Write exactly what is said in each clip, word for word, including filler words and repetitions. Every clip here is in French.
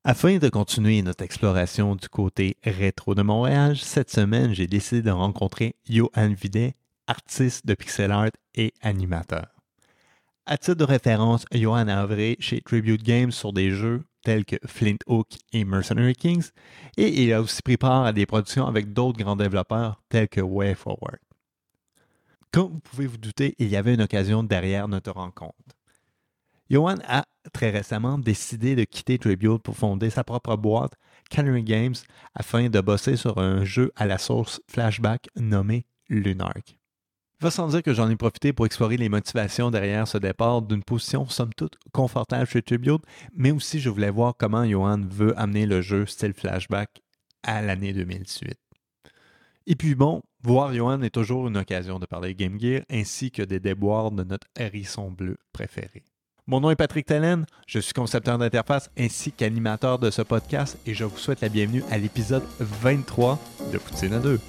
Afin de continuer notre exploration du côté rétro de Montréal, cette semaine, j'ai décidé de rencontrer Johan Videt, artiste de pixel art et animateur. À titre de référence, Johan a œuvré chez Tribute Games sur des jeux tels que Flint Hook et Mercenary Kings, et il a aussi pris part à des productions avec d'autres grands développeurs tels que WayForward. Comme vous pouvez vous douter, il y avait une occasion derrière notre rencontre. Johan a très récemment décidé de quitter Tribute pour fonder sa propre boîte, Canary Games, afin de bosser sur un jeu à la source flashback nommé Lunark. Il va sans dire que j'en ai profité pour explorer les motivations derrière ce départ d'une position somme toute confortable chez Tribute, mais aussi je voulais voir comment Johan veut amener le jeu style flashback à l'année deux mille dix-huit. Et puis bon, voir Johan est toujours une occasion de parler Game Gear ainsi que des déboires de notre hérisson bleu préféré. Mon nom est Patrick Tellen, je suis concepteur d'interface ainsi qu'animateur de ce podcast et je vous souhaite la bienvenue à l'épisode vingt-trois de Poutine à deux.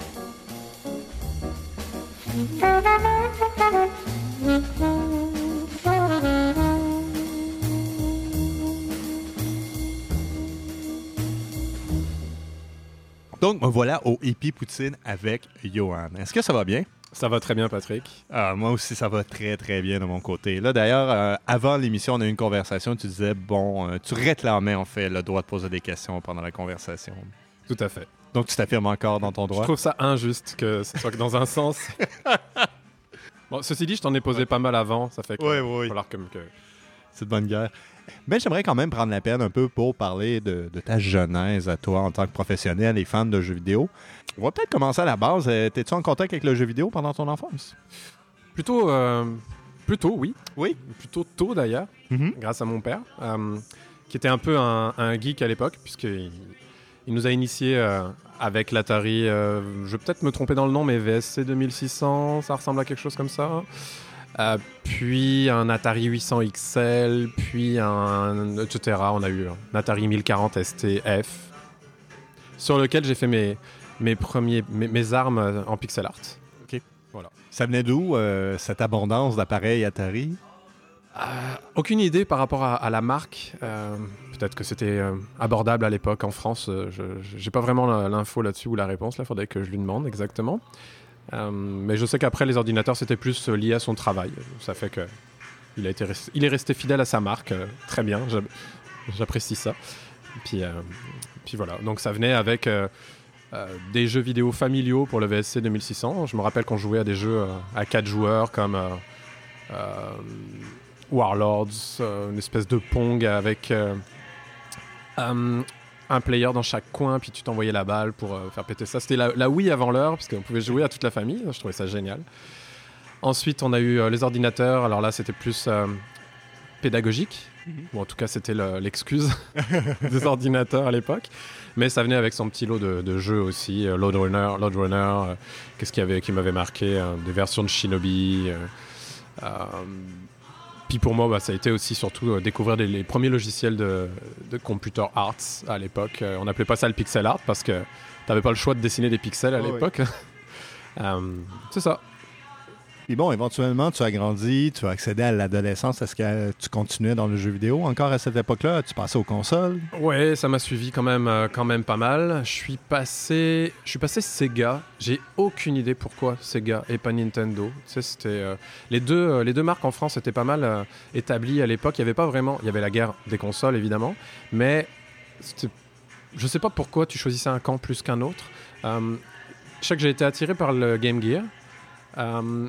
Donc, me voilà au Hippie Poutine avec Johan. Est-ce que ça va bien? Ça va très bien, Patrick. Ah, moi aussi, ça va très, très bien de mon côté. Là, d'ailleurs, euh, avant l'émission, on a eu une conversation. Tu disais, bon, euh, tu réclamais, en fait, le droit de poser des questions pendant la conversation. Tout à fait. Donc, tu t'affirmes encore dans ton droit? Je trouve ça injuste que ce soit que dans un sens. Bon, ceci dit, je t'en ai posé ouais. pas mal avant. Ça fait qu'il oui, va oui. falloir comme que... C'est de bonne guerre. Mais j'aimerais quand même prendre la peine un peu pour parler de, de ta genèse à toi en tant que professionnel et fan de jeux vidéo. On va peut-être commencer à la base. Étais-tu en contact avec le jeu vidéo pendant ton enfance? Plutôt, euh, plutôt oui. Oui? Plutôt tôt d'ailleurs, mm-hmm. grâce à mon père, euh, qui était un peu un, un geek à l'époque, puisqu'il il nous a initiés euh, avec l'Atari. Euh, je vais peut-être me tromper dans le nom, mais V S C deux mille six cents, ça ressemble à quelque chose comme ça. Euh, puis un Atari huit cents X L, puis un... et cetera. On a eu un Atari mille quarante S T F, sur lequel j'ai fait mes, mes, premiers, mes, mes armes en pixel art. OK. Voilà. Ça venait d'où, euh, cette abondance d'appareils Atari? Euh, aucune idée par rapport à, à la marque. Euh, peut-être que c'était euh, abordable à l'époque en France. Euh, je n'ai pas vraiment l'info là-dessus ou la réponse. Il faudrait que je lui demande exactement. Euh, mais je sais qu'après les ordinateurs c'était plus euh, lié à son travail. Ça fait que il a été resté, il est resté fidèle à sa marque, euh, très bien. J'apprécie ça. Puis, euh, puis voilà. Donc ça venait avec euh, euh, des jeux vidéo familiaux pour le V S C deux mille six cents. Je me rappelle qu'on jouait à des jeux euh, à quatre joueurs comme euh, euh, Warlords, euh, une espèce de Pong avec euh, euh, un player dans chaque coin, puis tu t'envoyais la balle pour euh, faire péter ça. C'était la, la Wii avant l'heure, parce qu'on pouvait jouer à toute la famille. Je trouvais ça génial. Ensuite, on a eu euh, les ordinateurs. Alors là, c'était plus euh, pédagogique. Mm-hmm. Bon, en tout cas, c'était le, l'excuse des ordinateurs à l'époque. Mais ça venait avec son petit lot de, de jeux aussi. Euh, Load Runner, Load Runner euh, qu'est-ce qu'il y avait qui m'avait marqué euh, des versions de Shinobi. Euh, euh, Puis pour moi, bah, ça a été aussi surtout euh, découvrir les, les premiers logiciels de, de computer arts à l'époque. Euh, on n'appelait pas ça le pixel art parce que tu n'avais pas le choix de dessiner des pixels à oh l'époque. Oui. euh, c'est ça. Et bon, éventuellement, tu as grandi, tu as accédé à l'adolescence. Est-ce que tu continuais dans le jeu vidéo encore à cette époque-là? Tu passais aux consoles? Oui, ça m'a suivi quand même, euh, quand même pas mal. Je suis passé, je suis passé Sega. J'ai aucune idée pourquoi Sega et pas Nintendo. Tu sais, c'était euh, les deux, euh, les deux marques en France étaient pas mal euh, établies à l'époque. Il y avait pas vraiment, il y avait la guerre des consoles évidemment, mais c'était, je sais pas pourquoi tu choisissais un camp plus qu'un autre. Euh, je sais que j'ai été attiré par le Game Gear. Euh,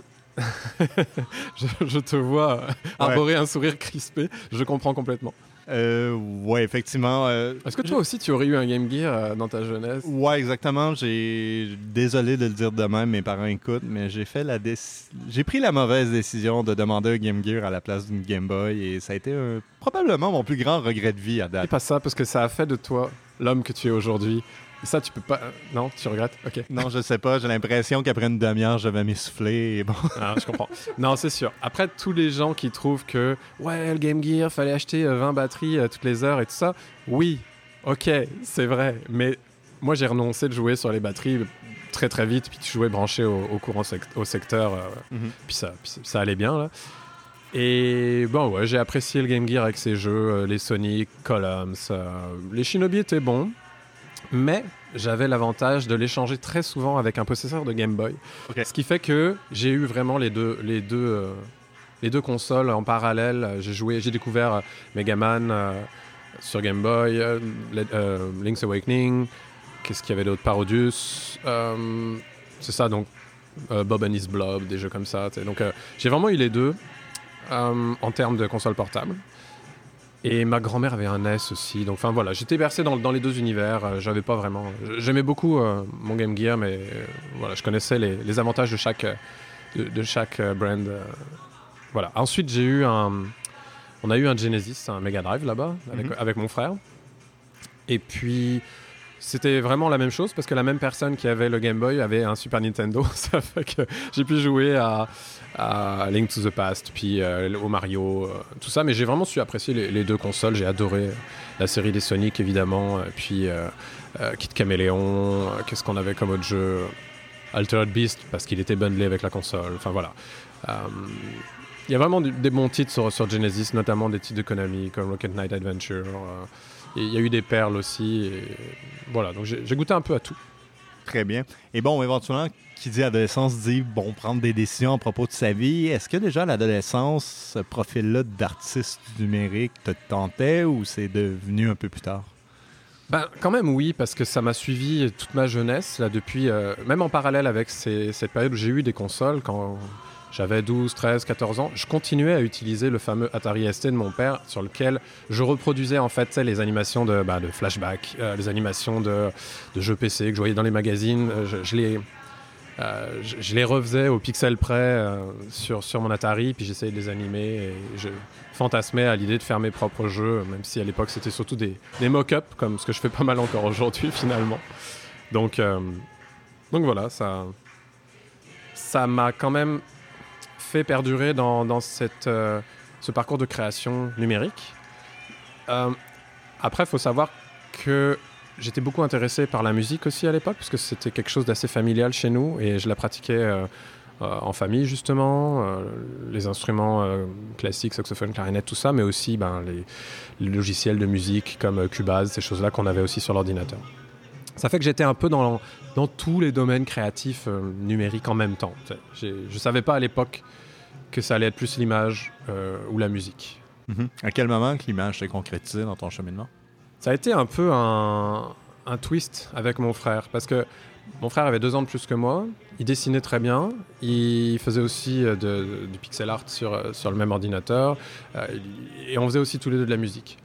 je, je te vois arborer ouais. un sourire crispé. Je comprends complètement. Euh, ouais, effectivement. Euh, Est-ce que toi aussi, tu aurais eu un Game Gear euh, dans ta jeunesse? Ouais, exactement. J'ai désolé de le dire de même, mes parents écoutent, mais j'ai fait la déc... j'ai pris la mauvaise décision de demander un Game Gear à la place d'une Game Boy, et ça a été un... probablement mon plus grand regret de vie à date. C'est pas ça, parce que ça a fait de toi l'homme que tu es aujourd'hui. Ça, tu peux pas... Non, tu regrettes? OK. Non, je sais pas. J'ai l'impression qu'après une demi-heure, je vais m'essouffler et bon... Ah, je comprends. Non, c'est sûr. Après, tous les gens qui trouvent que ouais, le Game Gear, fallait acheter vingt batteries euh, toutes les heures et tout ça, oui, OK, c'est vrai. Mais moi, j'ai renoncé de jouer sur les batteries très, très vite, puis tu jouais branché au, au courant sect- au secteur, euh, mm-hmm. puis, ça, puis ça allait bien, là. Et bon, ouais, j'ai apprécié le Game Gear avec ses jeux, euh, les Sonic, Columns. Euh, les Shinobi étaient bons, mais j'avais l'avantage de les changer très souvent avec un processeur de Game Boy. Okay. Ce qui fait que j'ai eu vraiment les deux, les deux, euh, les deux consoles en parallèle. J'ai joué, j'ai découvert euh, Mega Man euh, sur Game Boy, euh, euh, Link's Awakening. Qu'est-ce qu'il y avait d'autre? Parodius. Euh, c'est ça, donc euh, Bob and His Blob, des jeux comme ça. T'sais. Donc euh, j'ai vraiment eu les deux. Euh, en termes de console portable. Et ma grand-mère avait un N E S aussi. Donc, enfin voilà, j'étais bercé dans, dans les deux univers. Euh, j'avais pas vraiment. J'aimais beaucoup euh, mon Game Gear, mais euh, voilà, je connaissais les, les avantages de chaque, de, de chaque euh, brand. Euh, voilà. Ensuite, j'ai eu un. On a eu un Genesis, un Mega Drive là-bas, avec, mm-hmm. avec mon frère. Et puis. C'était vraiment la même chose parce que la même personne qui avait le Game Boy avait un Super Nintendo. Ça fait que j'ai pu jouer à, à Link to the Past, puis euh, au Mario, euh, tout ça. Mais j'ai vraiment su apprécier les, les deux consoles. J'ai adoré la série des Sonic, évidemment. Puis euh, euh, Kid Caméléon. Euh, qu'est-ce qu'on avait comme autre jeu? Altered Beast, parce qu'il était bundlé avec la console. Enfin voilà. Il euh, y a vraiment du, des bons titres sur, sur Genesis, notamment des titres de Konami, comme Rocket Knight Adventure. Euh, Il y a eu des perles aussi. Et voilà, donc j'ai, j'ai goûté un peu à tout. Très bien. Et bon, éventuellement, qui dit adolescence dit, bon, prendre des décisions à propos de sa vie. Est-ce que déjà à l'adolescence, ce profil-là d'artiste numérique te tentait ou c'est devenu un peu plus tard? Ben, quand même, oui, parce que ça m'a suivi toute ma jeunesse, là, depuis, euh, même en parallèle avec ces, cette période où j'ai eu des consoles, quand j'avais douze, treize, quatorze ans, je continuais à utiliser le fameux Atari S T de mon père, sur lequel je reproduisais en fait les animations de, bah, de flashback, euh, les animations de, de jeux P C que je voyais dans les magazines. Je, je, les, euh, je, je les refaisais au pixel près euh, sur, sur mon Atari, puis j'essayais de les animer. Et je fantasmais à l'idée de faire mes propres jeux, même si à l'époque c'était surtout des, des mock-ups, comme ce que je fais pas mal encore aujourd'hui finalement. Donc, euh, donc voilà, ça, ça m'a quand même fait perdurer dans, dans cette, euh, ce parcours de création numérique. Euh, après, il faut savoir que j'étais beaucoup intéressé par la musique aussi à l'époque, parce que c'était quelque chose d'assez familial chez nous, et je la pratiquais euh, euh, en famille, justement, euh, les instruments euh, classiques, saxophone, clarinette, tout ça, mais aussi ben, les, les logiciels de musique comme Cubase, ces choses-là qu'on avait aussi sur l'ordinateur. Ça fait que j'étais un peu dans, dans tous les domaines créatifs euh, numériques en même temps. J'ai, je ne savais pas à l'époque que ça allait être plus l'image euh, ou la musique. Mm-hmm. À quel moment que l'image s'est concrétisée dans ton cheminement? Ça a été un peu un, un twist avec mon frère, parce que mon frère avait deux ans de plus que moi, il dessinait très bien, il faisait aussi de, de, du pixel art sur, sur le même ordinateur, euh, et on faisait aussi tous les deux de la musique.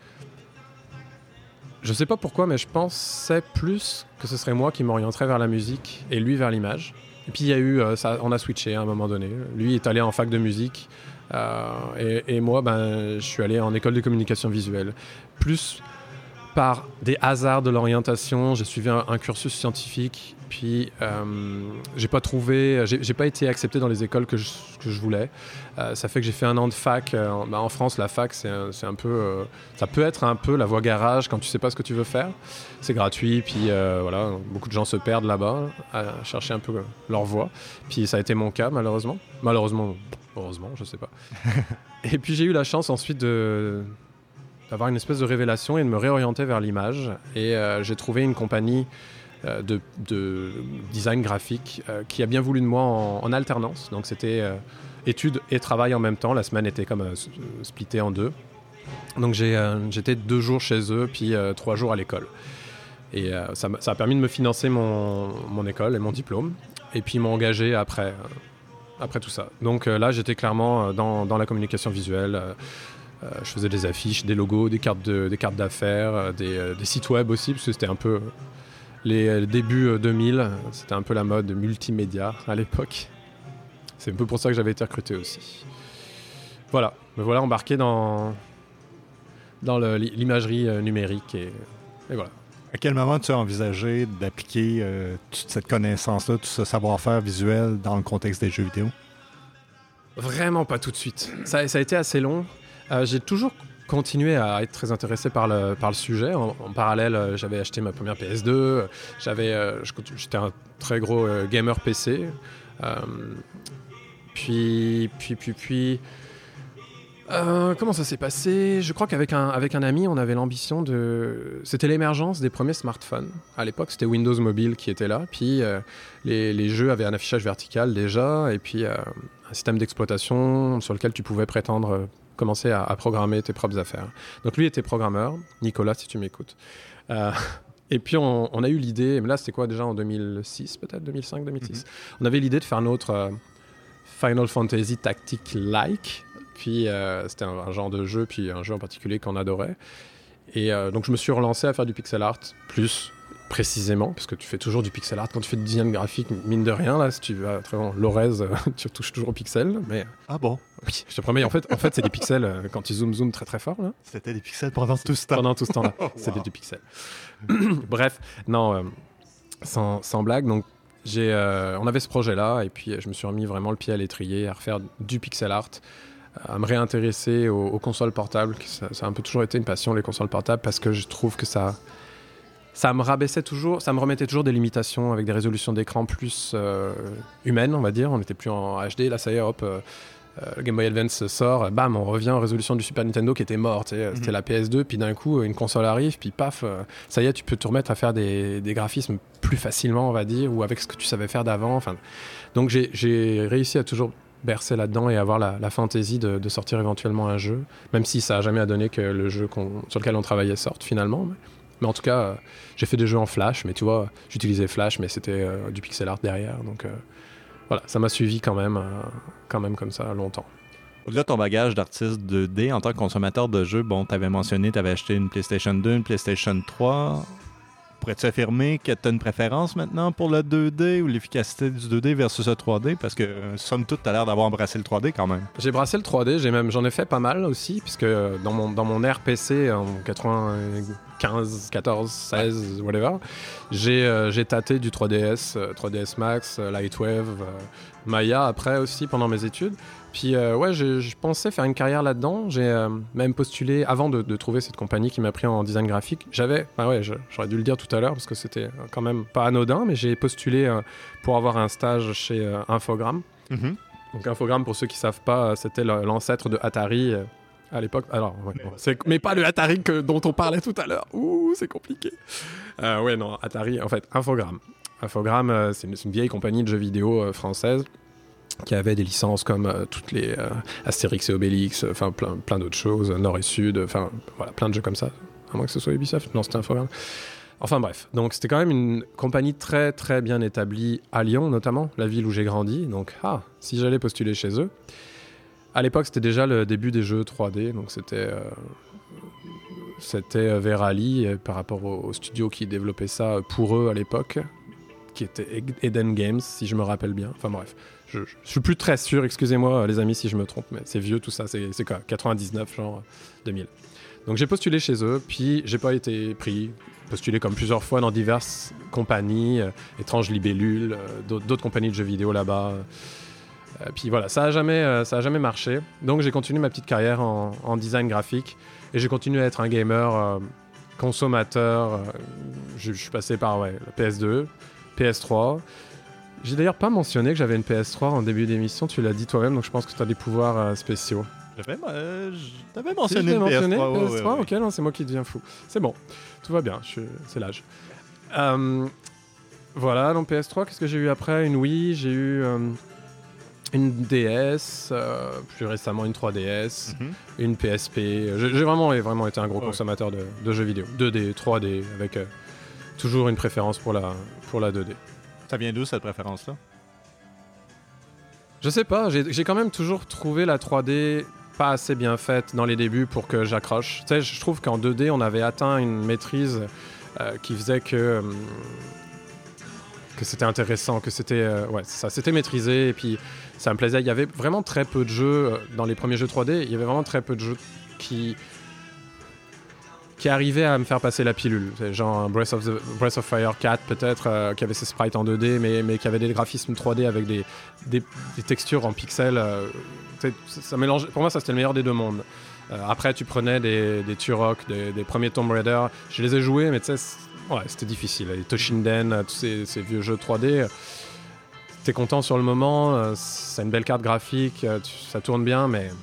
Je sais pas pourquoi, mais je pensais plus que ce serait moi qui m'orienterais vers la musique et lui vers l'image. Et puis il y a eu, euh, ça, on a switché à un moment donné. Lui est allé en fac de musique euh, et, et moi, ben, je suis allé en école de communication visuelle. Plus par des hasards de l'orientation, j'ai suivi un, un cursus scientifique. Puis euh, j'ai pas trouvé, j'ai, j'ai pas été accepté dans les écoles que je, que je voulais. Euh, ça fait que j'ai fait un an de fac. Euh, en, bah en France, la fac, c'est, un, c'est un peu, euh, ça peut être un peu la voie garage quand tu sais pas ce que tu veux faire. C'est gratuit, puis euh, voilà, beaucoup de gens se perdent là-bas à chercher un peu leur voie. Puis ça a été mon cas, malheureusement. Malheureusement, heureusement, je sais pas. Et puis j'ai eu la chance ensuite de d'avoir une espèce de révélation et de me réorienter vers l'image. Et euh, j'ai trouvé une compagnie De, de design graphique euh, qui a bien voulu de moi en, en alternance. Donc c'était euh, études et travail en même temps. La semaine était comme euh, splittée en deux. Donc j'ai, euh, j'étais deux jours chez eux, puis euh, trois jours à l'école. Et euh, ça, ça a permis de me financer mon, mon école et mon diplôme. Et puis ils m'ont engagé après, euh, après tout ça. Donc euh, là, j'étais clairement dans, dans la communication visuelle. Euh, euh, je faisais des affiches, des logos, des cartes, de, des cartes d'affaires, euh, des, euh, des sites web aussi, parce que c'était un peu... Les débuts deux mille, c'était un peu la mode multimédia à l'époque. C'est un peu pour ça que j'avais été recruté aussi. Voilà, me voilà embarqué dans, dans le, l'imagerie numérique et, et voilà. À quel moment tu as envisagé d'appliquer euh, toute cette connaissance-là, tout ce savoir-faire visuel dans le contexte des jeux vidéo? Vraiment pas tout de suite. Ça, ça a été assez long. Euh, j'ai toujours continué à être très intéressé par le, par le sujet. En, en parallèle, euh, j'avais acheté ma première P S deux. J'avais, euh, j'étais un très gros euh, gamer P C. Euh, puis, puis, puis, puis, Euh, comment ça s'est passé ? Je crois qu'avec un, avec un ami, on avait l'ambition de... C'était l'émergence des premiers smartphones. À l'époque, c'était Windows Mobile qui était là. Puis euh, les, les jeux avaient un affichage vertical déjà. Et puis euh, un système d'exploitation sur lequel tu pouvais prétendre euh, commencer à, à programmer tes propres affaires. Donc lui était programmeur. Nicolas, si tu m'écoutes. Euh, et puis on, on a eu l'idée... Mais là, c'était quoi déjà en deux mille six peut-être deux mille cinq deux mille six Mm-hmm. On avait l'idée de faire notre euh, Final Fantasy Tactique-like. Puis euh, c'était un, un genre de jeu, puis un jeu en particulier qu'on adorait. Et euh, donc je me suis relancé à faire du pixel art, plus précisément, parce que tu fais toujours du pixel art quand tu fais du design graphique, mine de rien, là, si tu vas très loin, l'Orez, tu touches toujours au pixel. Mais... Ah bon? Oui, je te promets, en fait, en fait c'est des pixels euh, quand tu zoomes, zoom très très fort. Là. C'était des pixels pendant tout ce temps? Pendant tout ce temps-là, wow. C'était du pixel. Bref, non, euh, sans, sans blague, donc j'ai, euh, on avait ce projet-là, et puis je me suis remis vraiment le pied à l'étrier à refaire du pixel art, à me réintéresser aux, aux consoles portables. Ça, ça a un peu toujours été une passion, les consoles portables, parce que je trouve que ça, ça me rabaissait toujours, ça me remettait toujours des limitations avec des résolutions d'écran plus euh, humaines, on va dire. On n'était plus en H D, là ça y est, hop, euh, le Game Boy Advance sort, bam, on revient en résolution du Super Nintendo qui était mort, tu sais, mm-hmm. C'était la P S deux, puis d'un coup une console arrive, puis paf, euh, ça y est, tu peux te remettre à faire des, des graphismes plus facilement, on va dire, ou avec ce que tu savais faire d'avant. Enfin, donc j'ai, j'ai réussi à toujours bercer là-dedans et avoir la, la fantaisie de, de sortir éventuellement un jeu, même si ça n'a jamais donné que le jeu qu'on, sur lequel on travaillait sorte finalement. Mais, mais en tout cas, euh, j'ai fait des jeux en Flash, mais tu vois, j'utilisais Flash, mais c'était euh, du pixel art derrière. Donc euh, voilà, ça m'a suivi quand même, euh, quand même comme ça longtemps. Au-delà de ton bagage d'artiste deux D, en tant que consommateur de jeux, bon, tu avais mentionné, tu avais acheté une PlayStation deux, une PlayStation trois. Pourrais-tu affirmer que tu as une préférence maintenant pour le deux D ou l'efficacité du deux D versus le trois D? Parce que, somme toute, tu as l'air d'avoir embrassé le trois D quand même. J'ai brassé le trois D, j'ai même, j'en ai fait pas mal aussi, puisque dans mon, dans mon ère P C en quatre-vingt-quinze, quatorze, seize, whatever, j'ai, euh, j'ai tâté du trois D S, euh, trois D S Max, euh, Lightwave, euh, Maya après aussi pendant mes études. Puis euh, ouais, je, je pensais faire une carrière là-dedans. J'ai euh, même postulé, avant de, de trouver cette compagnie qui m'a pris en design graphique, j'avais, ah ouais, je, j'aurais dû le dire tout à l'heure parce que c'était quand même pas anodin, mais j'ai postulé euh, pour avoir un stage chez euh, Infogrames. Mm-hmm. Donc Infogrames, pour ceux qui savent pas, c'était l'ancêtre de Atari euh, à l'époque. Alors, ouais, bon, c'est, mais pas le Atari que, dont on parlait tout à l'heure. Ouh, c'est compliqué. Euh, ouais, non, Atari, en fait, Infogrames. Infogrames, euh, c'est, une, c'est une vieille compagnie de jeux vidéo euh, française qui avait des licences comme euh, toutes les euh, Astérix et Obélix, enfin euh, plein, plein d'autres choses, Nord et Sud, enfin voilà, plein de jeux comme ça, à moins que ce soit Ubisoft, non, c'était Infogrames. Enfin bref, donc c'était quand même une compagnie très très bien établie à Lyon notamment, la ville où j'ai grandi, donc ah, si j'allais postuler chez eux. À l'époque, c'était déjà le début des jeux trois D, donc c'était, euh, c'était Verali euh, par rapport au, au studio qui développait ça pour eux à l'époque, qui était Eden Games, si je me rappelle bien, enfin bref. Je, je, je suis plus très sûr, excusez-moi les amis si je me trompe, mais c'est vieux tout ça, c'est, c'est quoi, quatre-vingt-dix-neuf, genre deux mille. Donc j'ai postulé chez eux, puis j'ai pas été pris, postulé comme plusieurs fois dans diverses compagnies, euh, étranges libellules, euh, d'autres, d'autres compagnies de jeux vidéo là-bas. Euh, puis voilà, ça a jamais, euh, ça a jamais marché. Donc j'ai continué ma petite carrière en, en design graphique et j'ai continué à être un gamer euh, consommateur. Euh, je, je suis passé par ouais, la P S deux, P S trois. J'ai d'ailleurs pas mentionné que j'avais une P S trois en début d'émission, tu l'as dit toi-même, donc je pense que tu as des pouvoirs euh, spéciaux. J'avais, euh, j'avais mentionné si, une P S trois. Mentionné, ouais, P S trois, ouais, ouais. Ok, non, c'est moi qui deviens fou. C'est bon, tout va bien, je suis... c'est l'âge. Euh, voilà, donc P S trois, qu'est-ce que j'ai eu après? Une Wii, j'ai eu euh, une D S, euh, plus récemment une trois D S, mm-hmm. une P S P. J'ai, j'ai vraiment, vraiment été un gros ouais. consommateur de, de jeux vidéo. deux D, trois D, avec euh, toujours une préférence pour la, pour la deux D. Ça vient d'où cette préférence-là? Je sais pas, j'ai, j'ai quand même toujours trouvé la trois D pas assez bien faite dans les débuts pour que j'accroche. Tu sais, je trouve qu'en deux D, on avait atteint une maîtrise euh, qui faisait que, euh, que c'était intéressant, que c'était, euh, ouais, ça, c'était maîtrisé et puis ça me plaisait. Il y avait vraiment très peu de jeux, euh, dans les premiers jeux trois D, il y avait vraiment très peu de jeux qui... qui arrivait à me faire passer la pilule. C'est genre Breath of, the, Breath of Fire quatre peut-être, euh, qui avait ses sprites en deux D, mais, mais qui avait des graphismes trois D avec des, des, des textures en pixels. Euh, ça mélange, pour moi, ça c'était le meilleur des deux mondes. Euh, après, tu prenais des, des Turok, des, des premiers Tomb Raider. Je les ai joués, mais tu sais, ouais, c'était difficile. Les Toshinden, tous ces, ces vieux jeux trois D. T'es content sur le moment, euh, c'est une belle carte graphique, euh, tu, ça tourne bien, mais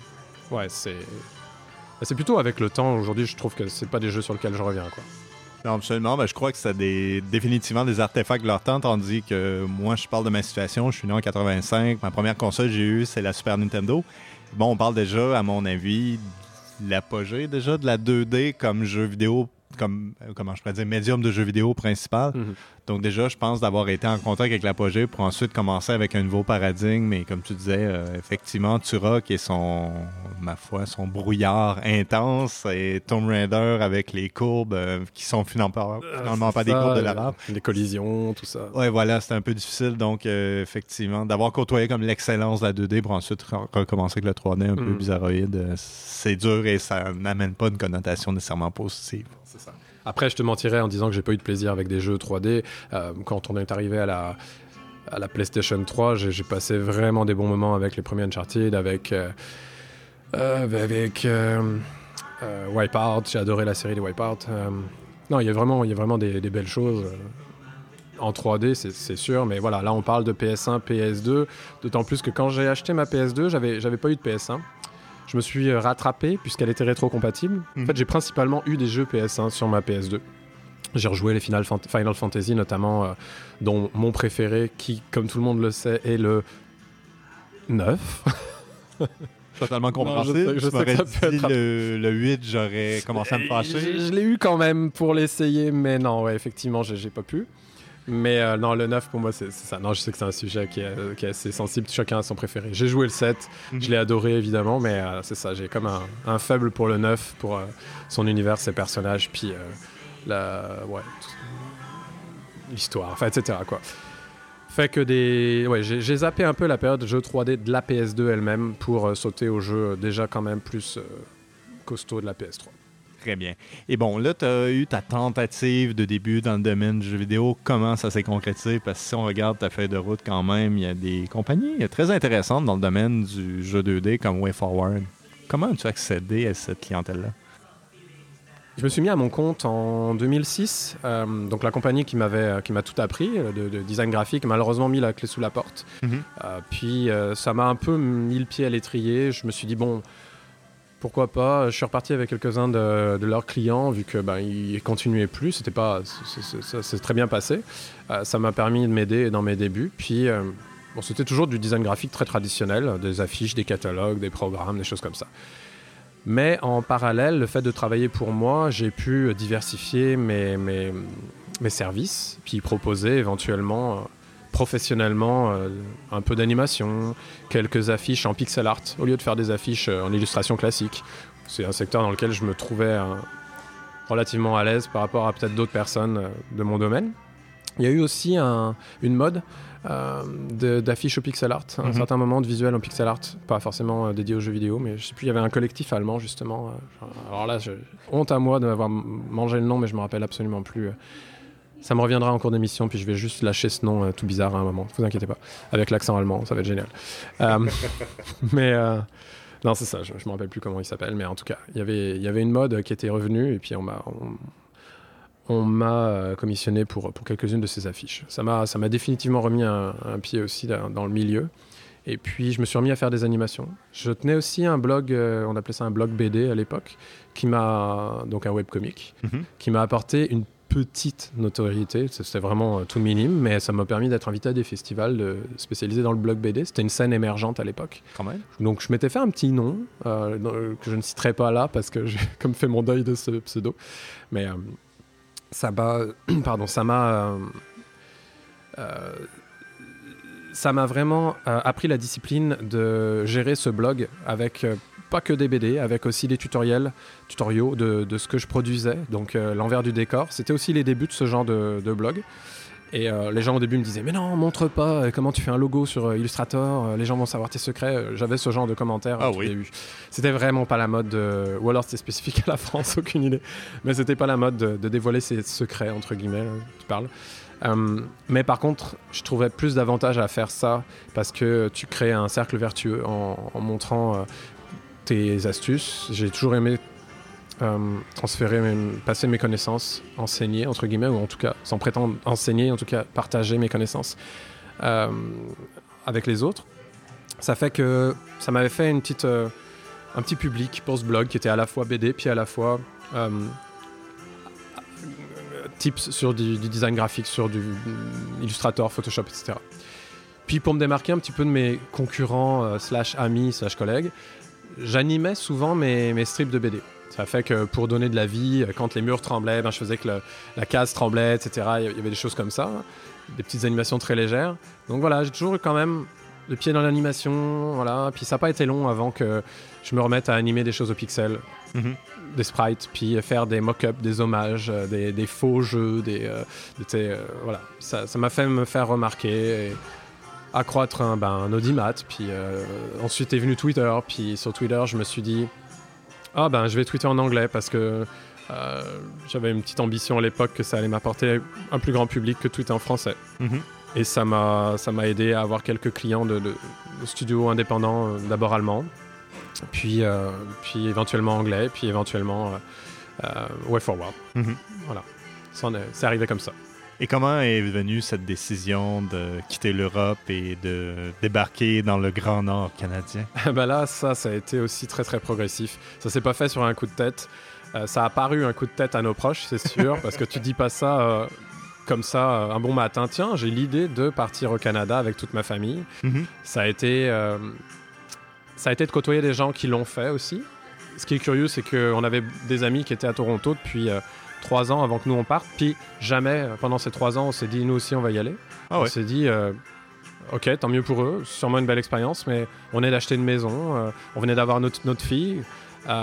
ouais, c'est... c'est plutôt avec le temps. Aujourd'hui, je trouve que c'est pas des jeux sur lesquels je reviens, quoi. Non, absolument. Ben, je crois que c'est des, définitivement des artefacts de leur temps, tandis que moi, je parle de ma situation. Je suis né en quatre-vingt-cinq. Ma première console que j'ai eue, c'est la Super Nintendo. Bon, on parle déjà, à mon avis, de l'apogée déjà de la deux D comme jeu vidéo, comme, comment je pourrais dire, médium de jeu vidéo principal. Mm-hmm. Donc déjà, je pense d'avoir été en contact avec l'apogée pour ensuite commencer avec un nouveau paradigme. Mais comme tu disais, euh, effectivement, Turok et son, ma foi, son brouillard intense et Tomb Raider avec les courbes euh, qui sont finalement, finalement pas ça, des courbes de l'arabe. Les collisions, tout ça. Ouais, voilà, c'était un peu difficile. Donc, euh, effectivement, d'avoir côtoyé comme l'excellence de la deux D pour ensuite recommencer avec le trois D un mm. peu bizarroïde, euh, c'est dur et ça n'amène pas une connotation nécessairement positive. C'est ça. Après, je te mentirais en disant que j'ai pas eu de plaisir avec des jeux trois D. Euh, quand on est arrivé à la, à la PlayStation trois, j'ai, j'ai passé vraiment des bons moments avec les premiers Uncharted, avec, euh, euh, avec euh, euh, Wipeout. J'ai adoré la série des Wipeout. Euh, non, il y a vraiment, il y a vraiment des, des belles choses. En trois D, c'est, c'est sûr, mais voilà, là on parle de P S un, P S deux, d'autant plus que quand j'ai acheté ma P S deux, j'avais, j'avais pas eu de P S un. Je me suis rattrapé puisqu'elle était rétro-compatible. Mmh. En fait, j'ai principalement eu des jeux P S un sur ma P S deux. J'ai rejoué les Final, Fant- Final Fantasy, notamment, euh, dont mon préféré, qui, comme tout le monde le sait, est le neuf. Totalement compréhensible. Non, je sais, je sais que ça peut être... le, le huit, j'aurais commencé à me fâcher. Je, je l'ai eu quand même pour l'essayer, mais non, ouais, effectivement, j'ai, j'ai pas pu. Mais euh, non, le neuf, pour moi, c'est, c'est ça. Non, je sais que c'est un sujet qui est, qui est assez sensible. Chacun a son préféré. J'ai joué le sept. Mm-hmm. Je l'ai adoré, évidemment. Mais euh, c'est ça. J'ai comme un, un faible pour le neuf, pour euh, son univers, ses personnages, puis euh, la... Ouais, l'histoire, enfin, et cetera, quoi. Fait que des... Ouais, j'ai, j'ai zappé un peu la période de jeu trois D de la P S deux elle-même pour euh, sauter aux jeux déjà quand même plus euh, costauds de la P S trois. Très bien. Et bon, là, tu as eu ta tentative de début dans le domaine du jeu vidéo. Comment ça s'est concrétisé? Parce que si on regarde ta feuille de route quand même, il y a des compagnies très intéressantes dans le domaine du jeu deux D comme WayForward. Comment as-tu accédé à cette clientèle-là? Je me suis mis à mon compte en deux mille six. Euh, donc la compagnie qui, m'avait, qui m'a tout appris, de, de design graphique, m'a malheureusement mis la clé sous la porte. Mm-hmm. Euh, puis euh, ça m'a un peu mis le pied à l'étrier. Je me suis dit, bon... Pourquoi pas? Je suis reparti avec quelques-uns de, de leurs clients, vu que ben, ils continuaient plus. C'était pas, c'est, c'est, ça s'est très bien passé. Euh, ça m'a permis de m'aider dans mes débuts. Puis, euh, bon, c'était toujours du design graphique très traditionnel, des affiches, des catalogues, des programmes, des choses comme ça. Mais en parallèle, le fait de travailler pour moi, j'ai pu diversifier mes, mes, mes services, puis proposer éventuellement... Euh, professionnellement euh, un peu d'animation, quelques affiches en pixel art au lieu de faire des affiches euh, en illustration classique. C'est un secteur dans lequel je me trouvais euh, relativement à l'aise par rapport à peut-être d'autres personnes euh, de mon domaine. Il y a eu aussi un, une mode euh, de, d'affiches au pixel art, mm-hmm. un certain moment de visuel en pixel art, pas forcément euh, dédié aux jeux vidéo, mais je sais plus, il y avait un collectif allemand justement. Euh, alors là, je, honte à moi d'avoir mangé le nom, mais je me rappelle absolument plus. Euh, Ça me reviendra en cours d'émission, puis je vais juste lâcher ce nom euh, tout bizarre à un moment. Ne vous inquiétez pas. Avec l'accent allemand, ça va être génial. Euh, mais euh, non, c'est ça. Je ne me rappelle plus comment il s'appelle, mais en tout cas, y avait, il y avait une mode qui était revenue, et puis on m'a, on, on m'a commissionné pour, pour quelques-unes de ces affiches. Ça m'a, ça m'a définitivement remis un, un pied aussi dans, dans le milieu. Et puis, je me suis remis à faire des animations. Je tenais aussi un blog, euh, on appelait ça un blog B D à l'époque, qui m'a, donc un webcomic, mm-hmm. qui m'a apporté une petite notoriété, c'était vraiment euh, tout minime, mais ça m'a permis d'être invité à des festivals de, spécialisés dans le blog B D. C'était une scène émergente à l'époque. Quand même. Donc je m'étais fait un petit nom, euh, que je ne citerai pas là, parce que j'ai comme fait mon deuil de ce pseudo. Mais euh, ça m'a... pardon, ça m'a... Euh, euh, ça m'a vraiment euh, appris la discipline de gérer ce blog avec... Euh, pas que des B D, avec aussi des tutoriels, tutoriaux de, de ce que je produisais, donc euh, l'envers du décor. C'était aussi les débuts de ce genre de, de blog. Et euh, les gens au début me disaient « Mais non, montre pas, euh, comment tu fais un logo sur euh, Illustrator, euh, les gens vont savoir tes secrets. Euh, » J'avais ce genre de commentaires ah, au oui. début. C'était vraiment pas la mode, de... ou alors c'était spécifique à la France, aucune idée. Mais c'était pas la mode de, de dévoiler ses secrets, entre guillemets, là, tu parles. Euh, mais par contre, je trouvais plus d'avantages à faire ça, parce que tu crées un cercle vertueux en, en montrant... Euh, tes astuces. J'ai toujours aimé euh, transférer, mes, passer mes connaissances, enseigner, entre guillemets, ou en tout cas, sans prétendre enseigner, en tout cas, partager mes connaissances euh, avec les autres. Ça fait que ça m'avait fait une petite, euh, un petit public pour ce blog qui était à la fois B D puis à la fois euh, tips sur du, du design graphique, sur du Illustrator, Photoshop, et cetera. Puis pour me démarquer un petit peu de mes concurrents euh, slash amis slash collègues, j'animais souvent mes, mes strips de B D. Ça fait que pour donner de la vie, quand les murs tremblaient, ben je faisais que le, la case tremblait, et cetera. Il y avait des choses comme ça, des petites animations très légères. Donc voilà, j'ai toujours eu quand même le pied dans l'animation, voilà. Puis ça n'a pas été long avant que je me remette à animer des choses au pixel, mm-hmm. des sprites, puis faire des mock-ups, des hommages, des, des faux jeux, des, euh, des euh, voilà. Ça, ça m'a fait me faire remarquer, et accroître un, ben, un audimat. Puis euh, ensuite est venu Twitter, puis sur Twitter, je me suis dit, ah ben je vais tweeter en anglais parce que euh, j'avais une petite ambition à l'époque que ça allait m'apporter un plus grand public que tweeter en français. Mm-hmm. Et ça m'a, ça m'a aidé à avoir quelques clients de, de, de studios indépendants, euh, d'abord allemands, puis, euh, puis éventuellement anglais, puis éventuellement euh, euh, Way Forward. Mm-hmm. Voilà, ça est, c'est arrivé comme ça. Et comment est venue cette décision de quitter l'Europe et de débarquer dans le Grand Nord canadien? Ben là, ça, ça a été aussi très très progressif. Ça s'est pas fait sur un coup de tête. Euh, ça a paru un coup de tête à nos proches, c'est sûr, parce que tu dis pas ça euh, comme ça euh, un bon matin. Tiens, j'ai l'idée de partir au Canada avec toute ma famille. Mm-hmm. Ça a été, euh, ça a été de côtoyer des gens qui l'ont fait aussi. Ce qui est curieux, c'est qu'on avait des amis qui étaient à Toronto depuis euh, trois ans avant que nous on parte, puis jamais pendant ces trois ans on s'est dit nous aussi on va y aller. Ah ouais. On s'est dit euh, ok, tant mieux pour eux, sûrement une belle expérience, mais on est d'acheter une maison, euh, on venait d'avoir notre, notre fille, euh,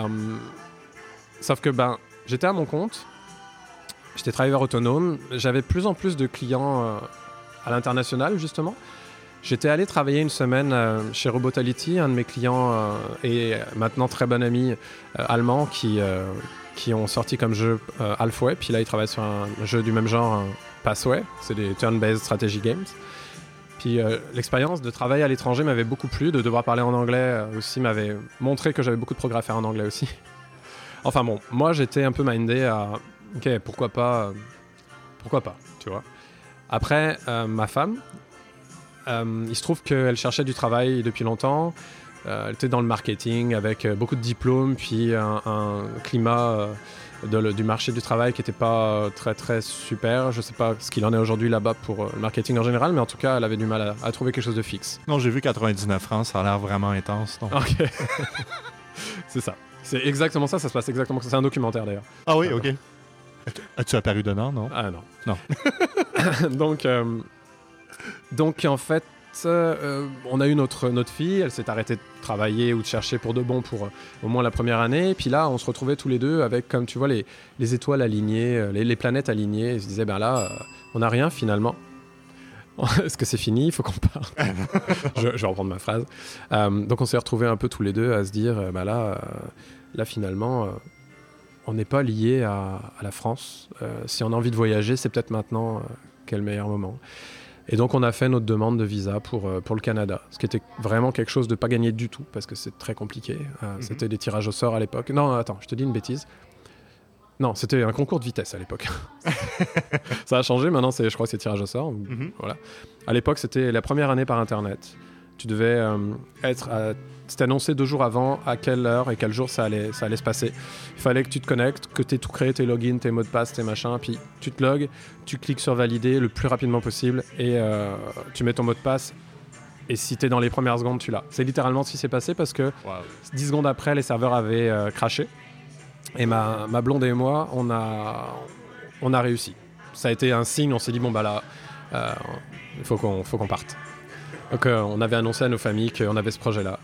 sauf que ben j'étais à mon compte, j'étais travailleur autonome, j'avais de plus en plus de clients euh, à l'international justement. J'étais allé travailler une semaine euh, chez Robotality, un de mes clients euh, et maintenant très bon ami euh, allemand qui euh, qui ont sorti comme jeu euh, Halfway, puis là ils travaillent sur un jeu du même genre, un Passway, c'est des turn-based strategy games. Puis euh, l'expérience de travail à l'étranger m'avait beaucoup plu, de devoir parler en anglais euh, aussi m'avait montré que j'avais beaucoup de progrès à faire en anglais aussi. Enfin bon, moi j'étais un peu mindé à, ok, pourquoi pas, euh, pourquoi pas, tu vois. Après, euh, ma femme, euh, il se trouve qu'elle cherchait du travail depuis longtemps. Euh, elle était dans le marketing avec euh, beaucoup de diplômes, puis un, un climat euh, de, le, du marché du travail qui n'était pas euh, très très super. Je ne sais pas ce qu'il en est aujourd'hui là-bas pour euh, le marketing en général, mais en tout cas, elle avait du mal à, à trouver quelque chose de fixe. Non, j'ai vu quatre-vingt-dix-neuf francs, ça a l'air vraiment intense. Donc. Ok. C'est ça. C'est exactement ça, ça se passe exactement comme ça. C'est un documentaire d'ailleurs. Ah oui, ok. As-tu apparu dedans, non? Ah non. Non. donc, euh, donc, en fait, Euh, on a eu notre, notre fille, elle s'est arrêtée de travailler ou de chercher pour de bon pour euh, au moins la première année, et puis là on se retrouvait tous les deux avec, comme tu vois, les, les étoiles alignées, euh, les, les planètes alignées, et on se disait ben là euh, on n'a rien finalement. Est-ce que c'est fini? Il faut qu'on parte. je, je vais reprendre ma phrase. Euh, donc on s'est retrouvés un peu tous les deux à se dire euh, ben là, euh, là finalement euh, on n'est pas lié à, à la France. Euh, si on a envie de voyager, c'est peut-être maintenant euh, qu'est le meilleur moment. Et donc on a fait notre demande de visa pour, euh, pour le Canada, ce qui était vraiment quelque chose de pas gagné du tout, parce que c'est très compliqué. Euh, mm-hmm. C'était des tirages au sort à l'époque. Non, attends, je te dis une bêtise. Non, c'était un concours de vitesse à l'époque. Ça a changé, maintenant c'est, je crois que c'est tirage au sort. Mm-hmm. Voilà. À l'époque, c'était la première année par Internet. Tu devais euh, être... À, c'était annoncé deux jours avant à quelle heure et quel jour ça allait, ça allait se passer. Il fallait que tu te connectes, que tu aies tout créé, tes logins, tes mots de passe, tes machins, puis tu te logs, tu cliques sur valider le plus rapidement possible et euh, tu mets ton mot de passe. Et si tu es dans les premières secondes, tu l'as. C'est littéralement ce qui s'est passé parce que wow. dix secondes après, les serveurs avaient euh, crashé. Et ma, ma blonde et moi, on a, on a réussi. Ça a été un signe, on s'est dit, bon bah là, euh, il faut qu'on, faut qu'on parte. Donc euh, on avait annoncé à nos familles qu'on avait ce projet-là.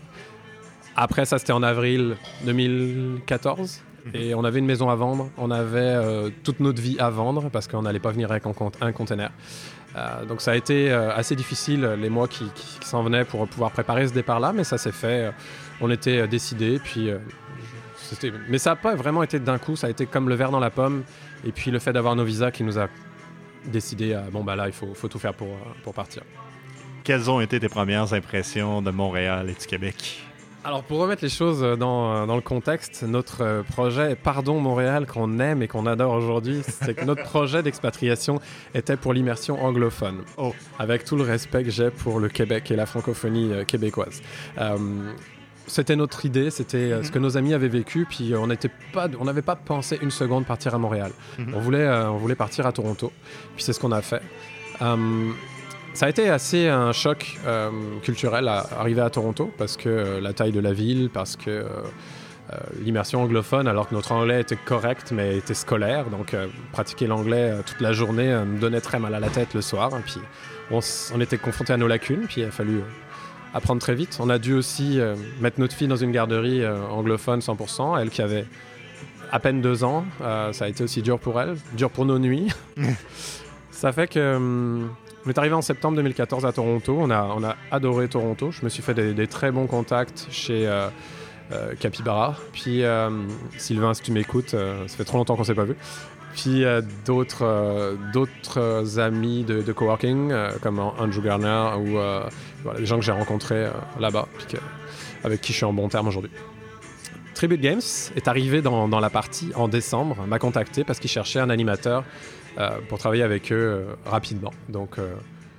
Après ça, c'était en avril deux mille quatorze et on avait une maison à vendre. On avait euh, toute notre vie à vendre parce qu'on n'allait pas venir avec un, compte, un container. Euh, donc ça a été euh, assez difficile les mois qui, qui, qui s'en venaient pour pouvoir préparer ce départ-là, mais ça s'est fait. On était décidés, puis euh, c'était... mais ça n'a pas vraiment été d'un coup. Ça a été comme le verre dans la pomme, et puis le fait d'avoir nos visas qui nous a décidé à bon bah là il faut, faut tout faire pour, pour partir. Quelles ont été tes premières impressions de Montréal et du Québec? Alors, pour remettre les choses dans, dans le contexte, notre projet Pardon Montréal, qu'on aime et qu'on adore aujourd'hui, c'est que notre projet d'expatriation était pour l'immersion anglophone, oh. avec tout le respect que j'ai pour le Québec et la francophonie québécoise. Euh, c'était notre idée, c'était mm-hmm. ce que nos amis avaient vécu, puis on n'était pas, on n'avait pas pensé une seconde partir à Montréal. Mm-hmm. On voulait, euh, on voulait partir à Toronto, puis c'est ce qu'on a fait. Um, ça a été assez un choc euh, culturel à arriver à Toronto, parce que euh, la taille de la ville, parce que euh, euh, l'immersion anglophone, alors que notre anglais était correct, mais était scolaire, donc euh, pratiquer l'anglais euh, toute la journée euh, me donnait très mal à la tête le soir, hein, puis on, on était confrontés à nos lacunes, puis il a fallu euh, apprendre très vite. On a dû aussi euh, mettre notre fille dans une garderie euh, anglophone cent pour cent, elle qui avait à peine deux ans, euh, ça a été aussi dur pour elle, dur pour nos nuits. Ça fait que hum, on est arrivé en septembre deux mille quatorze à Toronto, on a, on a adoré Toronto, je me suis fait des, des très bons contacts chez euh, euh, Capybara, puis euh, Sylvain, si tu m'écoutes, euh, ça fait trop longtemps qu'on ne s'est pas vu. Puis euh, d'autres, euh, d'autres euh, amis de, de coworking, euh, comme Andrew Garner, ou euh, voilà, des gens que j'ai rencontrés euh, là-bas, puis que, avec qui je suis en bon terme aujourd'hui. Tribute Games est arrivé dans, dans la partie en décembre, m'a contacté parce qu'il cherchait un animateur euh, pour travailler avec eux euh, rapidement. Donc, euh,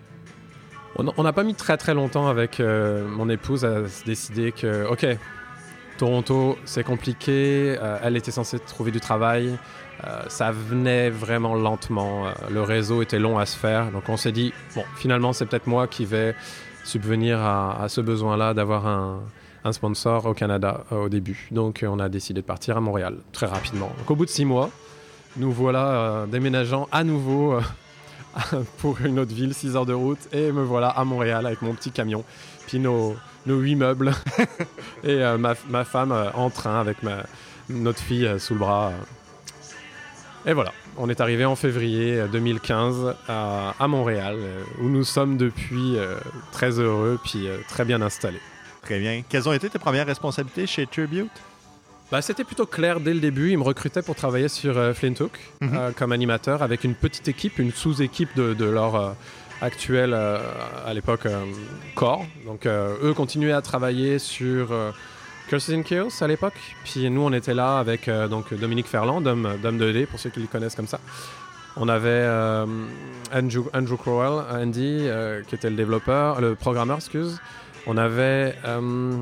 on n'a pas mis très très longtemps avec euh, mon épouse à se décider que, ok, Toronto, c'est compliqué, euh, elle était censée trouver du travail. Euh, ça venait vraiment lentement, euh, le réseau était long à se faire, donc on s'est dit, bon, finalement c'est peut-être moi qui vais subvenir à, à ce besoin-là d'avoir un, un sponsor au Canada euh, au début. Donc euh, on a décidé de partir à Montréal très rapidement. Donc au bout de six mois, nous voilà euh, déménageant à nouveau euh, pour une autre ville, six heures de route, et me voilà à Montréal avec mon petit camion, puis nos, nos huit meubles, et euh, ma, ma femme euh, en train avec ma, notre fille euh, sous le bras. Euh, Et voilà, on est arrivé en février deux mille quinze à, à Montréal, euh, où nous sommes depuis euh, très heureux puis euh, très bien installés. Très bien. Quelles ont été tes premières responsabilités chez Tribute? Bah, c'était plutôt clair dès le début. Ils me recrutaient pour travailler sur euh, Flint Hook mm-hmm. euh, comme animateur avec une petite équipe, une sous-équipe de, de leur euh, actuel, euh, à l'époque, euh, corps. Donc euh, eux continuaient à travailler sur... Euh, Curses and Chaos à l'époque, puis nous on était là avec euh, donc Dominique Ferland, Dom, Dom deux D pour ceux qui le connaissent comme ça. On avait euh, Andrew, Andrew Crowell, Andy, euh, qui était le développeur, le programmeur, excuse. On avait euh,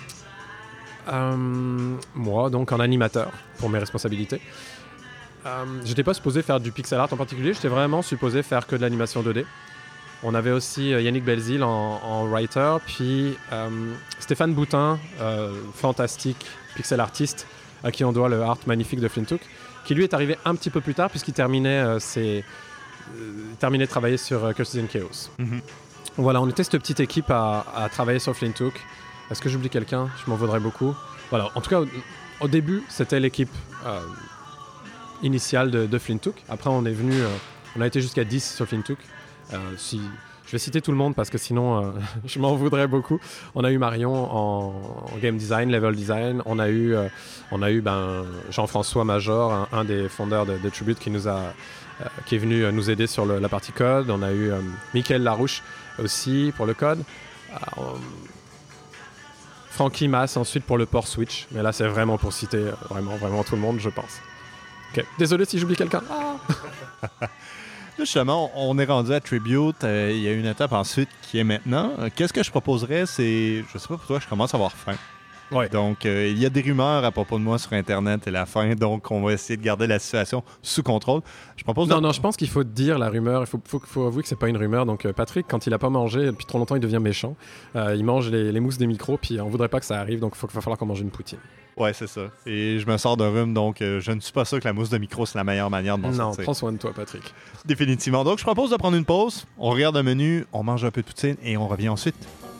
euh, moi donc en animateur pour mes responsabilités. Euh, j'étais pas supposé faire du pixel art en particulier, j'étais vraiment supposé faire que de l'animation deux D. On avait aussi euh, Yannick Belzil en, en writer, puis euh, Stéphane Boutin, euh, fantastique pixel artiste, à qui on doit le art magnifique de Flint Hook, qui lui est arrivé un petit peu plus tard puisqu'il terminait, euh, ses, euh, terminait de travailler sur euh, Curses and Chaos. Mm-hmm. Voilà, on était cette petite équipe à, à travailler sur Flint Hook. Est-ce que j'oublie quelqu'un? Je m'en voudrais beaucoup. Voilà, en tout cas, au, au début, c'était l'équipe euh, initiale de, de Flint Hook. Après, on est venu, euh, on a été jusqu'à dix sur Flint Hook. Euh, si, je vais citer tout le monde parce que sinon euh, je m'en voudrais beaucoup. On a eu Marion en, en game design, level design. On a eu, euh, on a eu ben, Jean-François Major, un, un des fondeurs de, de Tribute qui, nous a, euh, qui est venu nous aider sur le, la partie code. On a eu euh, Mickaël Larouche aussi pour le code. Euh, on... Francky Mass ensuite pour le port Switch. Mais là c'est vraiment pour citer euh, vraiment, vraiment tout le monde je pense. Okay. Désolé si j'oublie quelqu'un. Ah Justement, on est rendu à Tribute. Euh, il y a une étape ensuite qui est maintenant. Euh, qu'est-ce que je proposerais, c'est... Je sais pas pour toi, je commence à avoir faim. Ouais. Donc, euh, il y a des rumeurs à propos de moi sur Internet et la faim. Donc, on va essayer de garder la situation sous contrôle. Je propose... Non, de... non, je pense qu'il faut dire la rumeur. Il faut, faut, faut avouer que c'est pas une rumeur. Donc, euh, Patrick, quand il a pas mangé depuis trop longtemps, il devient méchant. Euh, il mange les, les mousses des micros, puis on voudrait pas que ça arrive. Donc, il va falloir qu'on mange une poutine. Ouais, c'est ça. Et je me sors d'un rhume, donc euh, je ne suis pas sûr que la mousse de micro, c'est la meilleure manière de m'en sortir. Non, prends soin de toi, Patrick. Définitivement. Donc, je propose de prendre une pause. On regarde le menu, on mange un peu de poutine et on revient ensuite.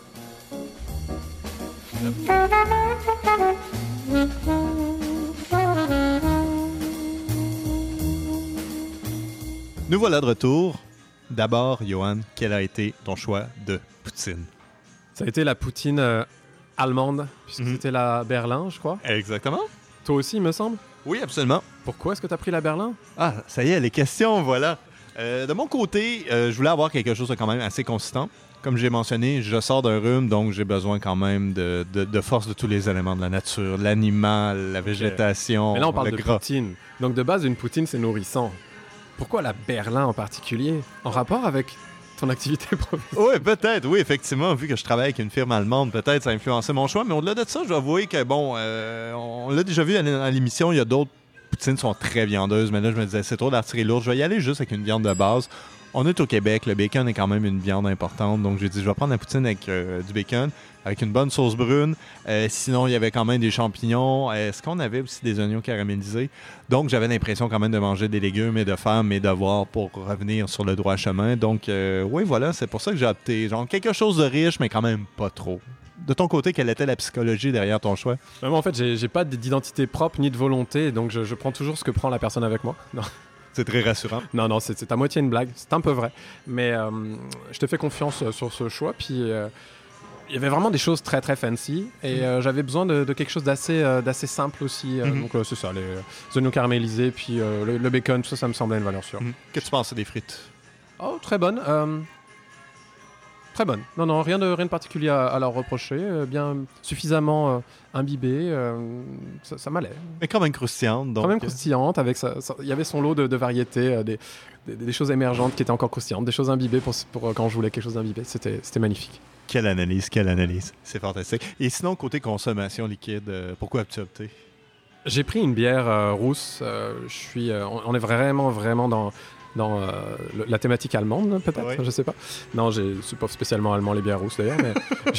Nous voilà de retour. D'abord, Johan, quel a été ton choix de poutine? Ça a été la poutine euh, allemande, puisque mm-hmm. c'était la Berlin, je crois. Exactement. Toi aussi, il me semble? Oui, absolument. Pourquoi est-ce que tu as pris la Berlin? Ah, ça y est, les questions, voilà. Euh, de mon côté, euh, je voulais avoir quelque chose de quand même assez consistant. Comme j'ai mentionné, je sors d'un rhume, donc j'ai besoin quand même de, de, de force de tous les éléments de la nature, l'animal, la végétation, okay. Mais là, on parle le de gras. Poutine. Donc, de base, une poutine, c'est nourrissant. Pourquoi la Berlin en particulier? En rapport avec ton activité professionnelle. Oui, peut-être, oui, effectivement, vu que je travaille avec une firme allemande, peut-être ça a influencé mon choix, mais au-delà de ça, je dois avouer que, bon, euh, on l'a déjà vu à l'émission, il y a d'autres poutines qui sont très viandeuses, mais là, je me disais, c'est trop d'artillerie lourde, je vais y aller juste avec une viande de base. On est au Québec, le bacon est quand même une viande importante, donc j'ai dit, je vais prendre la poutine avec euh, du bacon, avec une bonne sauce brune. Euh, sinon, il y avait quand même des champignons. Est-ce qu'on avait aussi des oignons caramélisés? Donc, j'avais l'impression quand même de manger des légumes et de faire mes devoirs pour revenir sur le droit chemin. Donc, euh, oui, voilà, c'est pour ça que j'ai opté. Genre, quelque chose de riche, mais quand même pas trop. De ton côté, quelle était la psychologie derrière ton choix? Moi, en fait, j'ai, j'ai pas d'identité propre ni de volonté, donc je, je prends toujours ce que prend la personne avec moi. Non. C'est très rassurant. Non, non, c'est, c'est à moitié une blague. C'est un peu vrai. Mais euh, je te fais confiance sur ce choix. Puis, euh, il y avait vraiment des choses très, très fancy. Et euh, j'avais besoin de, de quelque chose d'assez, euh, d'assez simple aussi. Euh, mm-hmm. Donc, euh, c'est ça, les, les oignons caramélisés, puis euh, le, le bacon, tout ça, ça me semblait une valeur sûre. Mm-hmm. Qu'est-ce que tu penses des frites? Oh, très bonne. Euh, très bonne. Non, non, rien de, rien de particulier à, à leur reprocher. Euh, bien suffisamment euh, imbibé. Euh, ça, ça m'allait. Mais quand même croustillante. Donc... Quand même croustillante. Avec sa, sa, il y avait son lot de, de variétés, euh, des, des, des choses émergentes qui étaient encore croustillantes, des choses imbibées pour, pour, quand je voulais quelque chose d'imbibé. C'était, c'était magnifique. Quelle analyse, quelle analyse. C'est fantastique. Et sinon, côté consommation liquide, euh, pourquoi as-tu opté? J'ai pris une bière euh, rousse. Euh, je suis, euh, on est vraiment, vraiment dans... dans euh, le, la thématique allemande, peut-être, oui. Je sais pas. Non, je suis pas spécialement allemand, les bières rousses d'ailleurs, mais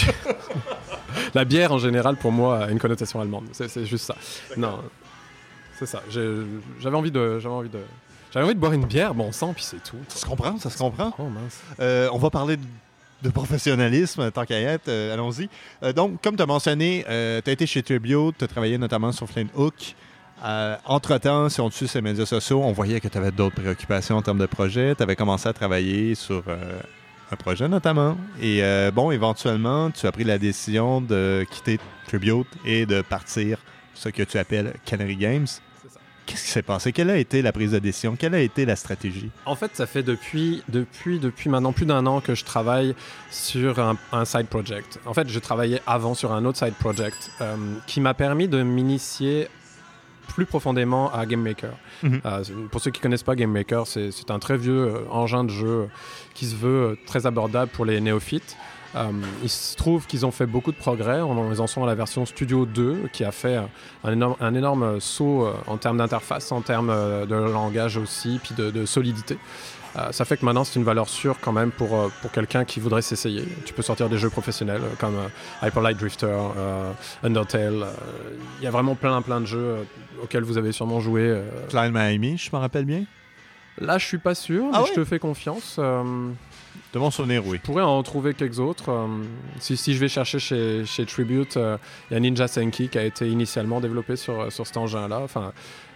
la bière en général, pour moi, a une connotation allemande. C'est, c'est juste ça. D'accord. Non, c'est ça. J'ai, j'avais envie de, j'avais envie de, j'avais envie de boire une bière, bon sang, puis c'est tout. Ça se comprend, ça se comprend. Oh mince. Euh, on va parler de, de professionnalisme, tant qu'à y être. Euh, allons-y. Euh, donc, comme tu as mentionné, euh, tu as été chez Tribute, tu as travaillé notamment sur Flint Hook. Euh, entre-temps, si on te suit sur les médias sociaux, on voyait que tu avais d'autres préoccupations en termes de projet. Tu avais commencé à travailler sur euh, un projet notamment. Et euh, bon, éventuellement, tu as pris la décision de quitter Tribute et de partir ce que tu appelles Canary Games. C'est ça. Qu'est-ce qui s'est passé? Quelle a été la prise de décision? Quelle a été la stratégie? En fait, ça fait depuis, depuis, depuis maintenant plus d'un an que je travaille sur un, un side project. En fait, je travaillais avant sur un autre side project euh, qui m'a permis de m'initier plus profondément à Game Maker. Mm-hmm. Euh, pour ceux qui ne connaissent pas Game Maker, c'est, c'est un très vieux euh, engin de jeu qui se veut euh, très abordable pour les néophytes. Euh, il se trouve qu'ils ont fait beaucoup de progrès. On, ils en sont à la version Studio deux qui a fait un énorme, un énorme saut euh, en termes d'interface, en termes euh, de langage aussi, puis de, de solidité. Euh, ça fait que maintenant c'est une valeur sûre quand même pour, euh, pour quelqu'un qui voudrait s'essayer. Tu peux sortir des jeux professionnels euh, comme euh, Hyper Light Drifter, euh, Undertale. Il euh, y a vraiment plein plein de jeux euh, auxquels vous avez sûrement joué. Euh... Hotline Miami, je me rappelle bien. Là je suis pas sûr, ah mais oui? Je te fais confiance. Euh... De mon souvenir, oui. Je pourrais en trouver quelques autres. Euh, si, si je vais chercher chez, chez Tribute, il euh, y a Ninja Senki qui a été initialement développé sur, sur cet engin-là. Enfin,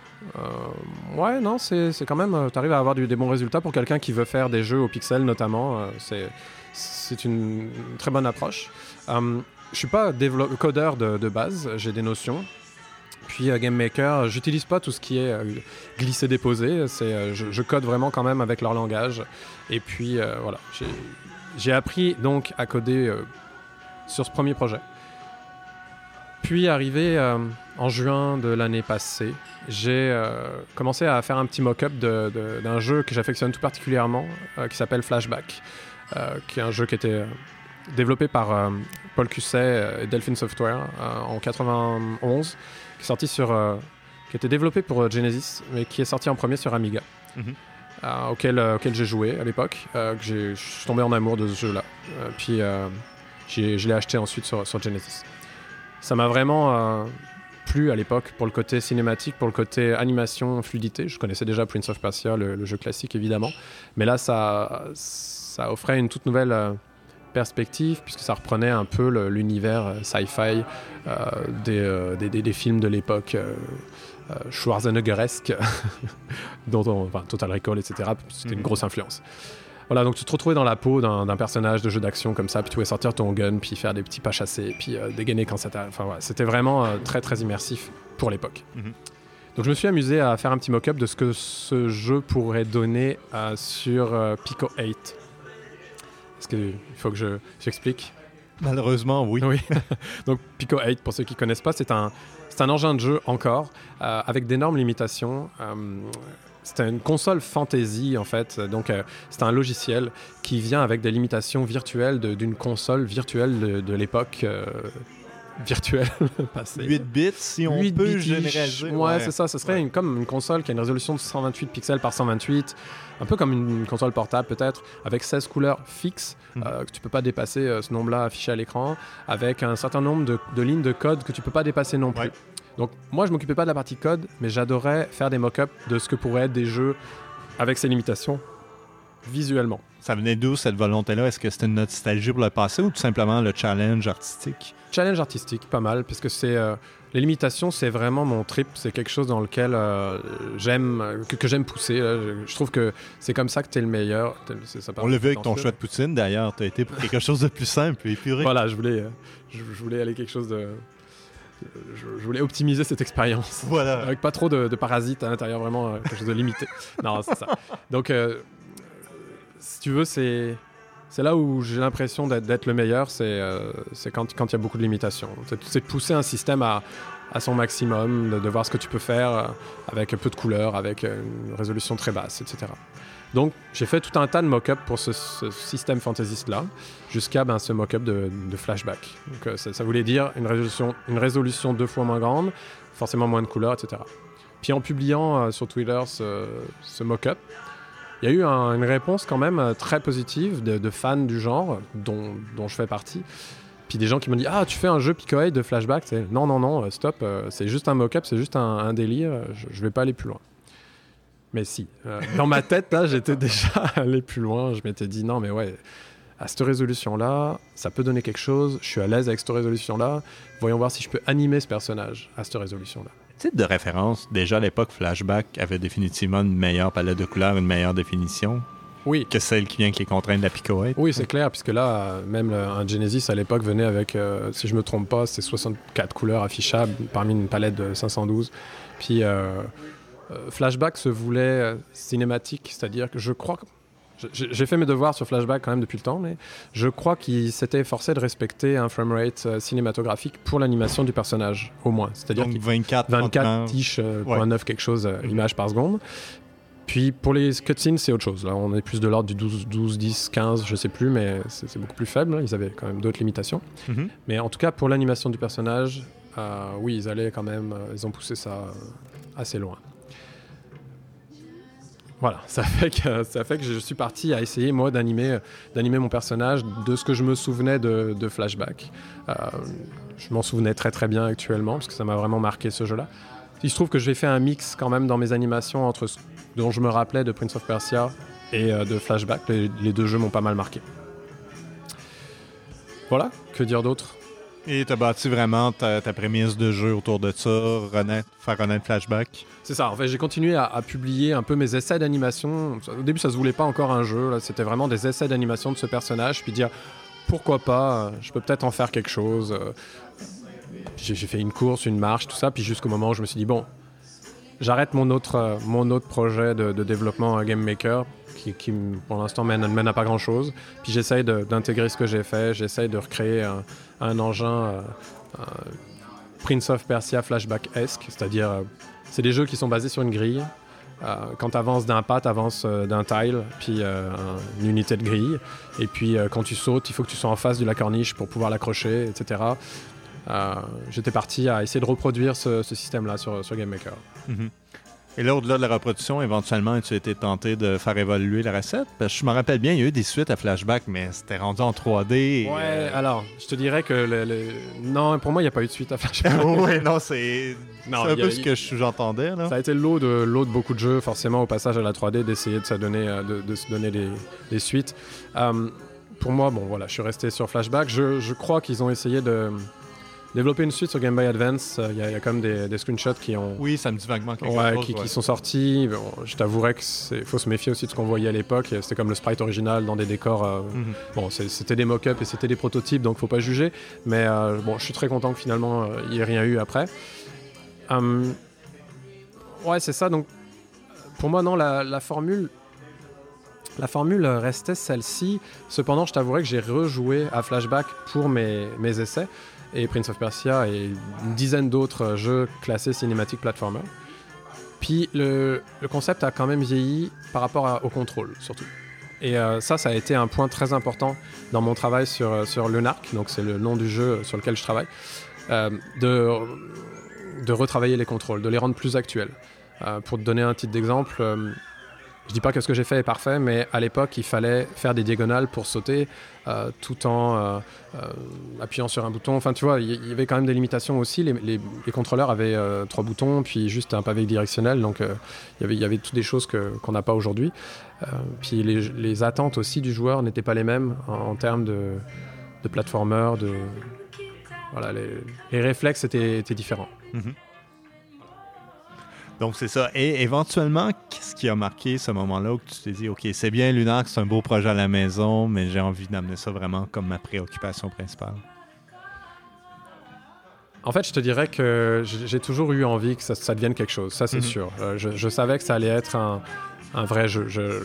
Euh, ouais, non, c'est, c'est quand même... Euh, tu arrives à avoir du, des bons résultats pour quelqu'un qui veut faire des jeux au pixel, notamment. Euh, c'est, c'est une, une très bonne approche. Euh, je suis pas développe- codeur de, de base, j'ai des notions. Puis euh, Game Maker, j'utilise pas tout ce qui est euh, glisser-déposer. C'est, euh, je, je code vraiment quand même avec leur langage. Et puis, euh, voilà. J'ai, j'ai appris donc à coder euh, sur ce premier projet. Puis, arrivé euh, en juin de l'année passée, j'ai euh, commencé à faire un petit mock-up de, de, d'un jeu que j'affectionne tout particulièrement, euh, qui s'appelle Flashback, euh, qui est un jeu qui était euh, développé par euh, Paul Cusset et Delphine Software euh, en quatre-vingt-onze, qui est sorti sur, euh, qui a été développé pour euh, Genesis, mais qui est sorti en premier sur Amiga, mm-hmm. euh, auquel, euh, auquel j'ai joué à l'époque, euh, que j'ai, je suis tombé en amour de ce jeu-là. Euh, puis, euh, j'ai, je l'ai acheté ensuite sur, sur Genesis. Ça m'a vraiment euh, plu à l'époque pour le côté cinématique, pour le côté animation, fluidité. Je connaissais déjà Prince of Persia, le, le jeu classique évidemment. Mais là, ça, ça offrait une toute nouvelle euh, perspective puisque ça reprenait un peu le, l'univers euh, sci-fi euh, des, euh, des, des, des films de l'époque euh, euh, Schwarzeneggeresque, dont on, enfin, Total Recall, et cetera. C'était mmh. une grosse influence. Voilà, donc tu te retrouvais dans la peau d'un, d'un personnage de jeu d'action comme ça, puis tu pouvais sortir ton gun, puis faire des petits pas chassés, puis euh, dégainer quand ça t'a... Enfin voilà, c'était vraiment euh, très très immersif pour l'époque. Mm-hmm. Donc je me suis amusé à faire un petit mock-up de ce que ce jeu pourrait donner euh, sur euh, Pico huit. Est-ce qu'il faut que je, j'explique ? Malheureusement, oui. Oui. Donc Pico huit, pour ceux qui ne connaissent pas, c'est un, c'est un engin de jeu encore, euh, avec d'énormes limitations. Euh, c'était une console fantasy en fait, donc euh, c'est un logiciel qui vient avec des limitations virtuelles de, d'une console virtuelle de, de l'époque euh, virtuelle passée. huit bits, si on peut généraliser. Ouais, ouais, c'est ça, ce serait ouais. une, comme une console qui a une résolution de cent vingt-huit pixels par cent vingt-huit, un peu comme une, une console portable peut-être, avec seize couleurs fixes, mmh. euh, que tu peux pas dépasser euh, ce nombre-là affiché à l'écran, avec un certain nombre de, de lignes de code que tu peux pas dépasser non plus. Ouais. Donc moi je m'occupais pas de la partie code, mais j'adorais faire des mock-ups de ce que pourraient être des jeux avec ces limitations visuellement. Ça venait d'où cette volonté-là? Est-ce que c'était une nostalgie pour le passé ou tout simplement le challenge artistique? Challenge artistique, pas mal, parce que c'est, euh, les limitations, c'est vraiment mon trip, c'est quelque chose dans lequel euh, j'aime, que, que j'aime pousser. Là. Je, je trouve que c'est comme ça que t'es le meilleur. T'es, c'est, ça On l'a vu avec ton choix de poutine d'ailleurs, t'as été pour quelque chose de plus simple et épuré. Voilà, je voulais, euh, je, je voulais aller quelque chose de... Je, je voulais optimiser cette expérience. Voilà. Avec pas trop de, de parasites à l'intérieur, vraiment euh, quelque chose de limité. Non, c'est ça. Donc, euh, si tu veux, c'est, c'est là où j'ai l'impression d'être, d'être le meilleur, c'est, euh, c'est quand, quand il y a beaucoup de limitations. C'est, c'est de pousser un système à, à son maximum, de, de voir ce que tu peux faire euh, avec peu de couleurs, avec une résolution très basse, et cetera. Donc, j'ai fait tout un tas de mock-up pour ce, ce système fantaisiste-là, jusqu'à ben, ce mock-up de, de flashback. Donc, euh, ça, ça voulait dire une résolution, une résolution deux fois moins grande, forcément moins de couleurs, et cetera. Puis en publiant euh, sur Twitter ce, ce mock-up, il y a eu un, une réponse quand même euh, très positive de, de fans du genre, dont, dont je fais partie. Puis des gens qui m'ont dit « Ah, tu fais un jeu Picoed de flashback ?» C'est, non, non, non, stop, euh, c'est juste un mock-up, c'est juste un, un délire, je ne vais pas aller plus loin. Mais si, euh, dans ma tête, là, j'étais déjà allé plus loin. Je m'étais dit, non, mais ouais, à cette résolution-là, ça peut donner quelque chose. Je suis à l'aise avec cette résolution-là. Voyons voir si je peux animer ce personnage à cette résolution-là. Titre de référence, déjà à l'époque, Flashback avait définitivement une meilleure palette de couleurs, une meilleure définition. Oui. Que celle qui vient avec les contraintes de la Picoed. Oui, c'est clair, puisque là, même le, un Genesis à l'époque venait avec, euh, si je me trompe pas, c'est soixante-quatre couleurs affichables parmi une palette de cinq cent douze. Puis... Euh, Euh, Flashback se voulait euh, cinématique, c'est-à-dire que je crois que j'ai, j'ai fait mes devoirs sur Flashback quand même depuis le temps, mais je crois qu'il s'était efforcé de respecter un framerate euh, cinématographique pour l'animation du personnage, au moins. C'est-à-dire donc vingt-quatre, vingt-quatre tiches, euh, ouais. point neuf quelque chose, euh, mm-hmm. images par seconde. Puis pour les cutscenes, c'est autre chose. Là, on est plus de l'ordre du douze, douze, dix, quinze, je sais plus, mais c'est, c'est beaucoup plus faible. Ils avaient quand même d'autres limitations. Mm-hmm. Mais en tout cas, pour l'animation du personnage, euh, oui, ils allaient quand même, euh, ils ont poussé ça euh, assez loin. Voilà, ça fait, que, ça fait que je suis parti à essayer, moi, d'animer, d'animer mon personnage de ce que je me souvenais de, de Flashback. Euh, je m'en souvenais très très bien actuellement, parce que ça m'a vraiment marqué ce jeu-là. Il se trouve que j'ai fait un mix quand même dans mes animations entre ce dont je me rappelais de Prince of Persia et euh, de Flashback. Les, les deux jeux m'ont pas mal marqué. Voilà, que dire d'autre ? Et tu as bâti vraiment ta, ta prémisse de jeu autour de ça, renaître, faire renaître Flashback. C'est ça, en fait j'ai continué à, à publier un peu mes essais d'animation. Au début ça se voulait pas encore un jeu, là. C'était vraiment des essais d'animation de ce personnage, puis dire pourquoi pas, je peux peut-être en faire quelque chose. J'ai, j'ai fait une course, une marche, tout ça, puis jusqu'au moment où je me suis dit bon, j'arrête mon autre, mon autre projet de, de développement Game Maker, qui, qui pour l'instant mène, mène à pas grand chose, puis j'essaye de, d'intégrer ce que j'ai fait, j'essaye de recréer un, un engin euh, euh, Prince of Persia flashback-esque, c'est-à-dire euh, c'est des jeux qui sont basés sur une grille. Euh, quand tu avances d'un pas, tu avances euh, d'un tile, puis euh, un, une unité de grille, et puis euh, quand tu sautes, il faut que tu sois en face de la corniche pour pouvoir l'accrocher, et cetera. Euh, j'étais parti à essayer de reproduire ce, ce système-là sur, sur Game Maker. Mm-hmm. Et là, au-delà de la reproduction, éventuellement, tu as été tenté de faire évoluer la recette? Parce que je me rappelle bien, il y a eu des suites à Flashback, mais c'était rendu en trois D. Et ouais, euh... alors, je te dirais que... Le, le... Non, pour moi, il n'y a pas eu de suite à Flashback. Oui, non, c'est, non, c'est un peu a... ce que j'entendais. Là. Ça a été l'eau de, l'eau de beaucoup de jeux, forcément, au passage à la trois D, d'essayer de se donner, de, de se donner des, des suites. Um, pour moi, bon, voilà, je suis resté sur Flashback. Je, je crois qu'ils ont essayé de... développer une suite sur Game Boy Advance, il euh, y, y a quand même des, des screenshots qui ont... Oui, ça me dit vaguement quelque ouais, chose. Qui, ouais. qui sont sortis. Bon, je t'avouerais qu'il faut se méfier aussi de ce qu'on voyait à l'époque. C'était comme le sprite original dans des décors... Euh, mm-hmm. Bon, c'est, c'était des mock-ups et c'était des prototypes, donc faut pas juger. Mais euh, bon, je suis très content que finalement, il euh, n'y ait rien eu après. Um, ouais, c'est ça. Donc, pour moi, non, la, la formule... La formule restait celle-ci. Cependant, je t'avouerais que j'ai rejoué à Flashback pour mes, mes essais. Et Prince of Persia et une dizaine d'autres jeux classés cinématiques platformer. Puis le, le concept a quand même vieilli par rapport à, au contrôle, surtout. Et euh, ça, ça a été un point très important dans mon travail sur, sur Lunark, donc c'est le nom du jeu sur lequel je travaille, euh, de, de retravailler les contrôles, de les rendre plus actuels. Euh, pour te donner un titre d'exemple, euh, je dis pas que ce que j'ai fait est parfait, mais à l'époque, il fallait faire des diagonales pour sauter, euh, tout en euh, euh, appuyant sur un bouton. Enfin, tu vois, il y, y avait quand même des limitations aussi. Les, les, les contrôleurs avaient euh, trois boutons, puis juste un pavé directionnel. Donc, euh, y avait, y avait toutes des choses que, qu'on n'a pas aujourd'hui. Euh, puis les, les attentes aussi du joueur n'étaient pas les mêmes en, en termes de, de platformer, de... Voilà, les, les réflexes étaient, étaient différents. Mm-hmm. Donc, c'est ça. Et éventuellement, qu'est-ce qui a marqué ce moment-là où tu t'es dit, OK, c'est bien Lunark, c'est un beau projet à la maison, mais j'ai envie d'amener ça vraiment comme ma préoccupation principale? En fait, je te dirais que j'ai toujours eu envie que ça, ça devienne quelque chose. Ça, c'est mm-hmm. sûr. Euh, je, je savais que ça allait être un, un vrai jeu. Je,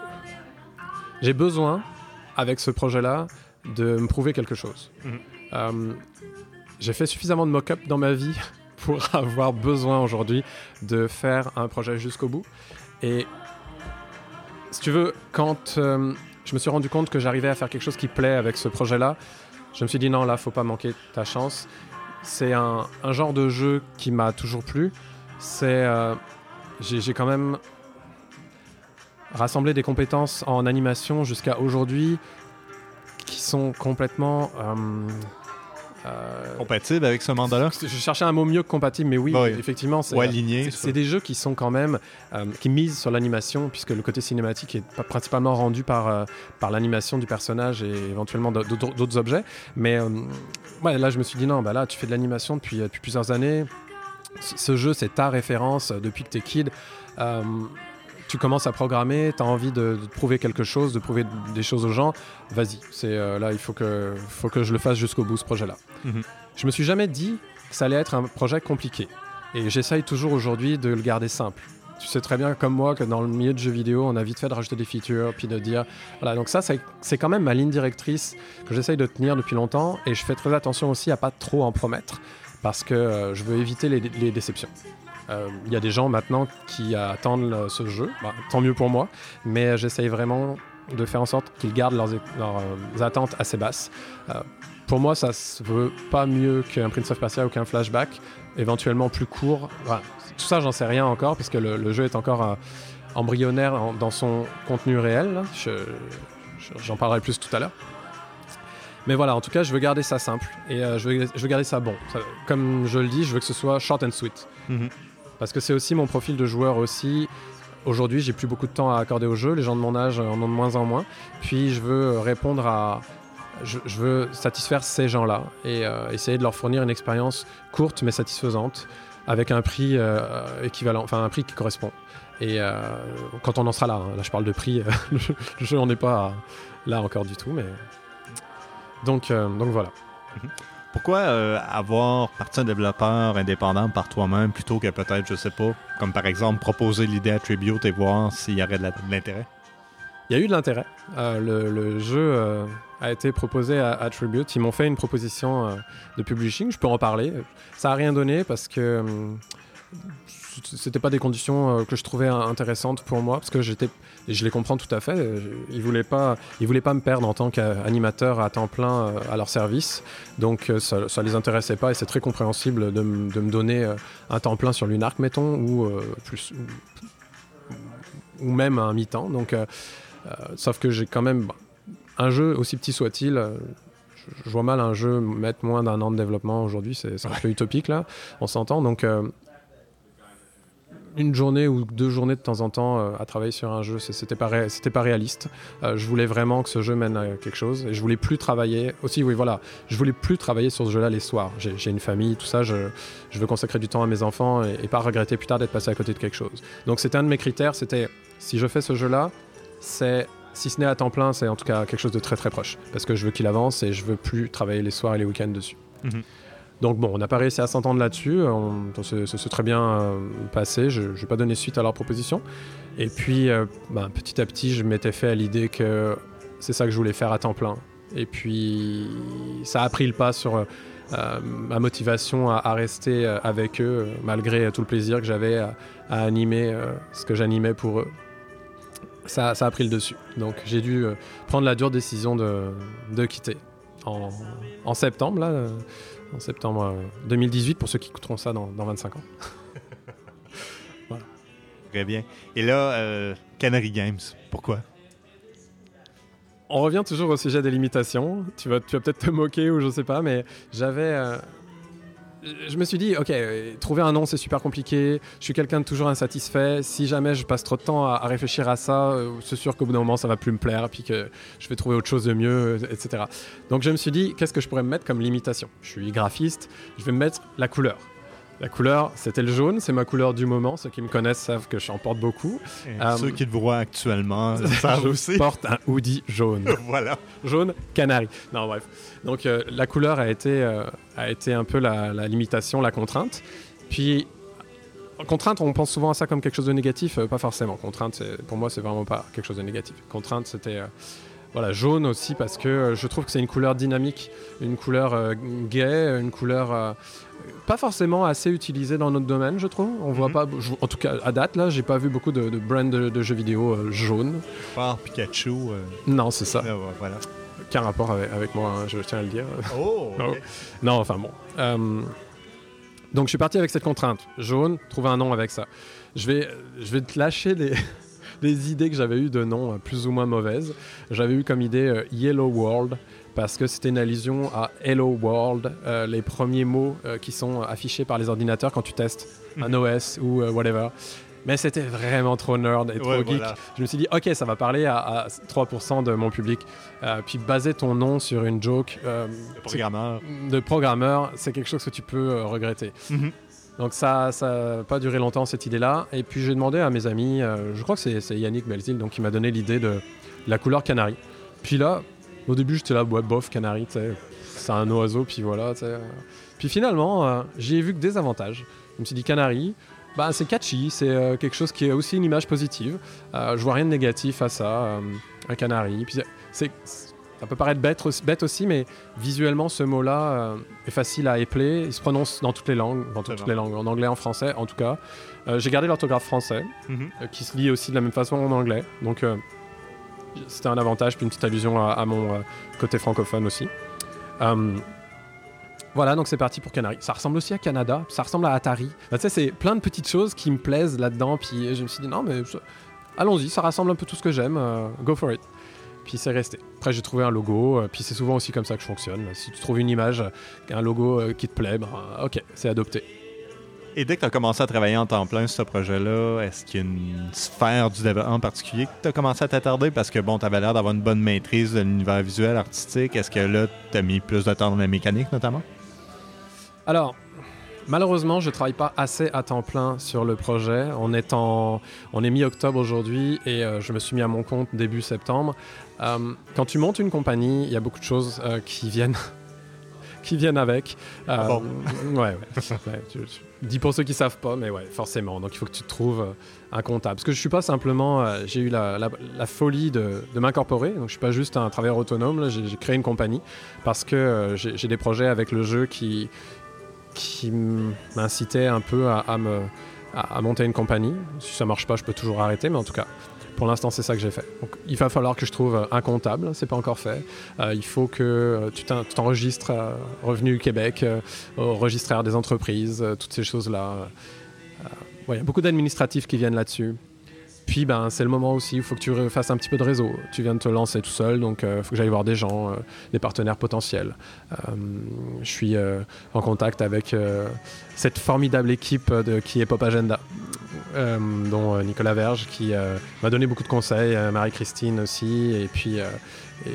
j'ai besoin, avec ce projet-là, de me prouver quelque chose. Mm-hmm. Euh, j'ai fait suffisamment de mock-up dans ma vie pour avoir besoin aujourd'hui de faire un projet jusqu'au bout. Et si tu veux, quand euh, je me suis rendu compte que j'arrivais à faire quelque chose qui plaît avec ce projet-là, je me suis dit non, là, faut pas manquer ta chance. C'est un, un genre de jeu qui m'a toujours plu. C'est, euh, j'ai, j'ai quand même rassemblé des compétences en animation jusqu'à aujourd'hui qui sont complètement... Euh, Euh, compatible avec ce mandat-là? Je cherchais un mot mieux que compatible, mais oui, oui. effectivement, c'est, ou aligné, c'est, c'est des jeux qui sont quand même euh, qui misent sur l'animation, puisque le côté cinématique est principalement rendu par euh, par l'animation du personnage et éventuellement d'autres, d'autres objets. Mais euh, ouais, là, je me suis dit non, bah là, tu fais de l'animation depuis depuis plusieurs années. C- ce jeu, c'est ta référence depuis que t'es kid. Euh, tu commences à programmer, tu as envie de, de prouver quelque chose, de prouver des choses aux gens, vas-y. C'est, euh, là, il faut que, faut que je le fasse jusqu'au bout, ce projet-là. Mm-hmm. Je me suis jamais dit que ça allait être un projet compliqué. Et j'essaye toujours aujourd'hui de le garder simple. Tu sais très bien, comme moi, que dans le milieu de jeux vidéo, on a vite fait de rajouter des features, puis de dire... Voilà, donc ça, c'est, c'est quand même ma ligne directrice que j'essaye de tenir depuis longtemps. Et je fais très attention aussi à pas trop en promettre, parce que euh, je veux éviter les, les déceptions. Il euh, y a des gens maintenant qui attendent euh, ce jeu, bah, tant mieux pour moi, mais euh, j'essaye vraiment de faire en sorte qu'ils gardent leurs, leurs euh, attentes assez basses. Euh, pour moi, ça ne veut pas mieux qu'un Prince of Persia ou qu'un Flashback, éventuellement plus court. Voilà. Tout ça, j'en sais rien encore, puisque le, le jeu est encore euh, embryonnaire en, dans son contenu réel. Là. Je, je, j'en parlerai plus tout à l'heure. Mais voilà, en tout cas, je veux garder ça simple et euh, je, veux, je veux garder ça bon. Ça, comme je le dis, je veux que ce soit short and sweet. Mm-hmm. Parce que c'est aussi mon profil de joueur aussi. Aujourd'hui, j'ai plus beaucoup de temps à accorder au jeu. Les gens de mon âge en ont de moins en moins. Puis, je veux répondre à... Je, je veux satisfaire ces gens-là et euh, essayer de leur fournir une expérience courte mais satisfaisante avec un prix euh, équivalent, enfin un prix qui correspond. Et euh, quand on en sera là, hein, là je parle de prix, le jeu n'en est pas à, là encore du tout, mais... Donc, euh, donc voilà. Mm-hmm. Pourquoi euh, avoir parti un développeur indépendant par toi-même plutôt que peut-être, je sais pas, comme par exemple proposer l'idée à Tribute et voir s'il y aurait de, la, de l'intérêt? Il y a eu de l'intérêt. Euh, le, le jeu euh, a été proposé à, à Tribute. Ils m'ont fait une proposition euh, de publishing. Je peux en parler. Ça n'a rien donné parce que euh, c'était pas des conditions euh, que je trouvais intéressantes pour moi, parce que j'étais, et je les comprends tout à fait, ils voulaient pas, ils voulaient pas me perdre en tant qu'animateur à temps plein euh, à leur service, donc euh, ça, ça les intéressait pas, et c'est très compréhensible de, m- de me donner euh, un temps plein sur Lunark, mettons, ou euh, plus, ou, ou même un mi-temps. Donc, euh, euh, sauf que j'ai quand même bah, un jeu aussi petit soit-il. Euh, je, je vois mal un jeu mettre moins d'un an de développement aujourd'hui, c'est, c'est un peu utopique là, on s'entend. Donc euh, une journée ou deux journées de temps en temps euh, à travailler sur un jeu, c'était pas, ré- c'était pas réaliste. Euh, je voulais vraiment que ce jeu mène à quelque chose, et je voulais plus travailler aussi. Oui, voilà, je voulais plus travailler sur ce jeu-là les soirs. J'ai, j'ai une famille, tout ça. Je, je veux consacrer du temps à mes enfants et, et pas regretter plus tard d'être passé à côté de quelque chose. Donc c'était un de mes critères. C'était si je fais ce jeu-là, c'est si ce n'est à temps plein, c'est en tout cas quelque chose de très très proche, parce que je veux qu'il avance et je veux plus travailler les soirs et les week-ends dessus. Mm-hmm. Donc bon, on n'a pas réussi à s'entendre là-dessus, on, ça s'est très bien euh, passé, je n'ai pas donné suite à leur proposition. Et puis, euh, bah, petit à petit, je m'étais fait à l'idée que c'est ça que je voulais faire à temps plein. Et puis, ça a pris le pas sur euh, euh, ma motivation à, à rester avec eux, malgré tout le plaisir que j'avais à, à animer euh, ce que j'animais pour eux. Ça, ça a pris le dessus. Donc j'ai dû euh, prendre la dure décision de, de quitter en, en septembre, là, euh, en septembre euh, deux mille dix-huit, pour ceux qui écouteront ça dans, dans vingt-cinq ans. Voilà. Très bien. Et là, euh, Canary Games, pourquoi? On revient toujours au sujet des limitations. Tu vas, tu vas peut-être te moquer ou je sais pas, mais j'avais... Euh, je me suis dit, ok, trouver un nom c'est super compliqué, je suis quelqu'un de toujours insatisfait, si jamais je passe trop de temps à, à réfléchir à ça, euh, c'est sûr qu'au bout d'un moment ça va plus me plaire, puis que je vais trouver autre chose de mieux, et cetera. Donc je me suis dit, qu'est-ce que je pourrais me mettre comme limitation? Je suis graphiste, je vais me mettre la couleur. La couleur, c'était le jaune, c'est ma couleur du moment. Ceux qui me connaissent savent que j'en porte beaucoup. Euh, ceux qui te voient actuellement savent aussi. Je porte un hoodie jaune. Voilà. Jaune canari. Non, bref. Donc, euh, la couleur a été, euh, a été un peu la, la limitation, la contrainte. Puis, contrainte, on pense souvent à ça comme quelque chose de négatif. Euh, pas forcément. Contrainte, c'est, pour moi, c'est vraiment pas quelque chose de négatif. Contrainte, c'était... Euh, Voilà, jaune aussi parce que euh, je trouve que c'est une couleur dynamique, une couleur euh, gaie, une couleur euh, pas forcément assez utilisée dans notre domaine, je trouve. On mm-hmm. voit pas, je, en tout cas à date là, j'ai pas vu beaucoup de, de brands de, de jeux vidéo euh, jaunes. Par Pikachu. Euh... Non, c'est ça. Ah, ouais, voilà. Aucun rapport avec, avec moi, hein, je tiens à le dire. Oh. Okay. Non, enfin bon. Euh, donc je suis parti avec cette contrainte, jaune. Trouver un nom avec ça. Je vais, je vais te lâcher des des idées que j'avais eues de noms euh, plus ou moins mauvaises. J'avais eu comme idée euh, Yellow World, parce que c'était une allusion à Hello World, euh, les premiers mots euh, qui sont affichés par les ordinateurs quand tu testes mm-hmm. un O S ou euh, whatever. Mais c'était vraiment trop nerd et trop ouais, geek. Voilà. Je me suis dit, ok, ça va parler à, à trois pour cent de mon public. Euh, puis baser ton nom sur une joke euh, de programmeur, de programmeur, c'est quelque chose que tu peux euh, regretter. Mm-hmm. Donc ça n'a pas duré longtemps cette idée-là. Et puis j'ai demandé à mes amis, euh, je crois que c'est, c'est Yannick Belzil, donc qui m'a donné l'idée de la couleur canari. Puis là, au début j'étais là, ouais, bof, canari, c'est un oiseau, puis voilà. T'sais. Puis finalement, euh, j'y ai vu que des avantages. Je me suis dit, canari, bah, c'est catchy, c'est euh, quelque chose qui est aussi une image positive. Euh, je vois rien de négatif à ça, euh, un canari. Puis c'est... Ça peut paraître bête, bête aussi, mais visuellement, ce mot-là euh, est facile à épeler. Il se prononce dans toutes les langues, dans toutes les langues, en anglais, en français, en tout cas. Euh, j'ai gardé l'orthographe français, mm-hmm. euh, qui se lit aussi de la même façon en anglais. Donc, euh, c'était un avantage, puis une petite allusion à, à mon euh, côté francophone aussi. Euh, voilà, donc c'est parti pour Canary. Ça ressemble aussi à Canada, ça ressemble à Atari. Bah, tu sais, c'est plein de petites choses qui me plaisent là-dedans. Puis je me suis dit, non, mais ça... allons-y, ça rassemble un peu tout ce que j'aime. Euh, go for it. Puis c'est resté. Après, j'ai trouvé un logo, euh, puis c'est souvent aussi comme ça que je fonctionne. Si tu trouves une image, un logo euh, qui te plaît, ben, ok, c'est adopté. Et dès que tu as commencé à travailler en temps plein sur ce projet-là, est-ce qu'il y a une sphère du développement en particulier que tu as commencé à t'attarder? Parce que bon, tu avais l'air d'avoir une bonne maîtrise de l'univers visuel, artistique. Est-ce que là, tu as mis plus de temps dans la mécanique, notamment? Alors... Malheureusement, je ne travaille pas assez à temps plein sur le projet. On est, en, on est mi-octobre aujourd'hui et euh, je me suis mis à mon compte début septembre. Euh, quand tu montes une compagnie, il y a beaucoup de choses euh, qui, viennent qui viennent avec. Euh, ah bon? Ouais, ouais. ouais tu, tu, dis pour ceux qui ne savent pas, mais ouais, forcément. Donc il faut que tu te trouves un comptable. Parce que je ne suis pas simplement... Euh, j'ai eu la, la, la folie de, de m'incorporer. Donc je ne suis pas juste un travailleur autonome. Là, j'ai, j'ai créé une compagnie parce que euh, j'ai, j'ai des projets avec le jeu qui... qui m'incitait un peu à, à, me, à, à monter une compagnie. Si ça marche pas, je peux toujours arrêter, mais en tout cas, pour l'instant, c'est ça que j'ai fait. Donc, il va falloir que je trouve un comptable, c'est pas encore fait. Euh, il faut que tu, tu t'enregistres à Revenu Québec, euh, au registraire des entreprises, euh, toutes ces choses-là. Euh, ouais, il y a beaucoup d'administratifs qui viennent là-dessus. Puis, ben, c'est le moment aussi, il faut que tu fasses un petit peu de réseau. Tu viens de te lancer tout seul, donc il euh, faut que j'aille voir des gens, euh, des partenaires potentiels. Euh, je suis euh, en contact avec euh, cette formidable équipe de, qui est Pop Agenda, euh, dont euh, Nicolas Verge, qui euh, m'a donné beaucoup de conseils, euh, Marie-Christine aussi, et puis... Euh, et,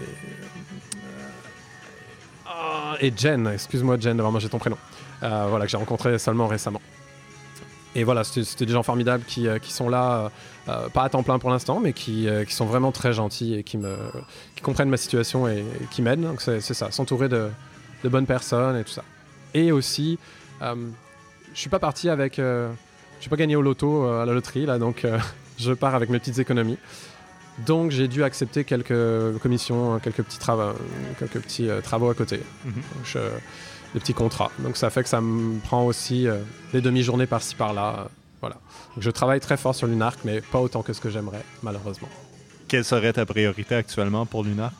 euh, et Jen, excuse-moi Jen d'avoir mangé ton prénom, euh, voilà, que j'ai rencontré seulement récemment. Et voilà, c'était, c'était des gens formidables qui, euh, qui sont là, euh, pas à temps plein pour l'instant, mais qui, euh, qui sont vraiment très gentils et qui, me, qui comprennent ma situation et, et qui m'aident. Donc c'est, c'est ça, s'entourer de, de bonnes personnes et tout ça. Et aussi, euh, je suis pas parti avec... Euh, je suis pas gagné au loto euh, à la loterie, là, donc euh, je pars avec mes petites économies. Donc j'ai dû accepter quelques commissions, quelques petits, trava- quelques petits euh, travaux à côté, Mm-hmm. Donc, je, des petits contrats. Donc ça fait que ça me prend aussi euh, des demi-journées par-ci par-là. euh, voilà. Donc, je travaille très fort sur Lunark, mais pas autant que ce que j'aimerais, malheureusement. Quelle serait ta priorité actuellement pour Lunark?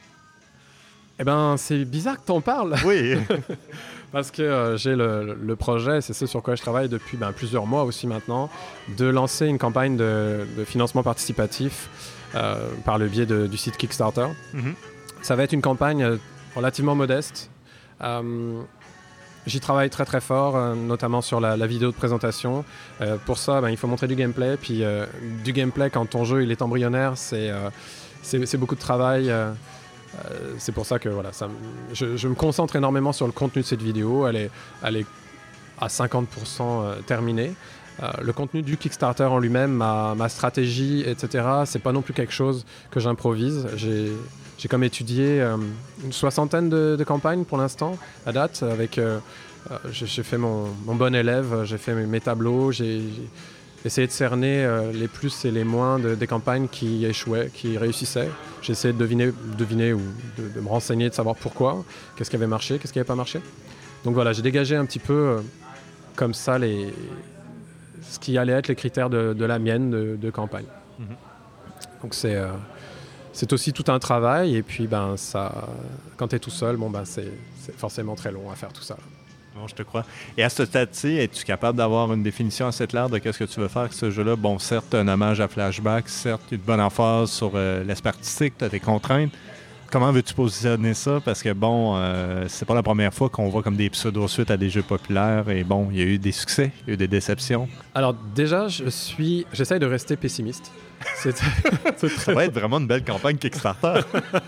Eh ben, c'est bizarre que t'en parles. Oui. Parce que euh, j'ai le, le projet, c'est ce sur quoi je travaille depuis ben, plusieurs mois aussi maintenant, de lancer une campagne de, de financement participatif euh, par le biais de, du site Kickstarter. Mm-hmm. Ça va être une campagne euh, relativement modeste. Euh, j'y travaille très très fort, euh, notamment sur la, la vidéo de présentation. Euh, pour ça, ben, il faut montrer du gameplay. Puis euh, du gameplay, quand ton jeu il est embryonnaire, c'est, euh, c'est, c'est beaucoup de travail. Euh, Euh, c'est pour ça que voilà, ça, je, je me concentre énormément sur le contenu de cette vidéo. Elle est, elle est à cinquante pour cent euh, terminée. Euh, le contenu du Kickstarter en lui-même, ma, ma stratégie, et cetera, c'est pas non plus quelque chose que j'improvise. J'ai, j'ai comme étudié euh, une soixantaine de, de campagnes pour l'instant, à date. Avec, euh, euh, j'ai, j'ai fait mon, mon bon élève, j'ai fait mes, mes tableaux, j'ai, j'ai essayer de cerner euh, les plus et les moins de, des campagnes qui échouaient, qui réussissaient. J'ai essayé de deviner, deviner ou de, de me renseigner, de savoir pourquoi, qu'est-ce qui avait marché, qu'est-ce qui n'avait pas marché. Donc voilà, j'ai dégagé un petit peu euh, comme ça les, ce qui allait être les critères de, de la mienne de, de campagne. Mm-hmm. Donc c'est, euh, c'est aussi tout un travail et puis ben, ça, quand tu es tout seul, bon, ben, c'est, c'est forcément très long à faire tout ça. Là. Bon, je te crois. Et à ce stade-ci, es-tu capable d'avoir une définition assez claire de qu'est-ce que tu veux faire avec ce jeu-là? Bon, certes, un hommage à Flashback, certes, une bonne emphase sur euh, l'aspect artistique, tu as tes contraintes. Comment veux-tu positionner ça? Parce que, bon, euh, c'est pas la première fois qu'on voit comme des pseudo-suites à des jeux populaires. Et bon, il y a eu des succès, il y a eu des déceptions. Alors déjà, je suis, j'essaye de rester pessimiste. C'est, c'est très... Ça va être vraiment une belle campagne Kickstarter.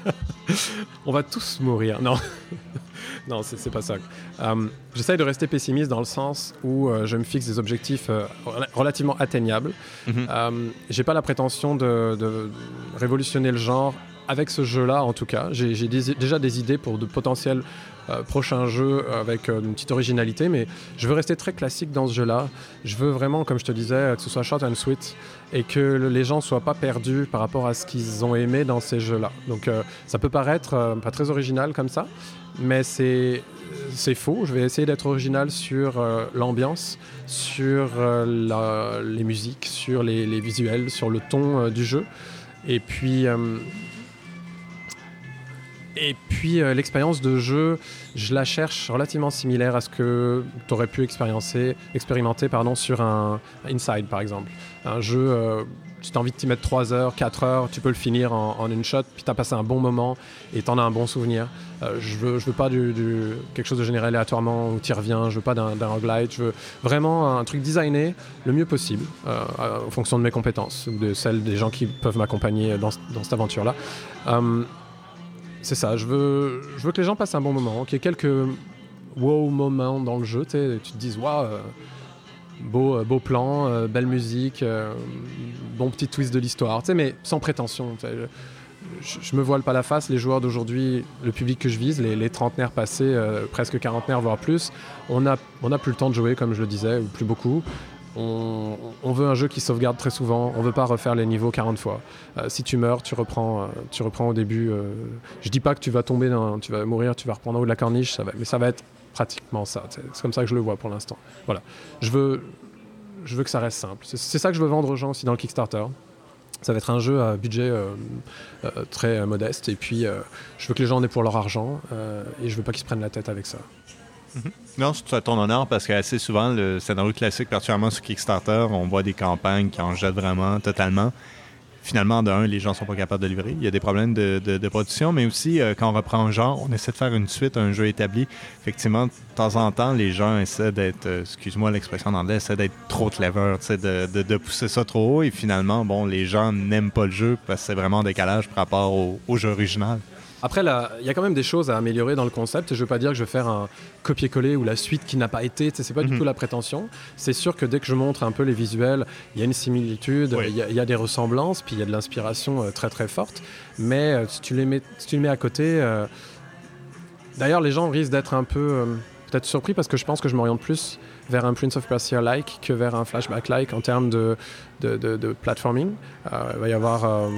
On va tous mourir. Non. Non, c'est, c'est pas ça. Euh, j'essaye de rester pessimiste dans le sens où euh, je me fixe des objectifs euh, relativement atteignables. Mm-hmm. Euh, j'ai pas la prétention de, de révolutionner le genre avec ce jeu-là, en tout cas. J'ai, j'ai des, déjà des idées pour de potentiels euh, prochains jeux avec euh, une petite originalité, mais je veux rester très classique dans ce jeu-là. Je veux vraiment, comme je te disais, que ce soit short and sweet et que les gens soient pas perdus par rapport à ce qu'ils ont aimé dans ces jeux-là. Donc euh, ça peut paraître euh, pas très original comme ça, mais c'est, c'est faux. Je vais essayer d'être original sur euh, l'ambiance, sur euh, la, les musiques, sur les, les visuels, sur le ton euh, du jeu. Et puis, euh, et puis euh, l'expérience de jeu, je la cherche relativement similaire à ce que tu aurais pu expérimenter, expérimenter pardon, sur un Inside, par exemple. Un jeu... Euh, si tu as envie de t'y mettre trois heures, quatre heures, tu peux le finir en, en une shot, puis tu as passé un bon moment et tu en as un bon souvenir. Euh, je veux, je veux pas du, du, quelque chose de généré aléatoirement où tu y reviens, je veux pas d'un, d'un roguelite, je veux vraiment un truc designé le mieux possible euh, en fonction de mes compétences ou de celles des gens qui peuvent m'accompagner dans, dans cette aventure-là. Euh, c'est ça, je veux, je veux que les gens passent un bon moment, qu'il y ait quelques wow moments dans le jeu, tu te dises waouh. Wow, Beau, euh, beau plan, euh, belle musique, euh, bon petit twist de l'histoire, mais sans prétention. Je, je me voile pas la face, les joueurs d'aujourd'hui, le public que je vise, les, les trentenaires passés, euh, presque quarantenaires voire plus, on n'a on a plus le temps de jouer comme je le disais, ou plus beaucoup. On, on veut un jeu qui sauvegarde très souvent, on veut pas refaire les niveaux quarante fois. Euh, si tu meurs, tu reprends, euh, tu reprends au début. Euh, je dis pas que tu vas tomber, dans, tu vas mourir, tu vas reprendre en haut de la corniche, ça va, mais ça va être pratiquement ça. C'est comme ça que je le vois pour l'instant. Voilà. Je veux, je veux que ça reste simple. C'est, c'est ça que je veux vendre aux gens aussi dans le Kickstarter. Ça va être un jeu à budget euh, euh, très euh, modeste. Et puis, euh, je veux que les gens en aient pour leur argent. Euh, et je veux pas qu'ils se prennent la tête avec ça. Mm-hmm. Non, c'est à ton honneur parce qu'assez souvent, le scénario classique, particulièrement sur Kickstarter, on voit des campagnes qui en jettent vraiment totalement. Finalement, d'un, les gens sont pas capables de livrer. Il y a des problèmes de, de, de production, mais aussi, euh, quand on reprend un genre, on essaie de faire une suite à un jeu établi. Effectivement, de temps en temps, les gens essaient d'être, euh, excuse-moi l'expression en anglais, essaient d'être trop clever, de, de, de pousser ça trop haut. Et finalement, bon, les gens n'aiment pas le jeu parce que c'est vraiment en décalage par rapport au, au jeu original. Après, il y a quand même des choses à améliorer dans le concept. Je ne veux pas dire que je vais faire un copier-coller ou la suite qui n'a pas été. C'est pas mm-hmm. du tout la prétention. C'est sûr que dès que je montre un peu les visuels, il y a une similitude, il oui. y, y a des ressemblances, puis il y a de l'inspiration euh, très très forte. Mais euh, si, tu les mets, si tu les mets à côté... Euh... D'ailleurs, les gens risquent d'être un peu... Euh... peut-être surpris parce que je pense que je m'oriente plus vers un Prince of Persia-like que vers un Flashback-like en termes de, de, de, de platforming. Euh, il va y avoir... Euh,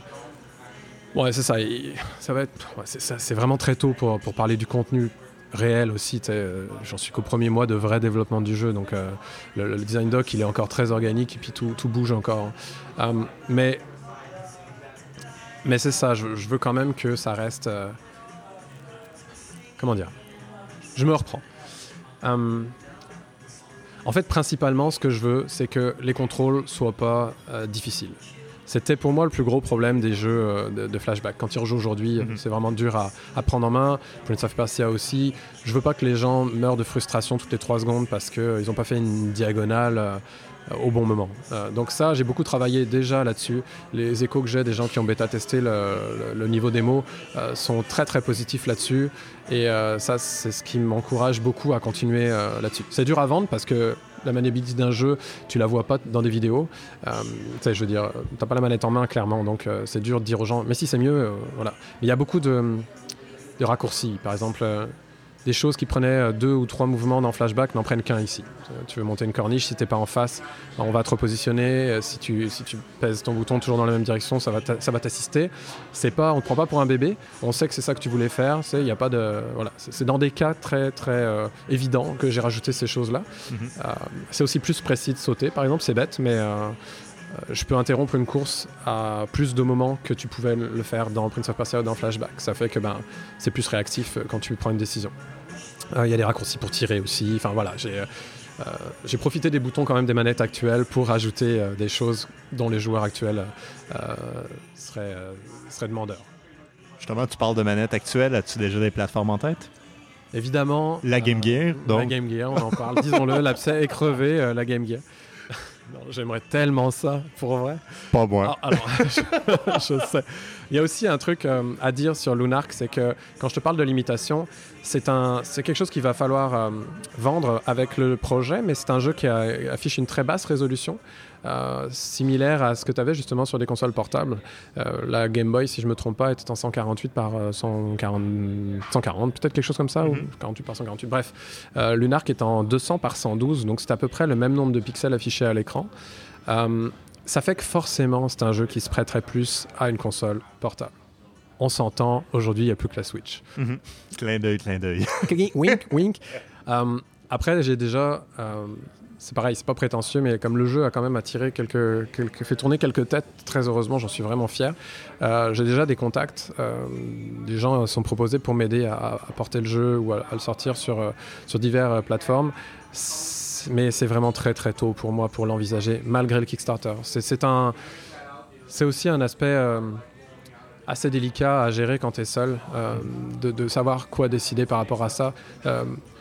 ouais, c'est ça. Il, ça va être, ouais, c'est, ça, c'est vraiment très tôt pour, pour parler du contenu réel aussi. Euh, j'en suis qu'au premier mois de vrai développement du jeu. Donc euh, le, le design doc, il est encore très organique et puis tout, tout bouge encore. Euh, mais, mais c'est ça. Je, je veux quand même que ça reste... Euh, comment dire ? Je me reprends. Euh, en fait, principalement, ce que je veux, c'est que les contrôles soient pas euh, difficiles. C'était pour moi le plus gros problème des jeux euh, de, de Flashback. Quand ils rejouent aujourd'hui, mm-hmm. c'est vraiment dur à, à prendre en main. Prince of Persia aussi. Je veux pas que les gens meurent de frustration toutes les trois secondes parce qu'ils euh, n'ont pas fait une diagonale euh, au bon moment. Euh, donc ça, j'ai beaucoup travaillé déjà là-dessus. Les échos que j'ai des gens qui ont bêta-testé le, le, le niveau démo euh, sont très très positifs là-dessus. Et euh, ça, c'est ce qui m'encourage beaucoup à continuer euh, là-dessus. C'est dur à vendre parce que la maniabilité d'un jeu, tu la vois pas dans des vidéos. Euh, tu sais, je veux dire, t'as pas la manette en main, clairement, donc euh, c'est dur de dire aux gens, mais si c'est mieux, euh, voilà. Mais il y a beaucoup de, de raccourcis. Par exemple, euh, des choses qui prenaient deux ou trois mouvements dans Flashback n'en prennent qu'un ici. Tu veux monter une corniche, si t'es pas en face, on va te repositionner. Si tu, si tu pèses ton bouton toujours dans la même direction, ça va, ça va t'assister. C'est pas, on te prend pas pour un bébé. On sait que c'est ça que tu voulais faire. C'est, y a pas de, voilà. C'est, c'est dans des cas très très euh, évidents que j'ai rajouté ces choses-là. Mm-hmm. Euh, c'est aussi plus précis de sauter, par exemple. C'est bête, mais euh, je peux interrompre une course à plus de moments que tu pouvais le faire dans Prince of Persia ou dans Flashback. Ça fait que ben, c'est plus réactif quand tu prends une décision. Il euh, y a des raccourcis pour tirer aussi. Enfin voilà, j'ai, euh, j'ai profité des boutons quand même des manettes actuelles pour ajouter euh, des choses dont les joueurs actuels euh, seraient, euh, seraient demandeurs. Justement, tu parles de manettes actuelles. As-tu déjà des plateformes en tête? Évidemment. La Game Gear, euh, donc. La Game Gear, on en parle. Disons-le, l'abcès est crevé, euh, la Game Gear. Non, j'aimerais tellement ça, pour vrai. Pas moi. Ah, alors, je, je sais. Il y a aussi un truc euh, à dire sur Lunark, c'est que quand je te parle de limitation, c'est, un, c'est quelque chose qu'il va falloir euh, vendre avec le projet, mais c'est un jeu qui a, affiche une très basse résolution, euh, similaire à ce que tu avais justement sur des consoles portables. Euh, la Game Boy, si je ne me trompe pas, était en cent quarante-huit par cent quarante, cent quarante, peut-être quelque chose comme ça, mm-hmm. ou quarante-huit par cent quarante-huit. Bref, euh, Lunark est en deux cents par cent douze, donc c'est à peu près le même nombre de pixels affichés à l'écran. Euh, ça fait que forcément, c'est un jeu qui se prêterait plus à une console portable. On s'entend, aujourd'hui, il n'y a plus que la Switch. Mm-hmm. Clin d'œil, clin d'œil. Wink, wink. Euh, après, j'ai déjà... Euh, c'est pareil, c'est pas prétentieux, mais comme le jeu a quand même attiré quelques, quelques, fait tourner quelques têtes, très heureusement, j'en suis vraiment fier. Euh, j'ai déjà des contacts, euh, des gens sont proposés pour m'aider à, à porter le jeu ou à, à le sortir sur, euh, sur diverses plateformes. C'est, mais c'est vraiment très très tôt pour moi pour l'envisager, malgré le Kickstarter. C'est, c'est, un, c'est aussi un aspect euh, assez délicat à gérer quand tu es seul, euh, de, de savoir quoi décider par rapport à ça. Euh,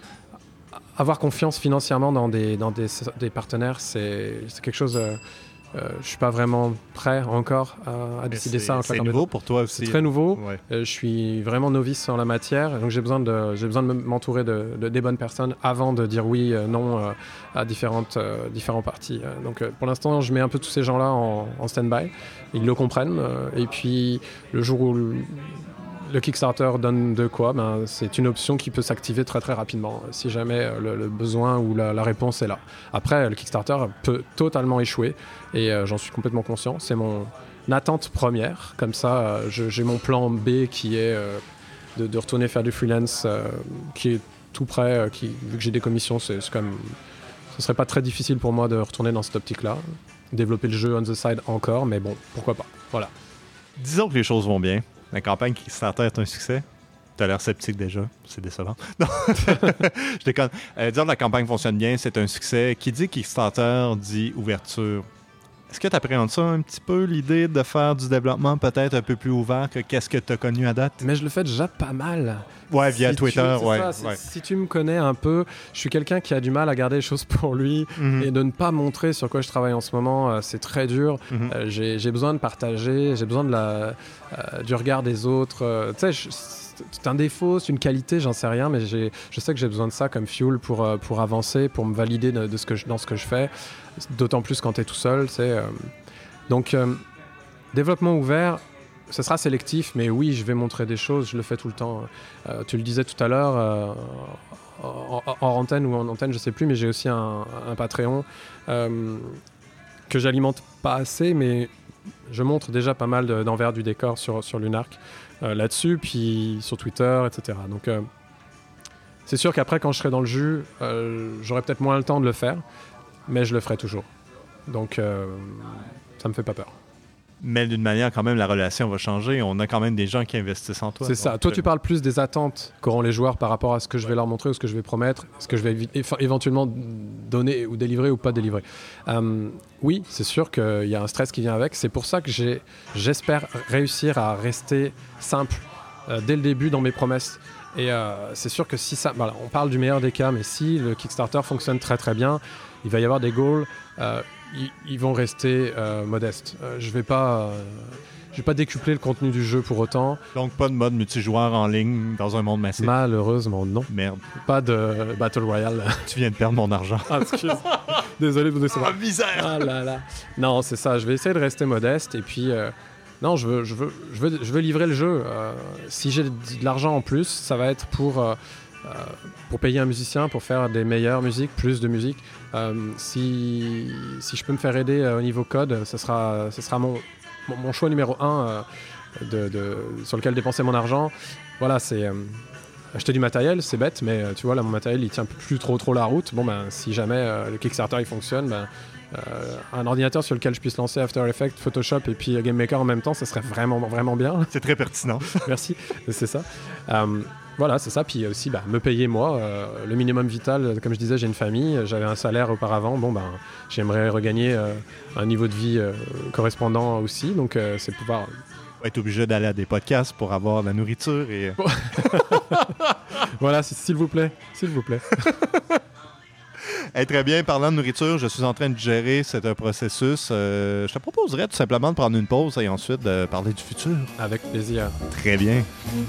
Avoir confiance financièrement dans des, dans des, des partenaires, c'est, c'est quelque chose... Euh, euh, je ne suis pas vraiment prêt encore à, à décider ça. En c'est nouveau pour toi aussi. C'est très nouveau. Ouais. Euh, je suis vraiment novice en la matière. Donc j'ai besoin de, j'ai besoin de m'entourer de, de, des bonnes personnes avant de dire oui, euh, non euh, à différentes, euh, différentes parties. Euh, donc euh, pour l'instant, je mets un peu tous ces gens-là en, en stand-by. Ils le comprennent. Euh, et puis le jour où... Le, Le Kickstarter donne de quoi, ben, c'est une option qui peut s'activer très très rapidement si jamais le, le besoin ou la, la réponse est là. Après, le Kickstarter peut totalement échouer et euh, j'en suis complètement conscient. C'est mon attente première. Comme ça, euh, je, j'ai mon plan B qui est euh, de, de retourner faire du freelance euh, qui est tout prêt. Euh, qui, vu que j'ai des commissions, c'est, c'est comme, ce serait pas très difficile pour moi de retourner dans cette optique-là. Développer le jeu on the side encore, mais bon, pourquoi pas. Voilà. Disons que les choses vont bien. La campagne Kickstarter est un succès. Tu as l'air sceptique déjà. C'est décevant. Non, je déconne. Euh, dire que la campagne fonctionne bien, c'est un succès. Qui dit Kickstarter dit ouverture. Est-ce que tu appréhendes ça un petit peu, l'idée de faire du développement peut-être un peu plus ouvert que qu'est-ce que tu as connu à date? Mais je le fais déjà pas mal. Ouais, via si Twitter, tu, ouais, ça, si, ouais. Si tu me connais un peu, je suis quelqu'un qui a du mal à garder les choses pour lui mm-hmm. et de ne pas montrer sur quoi je travaille en ce moment. Euh, c'est très dur. Mm-hmm. Euh, j'ai, j'ai besoin de partager, j'ai besoin de la, euh, du regard des autres. Euh, tu sais, je, c'est un défaut, c'est une qualité, j'en sais rien, mais j'ai, je sais que j'ai besoin de ça comme fuel pour, euh, pour avancer, pour me valider de, de ce que je, dans ce que je fais. D'autant plus quand tu es tout seul, c'est... Euh, Donc, euh, développement ouvert, ce sera sélectif, mais oui, je vais montrer des choses, je le fais tout le temps. Euh, tu le disais tout à l'heure, euh, en, en, en antenne ou en antenne, je sais plus, mais j'ai aussi un, un Patreon euh, que j'alimente pas assez, mais je montre déjà pas mal de, d'envers du décor sur, sur Lunark euh, là-dessus, puis sur Twitter, et cetera. Donc euh, c'est sûr qu'après, quand je serai dans le jus, euh, j'aurai peut-être moins le temps de le faire, mais je le ferai toujours. Donc euh, ça me fait pas peur. Mais d'une manière, quand même, la relation va changer. On a quand même des gens qui investissent en toi. C'est ça. Toi, tu parles plus des attentes qu'auront les joueurs par rapport à ce que je vais leur montrer ou ce que je vais promettre, ce que je vais évi- éventuellement donner ou délivrer ou pas délivrer. Euh, oui, c'est sûr qu'il y a un stress qui vient avec. C'est pour ça que j'ai, j'espère réussir à rester simple euh, dès le début dans mes promesses. Et euh, c'est sûr que si ça... Voilà, on parle du meilleur des cas, mais si le Kickstarter fonctionne très très bien, il va y avoir des goals... Euh, Ils, ils vont rester euh, modestes. Euh, je vais pas, euh, je vais pas décupler le contenu du jeu pour autant. Donc, pas de mode multijoueur en ligne dans un monde massif. Malheureusement, non. Merde. Pas de Battle Royale. Tu viens de perdre mon argent. Ah, excuse. Désolé de vous décevoir. Ah, misère! Ah là là. Non, c'est ça. Je vais essayer de rester modeste. Et puis, euh, non, je veux, je, veux, je, veux, je veux livrer le jeu. Euh, si j'ai de, de l'argent en plus, ça va être pour... Euh, Euh, pour payer un musicien, pour faire des meilleures musiques, plus de musique. Euh, si, si je peux me faire aider euh, au niveau code, ce sera, ce sera mon, mon, mon choix numéro un euh, de, de, sur lequel dépenser mon argent. Voilà, c'est euh, acheter du matériel, c'est bête, mais euh, tu vois, là, mon matériel, il tient plus trop trop la route. Bon, ben, si jamais euh, le Kickstarter, il fonctionne, ben, euh, un ordinateur sur lequel je puisse lancer After Effects, Photoshop et puis Game Maker en même temps, ça serait vraiment, vraiment bien. C'est très pertinent. Merci, c'est ça. Euh, Voilà, c'est ça. Puis aussi, bah, me payer moi, euh, le minimum vital. Comme je disais, j'ai une famille, j'avais un salaire auparavant. Bon, ben, bah, j'aimerais regagner euh, un niveau de vie euh, correspondant aussi. Donc, euh, c'est pouvoir. On va être obligé d'aller à des podcasts pour avoir de la nourriture et. Voilà, s'il vous plaît, s'il vous plaît. Hey, très bien, parlant de nourriture, je suis en train de gérer, c'est un processus. Euh, je te proposerais tout simplement de prendre une pause et ensuite de parler du futur. Avec plaisir. Très bien.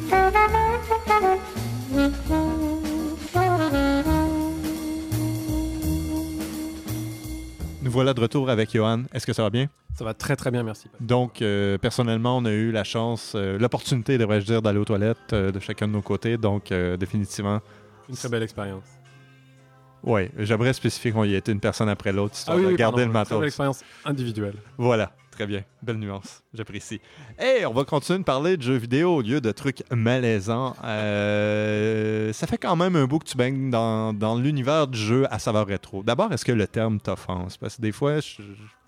Nous voilà de retour avec Johan. Est-ce que ça va bien? Ça va très très bien, merci. Donc, euh, personnellement, on a eu la chance, euh, l'opportunité, devrais-je dire, d'aller aux toilettes euh, de chacun de nos côtés. Donc, euh, définitivement... Une très belle expérience. Oui, j'aimerais spécifier qu'on y ait été une personne après l'autre, histoire ah oui, de oui, garder pardon, le matos. Très belle expérience individuelle. Voilà, très bien. Belle nuance, j'apprécie. Et on va continuer de parler de jeux vidéo au lieu de trucs malaisants. Euh, ça fait quand même un bout que tu baignes dans, dans l'univers du jeu à saveur rétro. D'abord, est-ce que le terme t'offense? Parce que des fois, je...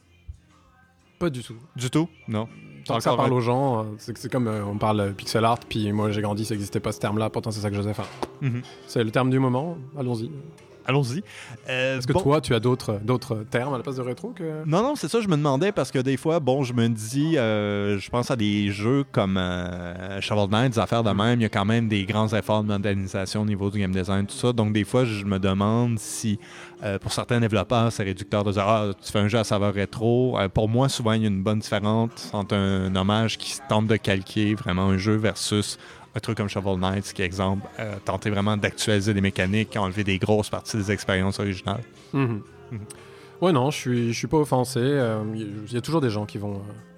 Pas du tout. Du tout? Non. Tant que ça parle un... aux gens, c'est, c'est comme euh, on parle pixel art, puis moi j'ai grandi, ça n'existait pas ce terme-là, pourtant c'est ça que j'osais faire. Mm-hmm. C'est le terme du moment, allons-y. Allons-y. Euh, Est-ce que bon... toi, tu as d'autres, d'autres termes à la place de rétro que... Non, non, c'est ça, je me demandais parce que des fois, bon, je me dis, euh, je pense à des jeux comme euh, Shovel Knight, des affaires de même, il y a quand même des grands efforts de modernisation au niveau du game design, tout ça. Donc, des fois, je me demande si, euh, pour certains développeurs, c'est réducteur de dire, ah, tu fais un jeu à saveur rétro. Euh, pour moi, souvent, il y a une bonne différence entre un hommage qui tente de calquer vraiment un jeu versus un truc comme Shovel Knight, qui, exemple, euh, tenter vraiment d'actualiser les mécaniques, enlever des grosses parties des expériences originales. Mmh. Mmh. Ouais, non, je suis, je suis pas offensé. Il euh, y, y a toujours des gens qui vont...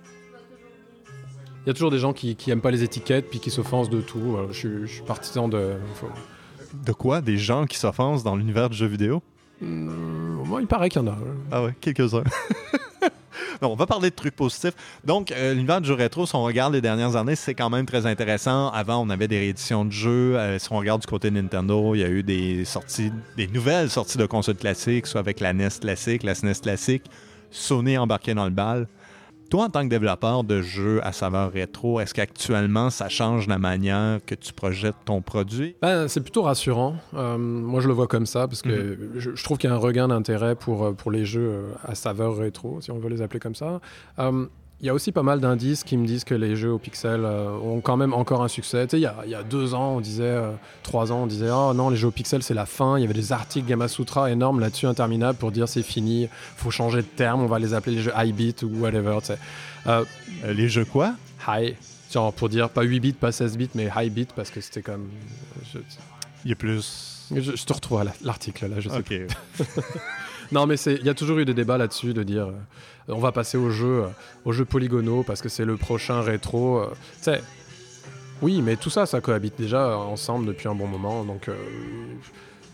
Il euh... y a toujours des gens qui, qui aiment pas les étiquettes puis qui s'offensent de tout. Euh, je, suis, je suis partisan de... Faut... De quoi? Des gens qui s'offensent dans l'univers du jeu vidéo? Mmh, moi, il paraît qu'il y en a. Ah ouais, quelques-uns. Non, on va parler de trucs positifs. Donc, euh, l'univers du jeu rétro, si on regarde les dernières années, c'est quand même très intéressant. Avant, on avait des rééditions de jeux. Euh, si on regarde du côté de Nintendo, il y a eu des sorties, des nouvelles sorties de consoles classiques, soit avec la N E S classique, la S N E S classique, Sony embarqué dans le bal. Toi, en tant que développeur de jeux à saveur rétro, est-ce qu'actuellement, ça change la manière que tu projettes ton produit? Ben, c'est plutôt rassurant. Euh, moi, je le vois comme ça, parce que mm-hmm. je, je trouve qu'il y a un regain d'intérêt pour, pour les jeux à saveur rétro, si on veut les appeler comme ça. Euh, Il y a aussi pas mal d'indices qui me disent que les jeux au pixel euh, ont quand même encore un succès. Tu sais, il y a, il y a deux ans, on disait, euh, trois ans, on disait « Oh non, les jeux au pixel, c'est la fin ». Il y avait des articles Gamasutra énormes là-dessus, interminables, pour dire « C'est fini, faut changer de terme, on va les appeler les jeux high bit ou whatever ». Tu sais. Euh, euh, les jeux quoi? High. Genre pour dire pas huit bits, pas seize bits, mais high bit, parce que c'était comme... Je... Il y a plus... Je, je te retrouve à l'article, là, je sais okay. plus. Non, mais il y a toujours eu des débats là-dessus, de dire euh, on va passer aux jeux, euh, aux jeux polygonaux parce que c'est le prochain rétro. Euh, tu sais, oui, mais tout ça, ça cohabite déjà ensemble depuis un bon moment. Donc, euh,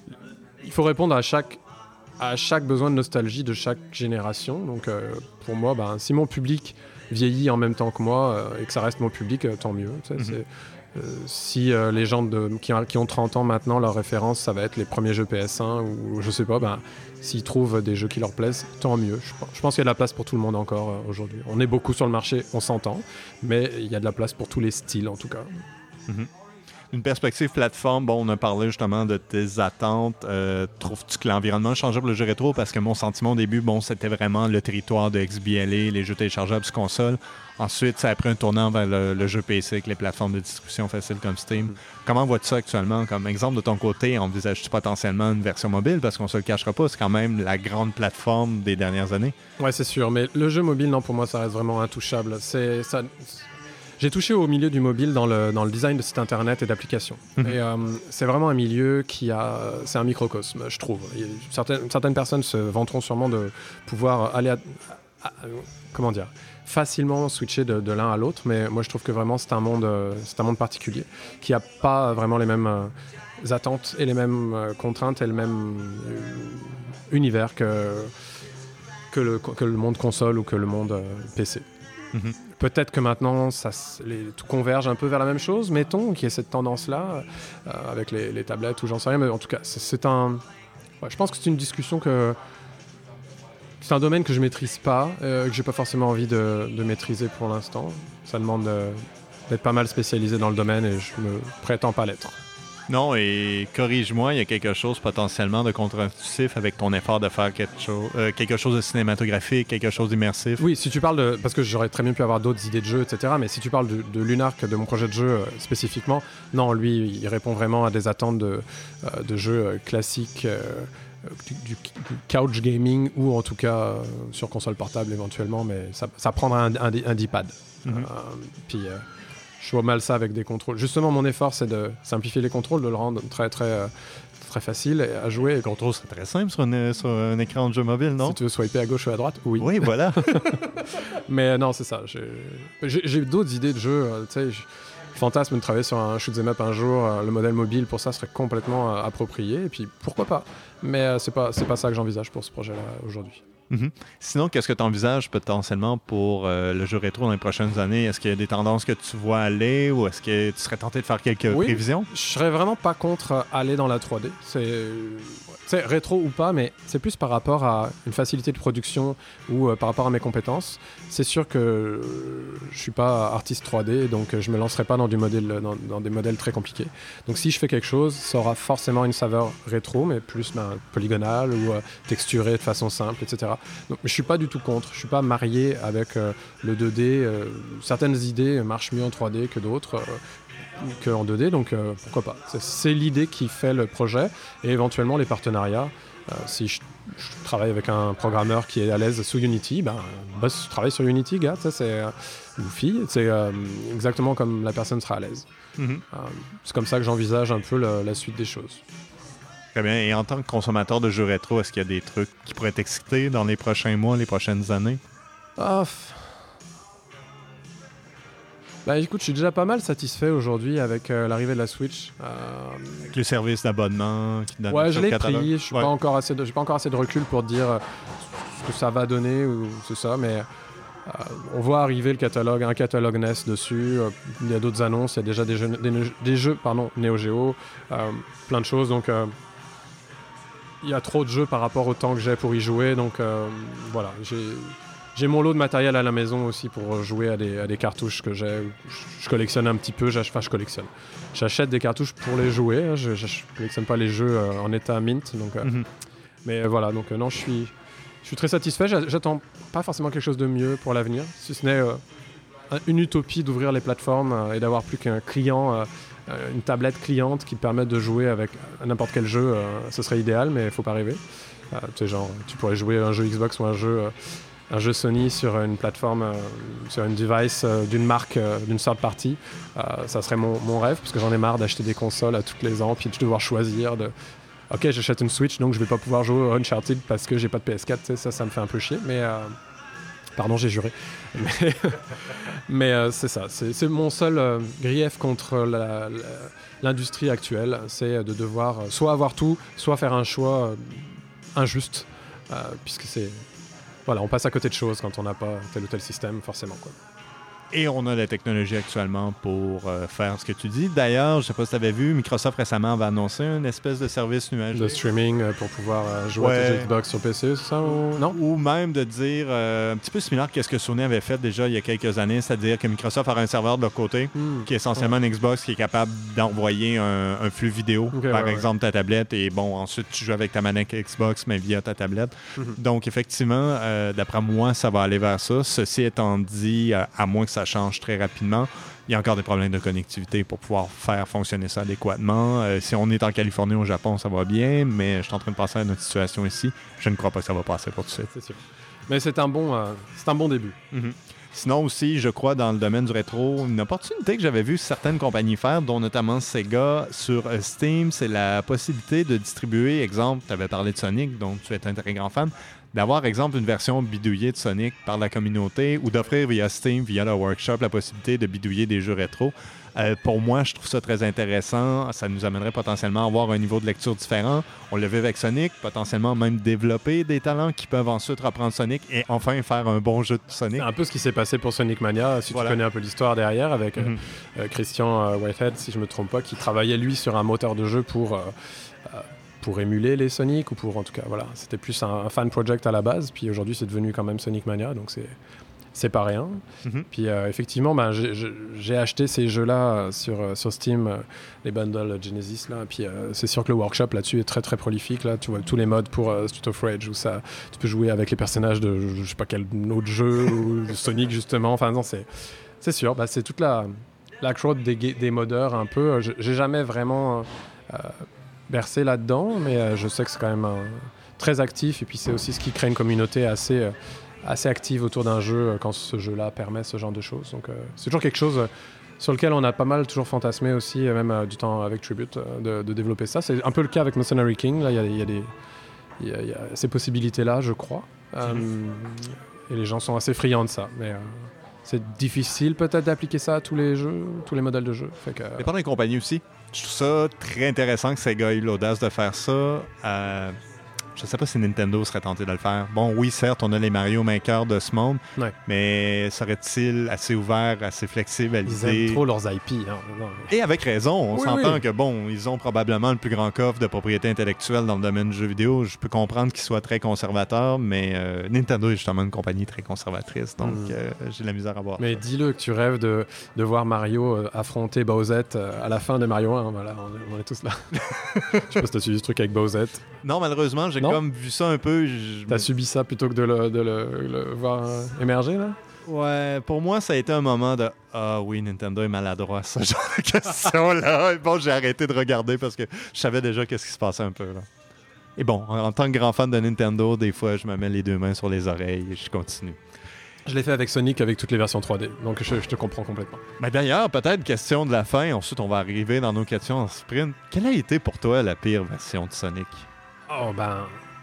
il faut répondre à chaque, à chaque besoin de nostalgie de chaque génération. Donc euh, pour moi, ben, si mon public vieillit en même temps que moi euh, et que ça reste mon public, euh, tant mieux. Tu sais, mm-hmm. c'est, euh, si euh, les gens de, qui, ont, qui ont trente ans maintenant, leur référence, ça va être les premiers jeux P S un ou je sais pas, ben, s'ils trouvent des jeux qui leur plaisent, tant mieux. Je, je pense qu'il y a de la place pour tout le monde encore euh, aujourd'hui. On est beaucoup sur le marché, on s'entend, mais il y a de la place pour tous les styles en tout cas. Mm-hmm. Une perspective plateforme, bon, on a parlé justement de tes attentes. Euh, trouves-tu que l'environnement a changé pour le jeu rétro? Parce que mon sentiment au début, bon, c'était vraiment le territoire de X B L A, les jeux téléchargeables sur console. Ensuite, ça a pris un tournant vers le, le jeu P C avec les plateformes de distribution faciles comme Steam. Mm. Comment vois-tu ça actuellement? Comme exemple de ton côté, envisages-tu potentiellement une version mobile? Parce qu'on se le cachera pas, c'est quand même la grande plateforme des dernières années. Ouais, c'est sûr. Mais le jeu mobile, non, pour moi, ça reste vraiment intouchable. C'est... Ça... J'ai touché au milieu du mobile dans le, dans le design de sites internet et d'applications. Mmh. Et euh, c'est vraiment un milieu qui a... C'est un microcosme, je trouve. Il y a certaines, certaines personnes se vanteront sûrement de pouvoir aller à, à, à, comment dire, facilement switcher de, de l'un à l'autre, mais moi je trouve que vraiment c'est un monde, c'est un monde particulier qui n'a pas vraiment les mêmes euh, attentes et les mêmes euh, contraintes et le même euh, univers que, que, le, que le monde console ou que le monde euh, P C. Mmh. Peut-être que maintenant, ça, les, tout converge un peu vers la même chose, mettons, qu'il y ait cette tendance-là, euh, avec les, les tablettes ou j'en sais rien, mais en tout cas, c'est, c'est un... Ouais, je pense que c'est une discussion que... C'est un domaine que je ne maîtrise pas, euh, que je n'ai pas forcément envie de, de maîtriser pour l'instant. Ça demande de, d'être pas mal spécialisé dans le domaine et je ne me prétends pas l'être. Non, et corrige-moi, il y a quelque chose potentiellement de contre-intuitif avec ton effort de faire quelque chose, euh, quelque chose de cinématographique, quelque chose d'immersif. Oui, si tu parles de... Parce que j'aurais très bien pu avoir d'autres idées de jeu, et cetera. Mais si tu parles de, de Lunark, de mon projet de jeu euh, spécifiquement, non, lui, il répond vraiment à des attentes de, euh, de jeux euh, classiques, euh, du, du, du couch gaming, ou en tout cas euh, sur console portable éventuellement, mais ça, ça prendra un, un, un D-pad. Mm-hmm. Euh, puis... Euh, Je vois mal ça avec des contrôles. Justement, mon effort, c'est de simplifier les contrôles, de le rendre très, très, euh, très facile à jouer. Les contrôles, c'est très simple sur, une, sur un écran de jeu mobile, non? Si tu veux swiper à gauche ou à droite, oui. Oui, voilà. Mais euh, non, c'est ça. J'ai, j'ai, j'ai d'autres idées de jeu. Euh, tu sais, je fantasme de travailler sur un shoot'em up un jour. Euh, le modèle mobile, pour ça, serait complètement euh, approprié. Et puis, pourquoi pas? Mais euh, c'est pas, c'est pas ça que j'envisage pour ce projet-là aujourd'hui. Mm-hmm. Sinon, qu'est-ce que tu envisages potentiellement pour euh, le jeu rétro dans les prochaines années? Est-ce qu'il y a des tendances que tu vois aller ou est-ce que tu serais tenté de faire quelques oui, prévisions? Je serais vraiment pas contre aller dans la trois D. C'est, c'est rétro ou pas, mais c'est plus par rapport à une facilité de production ou euh, par rapport à mes compétences. C'est sûr que euh, je suis pas artiste trois D, donc euh, je me lancerai pas dans, du modèle, dans, dans des modèles très compliqués. Donc si je fais quelque chose, ça aura forcément une saveur rétro, mais plus ben, polygonale ou euh, texturée de façon simple, et cetera. Donc, je suis pas du tout contre. Je suis pas marié avec euh, le deux D. Euh, certaines idées marchent mieux en trois D que d'autres. Euh, qu'en deux D, donc euh, pourquoi pas. C'est, c'est l'idée qui fait le projet et éventuellement les partenariats. Euh, si je, je travaille avec un programmeur qui est à l'aise sous Unity, ben, boss, je travaille sur Unity, gars, ça, c'est, euh, ou fille, c'est euh, exactement comme la personne sera à l'aise. Mm-hmm. Euh, c'est comme ça que j'envisage un peu le, la suite des choses. Très bien. Et en tant que consommateur de jeux rétro, est-ce qu'il y a des trucs qui pourraient t'exciter dans les prochains mois, les prochaines années? Ah, f... Bah écoute, je suis déjà pas mal satisfait aujourd'hui avec euh, l'arrivée de la Switch. Euh... Avec le service d'abonnement qui donne ouais, je l'ai pris. Je n'ai ouais. pas encore assez de, j'ai pas encore assez de recul pour dire euh, ce que ça va donner ou c'est ça, mais euh, on voit arriver le catalogue, un catalogue N E S dessus. Euh, il y a d'autres annonces, il y a déjà des jeux, des, des jeux pardon, Neo Geo, euh, plein de choses. Donc euh, il y a trop de jeux par rapport au temps que j'ai pour y jouer. Donc euh, voilà, j'ai J'ai mon lot de matériel à la maison aussi pour jouer à des, à des cartouches que j'ai. Je collectionne un petit peu, enfin je collectionne. J'achète des cartouches pour les jouer, hein. je, je, je collectionne pas les jeux euh, en état mint. Donc, euh, mm-hmm. Mais euh, voilà, donc euh, non, je suis, je suis très satisfait. J'attends pas forcément quelque chose de mieux pour l'avenir, si ce n'est euh, une utopie d'ouvrir les plateformes euh, et d'avoir plus qu'un client, euh, une tablette cliente qui permette de jouer avec n'importe quel jeu. Euh, ce serait idéal, mais il faut pas rêver. Euh, tu sais, genre, tu pourrais jouer à un jeu Xbox ou un jeu... Euh, un jeu Sony sur une plateforme, euh, sur une device euh, d'une marque, euh, d'une third party, euh, ça serait mon, mon rêve, parce que j'en ai marre d'acheter des consoles à tous les ans, puis de devoir choisir de... Ok, j'achète une Switch, donc je vais pas pouvoir jouer au Uncharted parce que j'ai pas de P S quatre, ça, ça me fait un peu chier, mais, euh, Pardon, j'ai juré. Mais, mais euh, c'est ça. C'est, c'est mon seul euh, grief contre la, la, l'industrie actuelle. C'est de devoir euh, soit avoir tout, soit faire un choix euh, injuste. Euh, puisque c'est... Voilà, on passe à côté de choses quand on n'a pas tel ou tel système, forcément, quoi. Et on a la technologie actuellement pour euh, faire ce que tu dis. D'ailleurs, je ne sais pas si tu avais vu, Microsoft récemment avait annoncé une espèce de service nuagique. De streaming euh, pour pouvoir euh, jouer ouais. à tes Xbox sur P C, c'est ça ou... Non? Ou même de dire, euh, un petit peu similaire à ce que Sony avait fait déjà il y a quelques années, c'est-à-dire que Microsoft aura un serveur de leur côté, mm. qui est essentiellement ouais. une Xbox qui est capable d'envoyer un, un flux vidéo, okay, par ouais, exemple ouais. ta tablette, et bon, ensuite tu joues avec ta manette Xbox, mais via ta tablette. Mm-hmm. Donc effectivement, euh, d'après moi, ça va aller vers ça. Ceci étant dit, à, à moins que ça change très rapidement, il y a encore des problèmes de connectivité pour pouvoir faire fonctionner ça adéquatement. Euh, si on est en Californie ou au Japon, ça va bien, mais je suis en train de penser à notre situation ici. Je ne crois pas que ça va passer pour tout de suite. C'est sûr. Mais c'est un bon, euh, c'est un bon début. Mm-hmm. Sinon aussi, je crois, dans le domaine du rétro, une opportunité que j'avais vu certaines compagnies faire, dont notamment Sega sur euh, Steam, c'est la possibilité de distribuer, exemple, tu avais parlé de Sonic, donc tu es un très grand fan, d'avoir, exemple, une version bidouillée de Sonic par la communauté ou d'offrir via Steam, via le workshop, la possibilité de bidouiller des jeux rétro. Euh, pour moi, je trouve ça très intéressant. Ça nous amènerait potentiellement à avoir un niveau de lecture différent. On le vit avec Sonic, potentiellement même développer des talents qui peuvent ensuite reprendre Sonic et enfin faire un bon jeu de Sonic. C'est un peu ce qui s'est passé pour Sonic Mania, si voilà. tu connais un peu l'histoire derrière, avec mm-hmm. euh, Christian euh, Whitehead, si je ne me trompe pas, qui travaillait, lui, sur un moteur de jeu pour... Euh, euh, pour émuler les Sonic, ou pour, en tout cas, voilà, c'était plus un, un fan project à la base, puis aujourd'hui c'est devenu quand même Sonic Mania, donc c'est, c'est pas rien. Mm-hmm. Puis euh, effectivement, ben, j'ai, j'ai acheté ces jeux-là sur, sur Steam, euh, les bundles Genesis, là, puis euh, c'est sûr que le workshop là-dessus est très très prolifique, là, tu vois tous les modes pour euh, Street of Rage, où ça, tu peux jouer avec les personnages de je, je sais pas quel autre jeu, ou de Sonic justement, enfin non, c'est, c'est sûr, bah, c'est toute la, la crowd des, des modeurs un peu, j'ai jamais vraiment... Euh, bercé là-dedans, mais euh, je sais que c'est quand même euh, très actif, et puis c'est aussi ce qui crée une communauté assez, euh, assez active autour d'un jeu euh, quand ce jeu-là permet ce genre de choses. Donc euh, c'est toujours quelque chose euh, sur lequel on a pas mal toujours fantasmé aussi, euh, même euh, du temps avec Tribute, euh, de, de développer ça. C'est un peu le cas avec Mercenary King, là, il y, y, y, y a ces possibilités-là, je crois. Euh, et les gens sont assez friands de ça, mais... Euh, c'est difficile peut-être d'appliquer ça à tous les jeux, tous les modèles de jeux. Fait que, euh... dépend des compagnies aussi. Je trouve ça très intéressant que Sega ait eu l'audace de faire ça. Euh, je ne sais pas si Nintendo serait tenté de le faire. Bon, oui, certes, on a les Mario Maker de ce monde, ouais. mais serait-il assez ouvert, assez flexible à l'idée? Ils aiment trop leurs I P. Hein. Non, mais... Et avec raison. On oui, s'entend oui. que, bon, ils ont probablement le plus grand coffre de propriété intellectuelle dans le domaine du jeu vidéo. Je peux comprendre qu'ils soient très conservateurs, mais euh, Nintendo est justement une compagnie très conservatrice, donc mm. euh, j'ai de la misère à voir. Mais ça. Dis-le que tu rêves de, de voir Mario euh, affronter Bowser euh, à la fin de Mario un. Voilà, on est, on est tous là. Je sais pas si tu as suivi ce truc avec Bowser. Non, malheureusement, j'ai non? comme vu ça un peu. Je... T'as subi ça plutôt que de le, de le, le voir euh, émerger, là? Ouais, pour moi, ça a été un moment de « Ah oui, Nintendo est maladroit, ce genre de questions-là. » Bon, j'ai arrêté de regarder parce que je savais déjà qu'est-ce qui se passait un peu, là. Et bon, en tant que grand fan de Nintendo, des fois, je me mets les deux mains sur les oreilles et je continue. Je l'ai fait avec Sonic, avec toutes les versions trois D, donc je, je te comprends complètement. Mais d'ailleurs, peut-être question de la fin, ensuite on va arriver dans nos questions en sprint. Quelle a été pour toi la pire version de Sonic? Oh ben...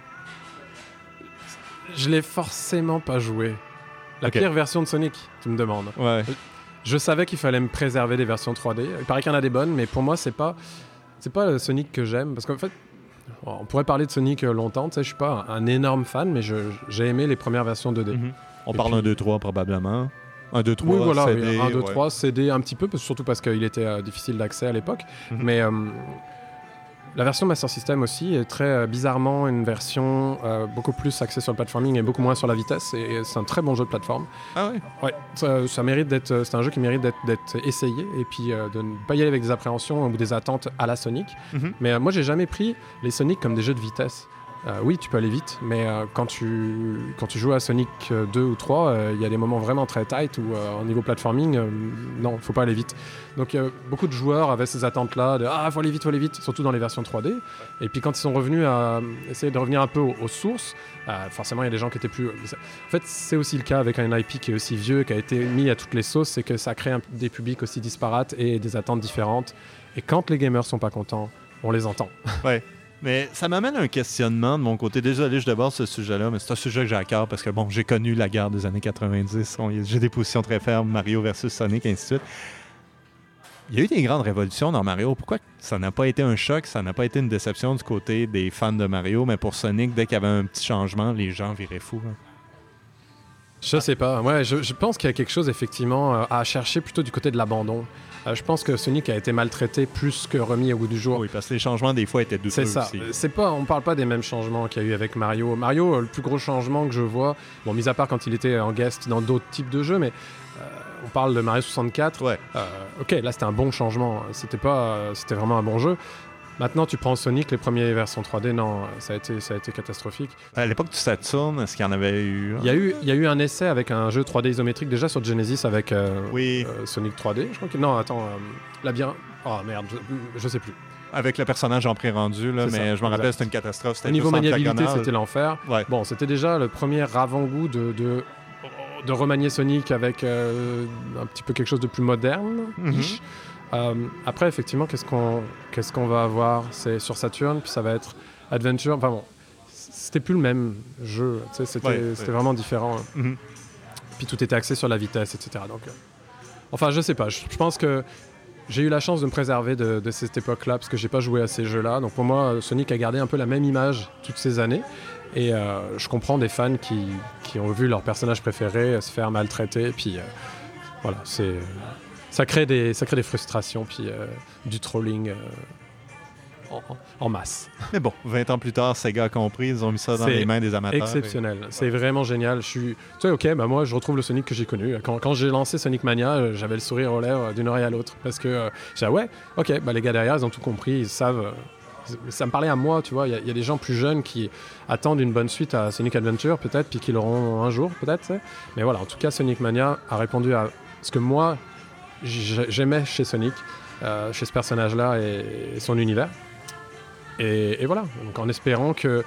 Je l'ai forcément pas joué. La okay. pire version de Sonic, tu me demandes. Ouais. Je savais qu'il fallait me préserver des versions trois D. Il paraît qu'il y en a des bonnes, mais pour moi, c'est pas, c'est pas le Sonic que j'aime. Parce qu'en fait, on pourrait parler de Sonic longtemps. Tu sais, je suis pas un, un énorme fan, mais je, j'ai aimé les premières versions deux D. Mm-hmm. On Et parle puis... un deux trois probablement. un deux trois oui, voilà, C D. Oui, un deux trois ouais. C D un petit peu, surtout parce qu'il était euh, difficile d'accès à l'époque. Mm-hmm. Mais... Euh, La version Master System aussi est très euh, bizarrement une version euh, beaucoup plus axée sur le platforming et beaucoup moins sur la vitesse. Et, et c'est un très bon jeu de plateforme. Ah oui? Ouais, ça, ça mérite d'être. C'est un jeu qui mérite d'être, d'être essayé et puis euh, de ne pas y aller avec des appréhensions ou des attentes à la Sonic. Mm-hmm. Mais euh, moi, j'ai jamais pris les Sonic comme des jeux de vitesse. Euh, oui, tu peux aller vite, mais euh, quand, tu, quand tu joues à Sonic deux ou trois, il euh, y a des moments vraiment très tight où, euh, au niveau platforming, euh, non, il ne faut pas aller vite. Donc, euh, beaucoup de joueurs avaient ces attentes-là de « Ah, il faut aller vite, il faut aller vite », surtout dans les versions trois D. Et puis, quand ils sont revenus à essayer de revenir un peu aux, aux sources, euh, forcément, il y a des gens qui étaient plus... En fait, c'est aussi le cas avec un I P qui est aussi vieux, qui a été mis à toutes les sauces, c'est que ça crée un, des publics aussi disparates et des attentes différentes. Et quand les gamers ne sont pas contents, on les entend. Ouais. Mais ça m'amène à un questionnement de mon côté. Désolé, je déborde ce sujet-là, mais c'est un sujet que j'ai à cœur parce que, bon, j'ai connu la guerre des années quatre-vingt-dix. On- J'ai des positions très fermes, Mario versus Sonic, ainsi de suite. Il y a eu des grandes révolutions dans Mario. Pourquoi ça n'a pas été un choc, ça n'a pas été une déception du côté des fans de Mario, mais pour Sonic, dès qu'il y avait un petit changement, les gens viraient fous, hein? Je sais pas. Ouais, je, je pense qu'il y a quelque chose effectivement euh, à chercher plutôt du côté de l'abandon. Euh, je pense que Sonic a été maltraité plus que remis au goût du jour. Oui, parce que les changements, des fois, étaient douteux C'est ça. aussi. C'est pas, on parle pas des mêmes changements qu'il y a eu avec Mario. Mario, euh, le plus gros changement que je vois, bon, mis à part quand il était en guest dans d'autres types de jeux, mais euh, on parle de Mario soixante-quatre. Ouais. Euh, ok, là c'était un bon changement. C'était pas, euh, c'était vraiment un bon jeu. Maintenant, tu prends Sonic, les premières versions trois D, non, ça a été, ça a été catastrophique. À l'époque du Saturn, est-ce qu'il y en avait eu? Il y a eu, il y a eu un essai avec un jeu trois D isométrique déjà sur Genesis avec euh, Oui. euh, Sonic trois D. Je crois que non, attends, euh, labyrinthe. Oh merde, je, je sais plus. Avec le personnage en pré-rendu, là, C'est mais ça, je me rappelle, exact. c'était une catastrophe. C'était Au niveau juste en maniabilité, diagonale. c'était l'enfer. Ouais. Bon, c'était déjà le premier avant-goût de, de, de remanier Sonic avec euh, un petit peu quelque chose de plus moderne. Mhm. Euh, après, effectivement, qu'est-ce qu'on qu'est-ce qu'on va avoir? C'est sur Saturn, puis ça va être Adventure. Enfin bon, c'était plus le même jeu. Tu sais, c'était Ouais, c'était ouais. vraiment différent. Mhm. Puis tout était axé sur la vitesse, et cetera. Donc, euh, enfin, je sais pas. Je, je pense que j'ai eu la chance de me préserver de, de cette époque-là parce que j'ai pas joué à ces jeux-là. Donc pour moi, Sonic a gardé un peu la même image toutes ces années. Et euh, je comprends des fans qui, qui ont vu leur personnage préféré se faire maltraiter. Puis euh, voilà, c'est ça crée des ça crée des frustrations puis euh, du trolling euh, en, en masse. Mais bon, vingt ans plus tard, Sega a compris, ils ont mis ça dans C'est les mains des amateurs. Exceptionnel, c'est vraiment génial. Je suis, tu sais, ok, bah moi je retrouve le Sonic que j'ai connu. Quand, quand j'ai lancé Sonic Mania, euh, j'avais le sourire aux lèvres d'une oreille à l'autre parce que euh, j'ai dit, ah ouais, ok, bah les gars derrière ils ont tout compris, ils savent. euh, ça me parlait à moi, tu vois. Il y, a- il y a des gens plus jeunes qui attendent une bonne suite à Sonic Adventure, peut-être, puis qui l'auront un jour, peut-être. tu sais. Mais voilà, en tout cas, Sonic Mania a répondu à ce que moi j'ai- j'aimais chez Sonic, euh, chez ce personnage-là et, et son univers. Et, et voilà, donc en espérant que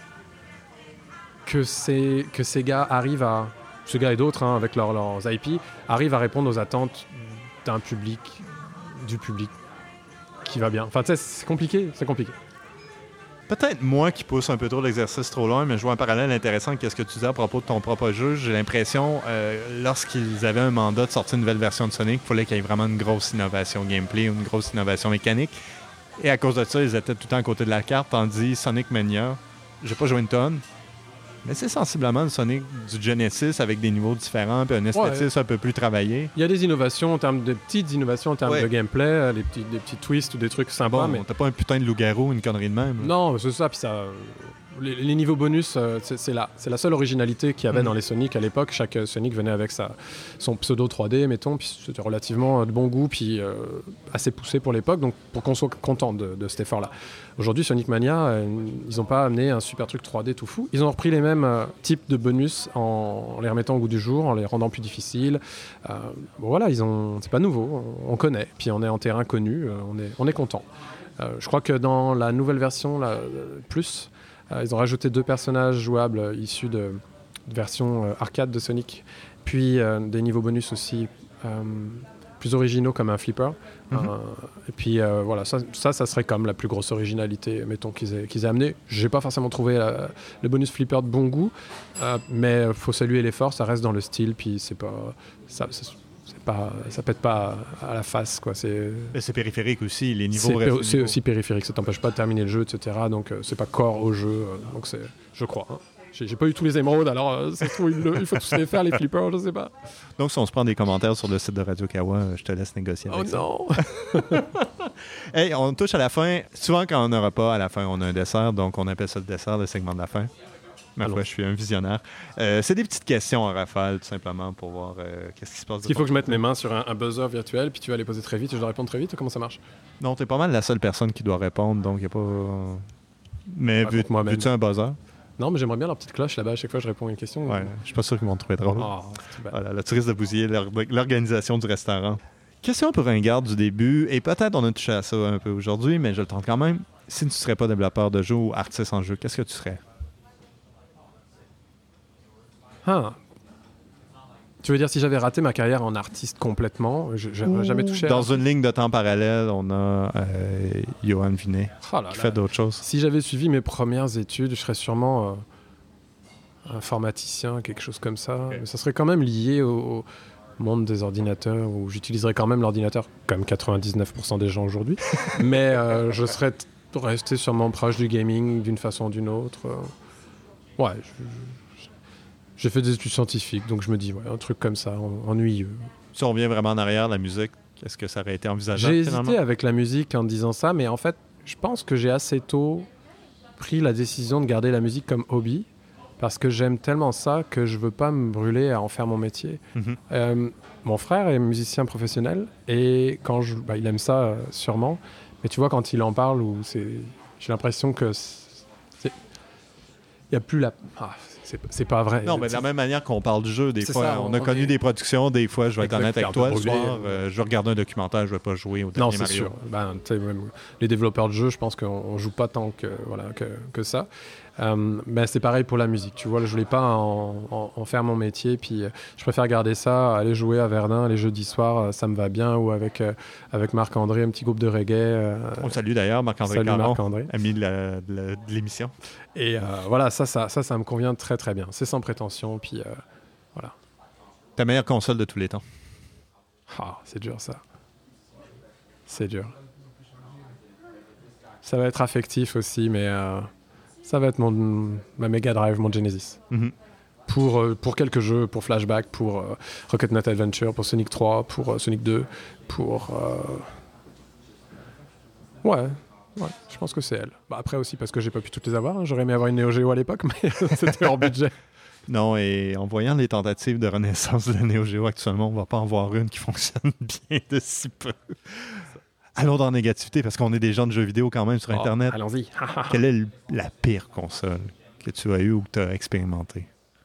que ces que ces gars arrivent à, Sega et d'autres hein, avec leurs leurs I P, arrivent à répondre aux attentes d'un public, du public qui va bien. Enfin, tu sais, c'est compliqué, c'est compliqué. Peut-être moi qui pousse un peu trop l'exercice trop loin, mais je vois un parallèle intéressant avec ce que tu disais à propos de ton propre jeu. J'ai l'impression, euh, lorsqu'ils avaient un mandat de sortir une nouvelle version de Sonic, il fallait qu'il y ait vraiment une grosse innovation gameplay, une grosse innovation mécanique. Et à cause de ça, ils étaient tout le temps à côté de la carte, tandis Sonic Mania, j'ai pas joué une tonne, mais c'est sensiblement le Sonic du Genesis avec des niveaux différents puis un esthétisme un peu plus travaillé. Il y a des innovations en termes de petites innovations en termes Ouais. de gameplay, euh, des petits, des petits twists ou des trucs sympas, Bon, mais t'as pas un putain de loup-garou, une connerie de même. là. non, c'est ça. Puis ça, euh, les, les niveaux bonus, euh, c'est c'est la, c'est la seule originalité qu'il y avait Mhm. dans les Sonic à l'époque. Chaque euh, Sonic venait avec sa, son pseudo trois D, mettons, puis c'était relativement euh, de bon goût, puis euh, assez poussé pour l'époque, donc pour qu'on soit content de, de cet effort-là. Aujourd'hui, Sonic Mania, euh, ils n'ont pas amené un super truc trois D tout fou. Ils ont repris les mêmes euh, types de bonus en, en les remettant au goût du jour, en les rendant plus difficiles. Euh, bon, voilà, ils ont, c'est pas nouveau, on, on connaît, puis on est en terrain connu, euh, on est, on est content. Euh, je crois que dans la nouvelle version, la euh, plus, euh, ils ont rajouté deux personnages jouables euh, issus de, de version euh, arcade de Sonic, puis euh, des niveaux bonus aussi euh, plus originaux comme un flipper. Mhm. Euh, et puis euh, voilà, ça, ça, ça serait comme la plus grosse originalité, mettons, qu'ils aient, qu'ils aient amené. J'ai pas forcément trouvé euh, le bonus flipper de bon goût, euh, mais il faut saluer l'effort, ça reste dans le style, puis c'est pas... Ça, c'est, c'est pas, ça pète pas à la face, quoi. C'est, Mais c'est périphérique aussi, les niveaux c'est, restent péri- c'est niveaux. aussi périphérique, ça t'empêche pas de terminer le jeu, et cetera. Donc euh, c'est pas core au jeu, euh, donc c'est, je crois. hein. J'ai, j'ai pas eu tous les émeraudes, alors euh, ça se trouve, il, le- il faut tous les faire, les flippers, je sais pas. Donc, si on se prend des commentaires sur le site de Radio Kawa, euh, je te laisse négocier avec Oh ça. non! Hey, on touche à la fin. Souvent, quand on n'aura pas à la fin, on a un dessert. Donc, on appelle ça le dessert, le segment de la fin. Ma Allons. foi, je suis un visionnaire. Euh, c'est des petites questions en rafale, tout simplement, pour voir euh, qu'est-ce qui se passe. Est-ce qu'il faut que je mette mes mains sur un, un buzzer virtuel, puis tu vas les poser très vite, et je dois répondre très vite, comment ça marche? Non, t'es pas mal la seule personne qui doit répondre, donc il n'y a pas... Mais Raconte veux- moi-même. veux-tu un buzzer? Non, mais j'aimerais bien leur petite cloche là-bas à chaque fois que je réponds à une question. Ouais, je suis pas sûr qu'ils vont te trouver drôle. Oh, c'est bad. Voilà, là, tu risques de bousiller l'or- l'organisation du restaurant. Question pour un garde du début, et peut-être on a touché à ça un peu aujourd'hui, mais je le tente quand même. Si tu ne serais pas développeur de jeu ou artiste en jeu, qu'est-ce que tu serais? Ah. Tu veux dire si j'avais raté ma carrière en artiste complètement, je n'aurais jamais touché à... Dans une ligne de temps parallèle, on a euh, Johan Vinet oh là qui là. fait d'autres choses. Si j'avais suivi mes premières études, je serais sûrement euh, informaticien, quelque chose comme ça. Okay. Mais ça serait quand même lié au, au monde des ordinateurs, où j'utiliserais quand même l'ordinateur, comme quatre-vingt-dix-neuf pour cent des gens aujourd'hui. Mais euh, je serais t- resté sûrement proche du gaming d'une façon ou d'une autre. Ouais, je, je, j'ai fait des études scientifiques, donc je me dis, ouais, un truc comme ça, en, ennuyeux. Si on revient vraiment en arrière, la musique, est-ce que ça aurait été envisageable? J'ai finalement? hésité avec la musique en disant ça, mais en fait, je pense que j'ai assez tôt pris la décision de garder la musique comme hobby, parce que j'aime tellement ça que je veux pas me brûler à en faire mon métier. Mm-hmm. Euh, mon frère est musicien professionnel, et quand je, bah, il aime ça euh, sûrement, mais tu vois, quand il en parle, où c'est, j'ai l'impression que il n'y a plus la... Ah, c'est, c'est pas vrai. Non, mais de la même manière qu'on parle du jeu, des c'est fois, ça, on, on a on connu est... des productions, des fois, je vais être honnête avec toi, le brûlé, soir, euh, je vais regarder un documentaire, je vais pas jouer au dernier non, c'est Mario. Sûr. Ben, même les développeurs de jeux, je pense qu'on on joue pas tant que, voilà, que, que ça. Euh, ben, c'est pareil pour la musique, tu vois, je voulais pas en, en, en faire mon métier, puis euh, je préfère garder ça, aller jouer à Verdun les jeudis soirs, euh, ça me va bien, ou avec, euh, avec Marc-André, un petit groupe de reggae. Euh, On salue d'ailleurs Marc-André Caron, Marc-André. ami de, la, de, la, de l'émission. Et euh, voilà, ça ça, ça, ça me convient très très bien, c'est sans prétention, puis euh, voilà. Ta meilleure console de tous les temps? Ah, c'est dur ça. C'est dur. Ça va être affectif aussi, mais... Euh, ça va être mon, ma Mega Drive, mon Genesis. Mm-hmm. Pour, euh, pour quelques jeux, pour Flashback, pour euh, Rocket Knight Adventure, pour Sonic trois, pour euh, Sonic deux, pour... Euh... Ouais, ouais, je pense que c'est elle. Bah, après aussi, parce que j'ai pas pu toutes les avoir. Hein. J'aurais aimé avoir une Neo Geo à l'époque, mais c'était hors budget. Non, et en voyant les tentatives de renaissance de la Neo Geo actuellement, on va pas en voir une qui fonctionne bien de si peu. Allons dans la négativité, parce qu'on est des gens de jeux vidéo quand même sur oh, Internet. Allons-y. Quelle est l- la pire console que tu as eue ou que tu as expérimentée?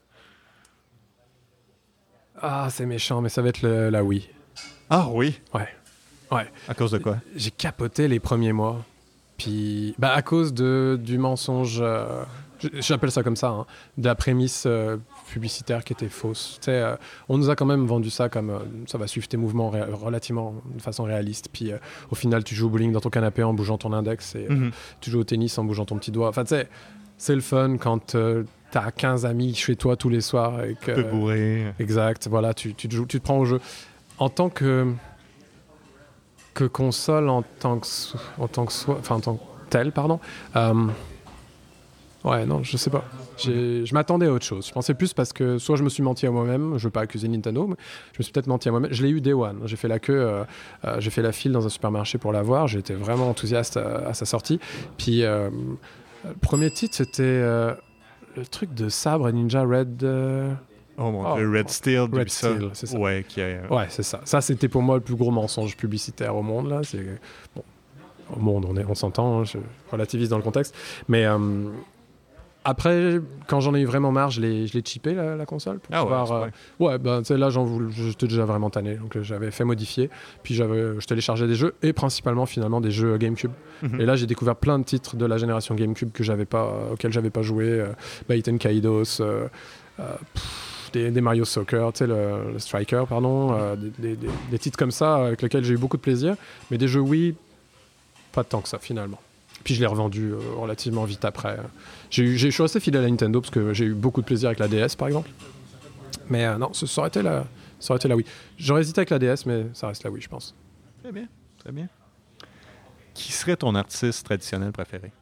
Ah, c'est méchant, mais ça va être le, la Wii. Ah oui? Ouais. Ouais. À cause de quoi? J'ai capoté les premiers mois. Puis, bah, à cause de, du mensonge... Euh... J'appelle ça comme ça, hein, de la prémisse euh, publicitaire qui était fausse. Euh, on nous a quand même vendu ça comme euh, ça va suivre tes mouvements ré- relativement de façon réaliste. Puis euh, au final, tu joues au bowling dans ton canapé en bougeant ton index et mm-hmm. euh, tu joues au tennis en bougeant ton petit doigt. Enfin, tu sais, c'est le fun quand euh, t'as quinze amis chez toi tous les soirs. Et que, un peu bourré. Exact, voilà, tu, tu, te joues, tu te prends au jeu. En tant que, que console, en tant que, en tant que, so- enfin, en tant que tel, pardon. Euh, Ouais, non, je sais pas. J'ai, je m'attendais à autre chose. Je pensais plus parce que soit je me suis menti à moi-même, je veux pas accuser Nintendo, mais je me suis peut-être menti à moi-même. Je l'ai eu Day One. J'ai fait la queue, euh, euh, j'ai fait la file dans un supermarché pour l'avoir. J'étais vraiment enthousiaste à, à sa sortie. Puis, euh, le premier titre, c'était euh, le truc de sabre Ninja Red... Euh... Oh mon dieu, oh, Red Steel, Red Steel, c'est ça. Ouais, qui a... ouais, c'est ça. Ça, c'était pour moi le plus gros mensonge publicitaire au monde, là. C'est... Bon, au monde, on, est, on s'entend, hein, je relativise dans le contexte. Mais... Euh, Après, quand j'en ai eu vraiment marre, je l'ai, je l'ai chippé, la, la console. Pour ah pouvoir, ouais, euh, ouais, ben, là, j'en voulais, j'étais déjà vraiment tanné. Donc, j'avais fait modifier. Puis, j'avais, je téléchargeais des jeux, et principalement, finalement, des jeux GameCube. Mm-hmm. Et là, j'ai découvert plein de titres de la génération GameCube que j'avais pas, euh, auxquels j'avais pas joué. Euh, Baiten Kaidos, euh, euh, pff, des, des Mario Soccer, tu sais, le, le Striker, pardon. Euh, des, des, des, des titres comme ça, avec lesquels j'ai eu beaucoup de plaisir. Mais des jeux Wii, pas tant que ça, finalement. Puis je l'ai revendu euh, relativement vite après. J'ai eu, j'ai, je suis resté fidèle à Nintendo parce que j'ai eu beaucoup de plaisir avec la D S, par exemple. Mais euh, non, ça, ça, aurait été la, ça aurait été la Wii. J'aurais hésité avec la D S, mais ça reste la Wii, je pense. Très bien, très bien. Qui serait ton artiste traditionnel préféré?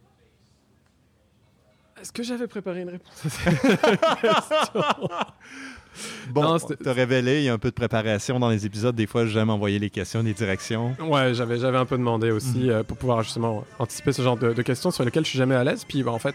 Est-ce que j'avais préparé une réponse à cette question? Bon, te révélé, il y a un peu de préparation dans les épisodes. Des fois, j'aime envoyer les questions, les directions. Ouais, j'avais, j'avais un peu demandé aussi mmh. euh, pour pouvoir justement anticiper ce genre de, de questions sur lesquelles je suis jamais à l'aise. Puis bah, en fait,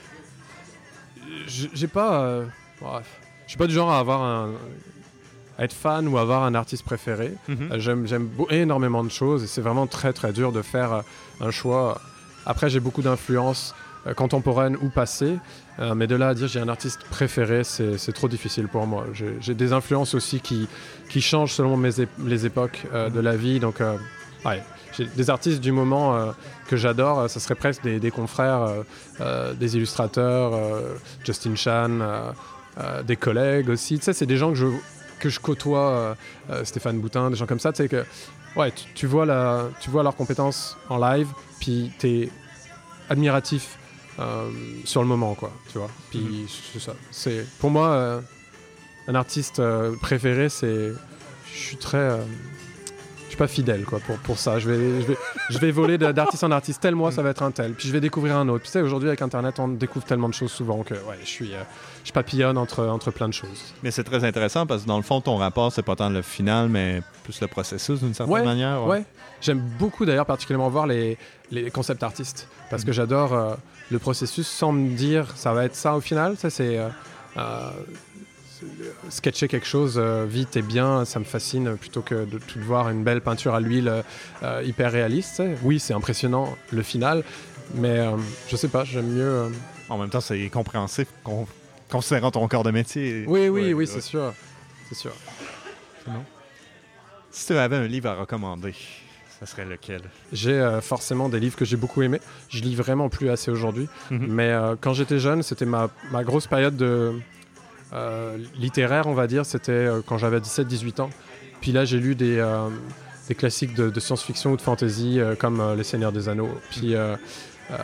j'ai pas... Euh, bref, je suis pas du genre à avoir un... à être fan ou avoir un artiste préféré. Mmh. Euh, j'aime, j'aime beau, énormément de choses et c'est vraiment très très dur de faire euh, un choix. Après, j'ai beaucoup d'influences euh, contemporaines ou passées. Euh, mais de là à dire j'ai un artiste préféré, c'est, c'est trop difficile pour moi. J'ai, j'ai des influences aussi qui, qui changent selon mes ép- les époques euh, de la vie. Donc, euh, ouais, j'ai des artistes du moment euh, que j'adore. Euh, ça serait presque des, des confrères, euh, euh, des illustrateurs, euh, Justin Chan, euh, euh, des collègues aussi. Tu sais, c'est des gens que je, que je côtoie, euh, euh, Stéphane Boutin, des gens comme ça, tu sais que ouais, tu, tu, vois la, tu vois leurs compétences en live, puis t'es admiratif euh, sur le moment, quoi, tu vois. Puis mm-hmm. c'est ça. C'est, pour moi, euh, un artiste euh, préféré, c'est... Je suis très... Euh, je suis pas fidèle, quoi, pour, pour ça. Je vais, je vais, je vais voler d'artiste en artiste. Tel mois, ça va être un tel. Puis je vais découvrir un autre. Puis tu sais, aujourd'hui, avec Internet, on découvre tellement de choses souvent que ouais, je suis... Euh, je papillonne entre, entre plein de choses. Mais c'est très intéressant parce que dans le fond, ton rapport, c'est pas tant le final, mais plus le processus d'une certaine ouais, manière. Ouais. ouais. J'aime beaucoup d'ailleurs particulièrement voir les, les concept artistes parce mmh. que j'adore euh, le processus sans me dire ça va être ça au final. Ça, c'est, euh, euh, c'est sketcher quelque chose euh, vite et bien, ça me fascine plutôt que de tout voir une belle peinture à l'huile euh, hyper réaliste. T'sais. Oui, c'est impressionnant le final, mais euh, je sais pas, j'aime mieux. Euh... En même temps, c'est compréhensif. Con... Considérant ton corps de métier. Oui, oui, ouais, oui, ouais. c'est sûr. C'est sûr. C'est bon. Si tu avais un livre à recommander, ça serait lequel? J'ai euh, forcément des livres que j'ai beaucoup aimés. Je lis vraiment plus assez aujourd'hui. Mm-hmm. Mais euh, quand j'étais jeune, c'était ma, ma grosse période de, euh, littéraire, on va dire. C'était euh, quand j'avais dix-sept dix-huit ans. Puis là, j'ai lu des, euh, des classiques de, de science-fiction ou de fantasy, euh, comme euh, Les Seigneurs des Anneaux. Puis euh, euh,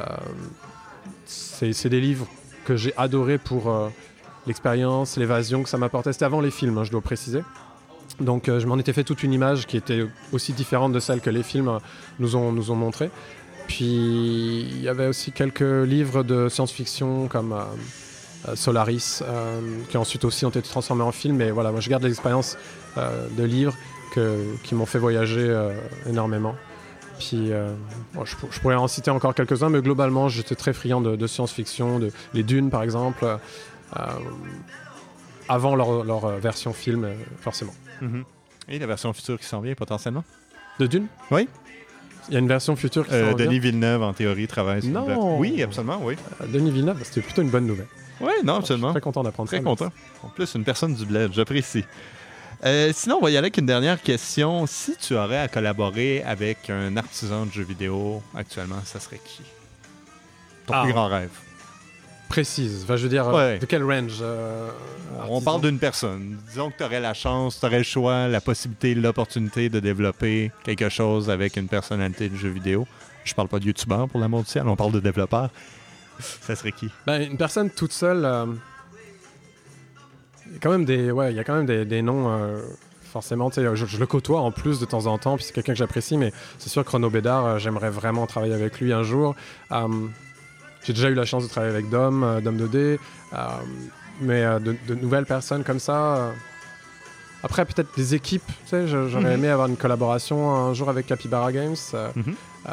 c'est, c'est des livres que j'ai adoré pour euh, l'expérience, l'évasion que ça m'apportait. C'était avant les films, hein, je dois préciser. Donc euh, je m'en étais fait toute une image qui était aussi différente de celle que les films euh, nous ont, nous ont montrée. Puis il y avait aussi quelques livres de science-fiction comme euh, euh, Solaris, euh, qui ensuite aussi ont été transformés en films. Mais voilà, moi je garde les expériences euh, de livres que, qui m'ont fait voyager euh, énormément. Puis, euh, bon, je, je pourrais en citer encore quelques-uns, mais globalement, j'étais très friand de, de science-fiction, de, les Dunes, par exemple, euh, avant leur, leur version film, euh, forcément. Mm-hmm. Et la version future qui s'en vient, potentiellement? De Dunes? Oui. Il y a une version future qui euh, s'en vient? Denis Villeneuve, en théorie, travaille sur... Non! La... Oui, absolument, oui. Euh, Denis Villeneuve, c'était plutôt une bonne nouvelle. Oui, non, absolument. Je suis très content d'apprendre très ça. Très content. En plus, une personne du bled, j'apprécie. Euh, sinon, on va y aller avec une dernière question. Si tu aurais à collaborer avec un artisan de jeux vidéo actuellement, ça serait qui? Ton ah, plus grand rêve. Précise. Enfin, je veux dire, ouais. De quel range euh, On parle d'une personne. Disons que tu aurais la chance, tu aurais le choix, la possibilité, l'opportunité de développer quelque chose avec une personnalité de jeu vidéo. Je parle pas de youtubeur pour l'amour du ciel, on parle de développeur. Ça serait qui? Ben, une personne toute seule... Euh... Il y a quand même des, ouais, il y a quand même des, des noms, euh, forcément, tu sais, je, je le côtoie en plus de temps en temps, puis c'est quelqu'un que j'apprécie, mais c'est sûr que Renaud Bédard, euh, j'aimerais vraiment travailler avec lui un jour. Um, j'ai déjà eu la chance de travailler avec Dom, euh, Dom deux D, euh, mais euh, de, de nouvelles personnes comme ça. Euh... Après, peut-être des équipes, tu sais, j'aurais mm-hmm. aimé avoir une collaboration un jour avec Capybara Games. Euh, mm-hmm. euh,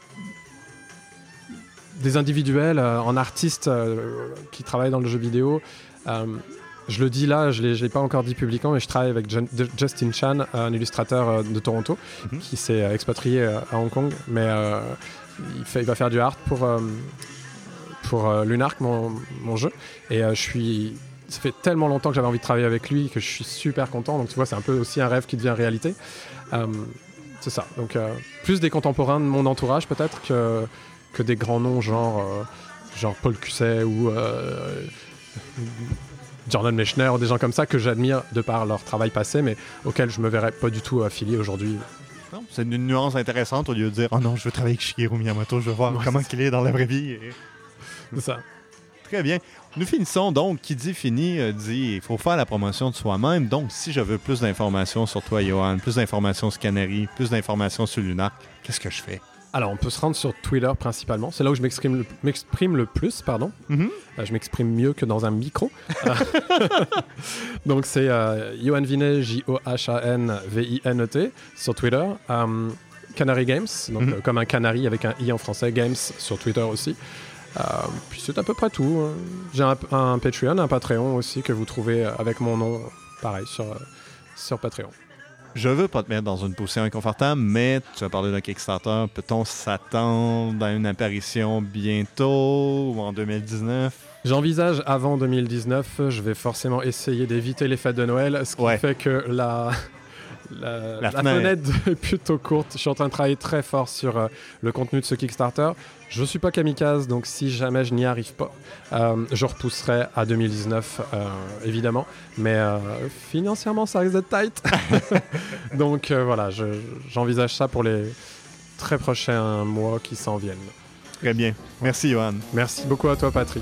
des individuels euh, en artistes euh, qui travaillent dans le jeu vidéo. Euh, Je le dis là, je ne l'ai pas encore dit publiquement, mais je travaille avec John, Justin Chan, un illustrateur euh, de Toronto, mm-hmm. qui s'est euh, expatrié euh, à Hong Kong, mais euh, il, fait, il va faire du art pour, euh, pour euh, Lunark, mon, mon jeu. Et euh, je suis... ça fait tellement longtemps que j'avais envie de travailler avec lui que je suis super content. Donc tu vois, c'est un peu aussi un rêve qui devient réalité. Euh, c'est ça. Donc euh, plus des contemporains de mon entourage peut-être que, que des grands noms genre, euh, genre Paul Cusset ou... Euh, Jordan Mechner, des gens comme ça que j'admire de par leur travail passé, mais auxquels je me verrais pas du tout affilié aujourd'hui. Non, c'est une nuance intéressante au lieu de dire « Oh non, je veux travailler avec Shigeru Miyamoto, je veux voir ouais, comment il est dans la vraie vie. » Et... C'est ça. Très bien. Nous finissons donc, qui dit fini, euh, dit il faut faire la promotion de soi-même. Donc, si je veux plus d'informations sur toi, Johan, plus d'informations sur Canary, plus d'informations sur Lunark, qu'est-ce que je fais? Alors, on peut se rendre sur Twitter principalement. C'est là où je m'exprime le, m'exprime le plus, pardon. Mm-hmm. Euh, je m'exprime mieux que dans un micro. Donc, c'est euh, Johan Vinet, J O H A N V I N E T, sur Twitter. Um, Canary Games, donc mm-hmm. euh, comme un canari avec un i en français, Games sur Twitter aussi. Euh, puis c'est à peu près tout. J'ai un, un Patreon, un Patreon aussi que vous trouvez avec mon nom, pareil, sur, sur Patreon. Je veux pas te mettre dans une position inconfortable, mais tu as parlé d'un Kickstarter. Peut-on s'attendre à une apparition bientôt ou en deux mille dix-neuf? J'envisage avant deux mille dix-neuf. Je vais forcément essayer d'éviter les fêtes de Noël, ce qui ouais. fait que la, La, La la fenêtre. fenêtre est plutôt courte. Je suis en train de travailler très fort sur euh, le contenu de ce Kickstarter. Je ne suis pas kamikaze, donc si jamais je n'y arrive pas, euh, je repousserai à deux mille dix-neuf, euh, évidemment. Mais euh, financièrement, ça risque d'être tight. Donc euh, voilà, je, j'envisage ça pour les très prochains mois qui s'en viennent. Très bien. Merci, Johan. Merci beaucoup à toi, Patrick.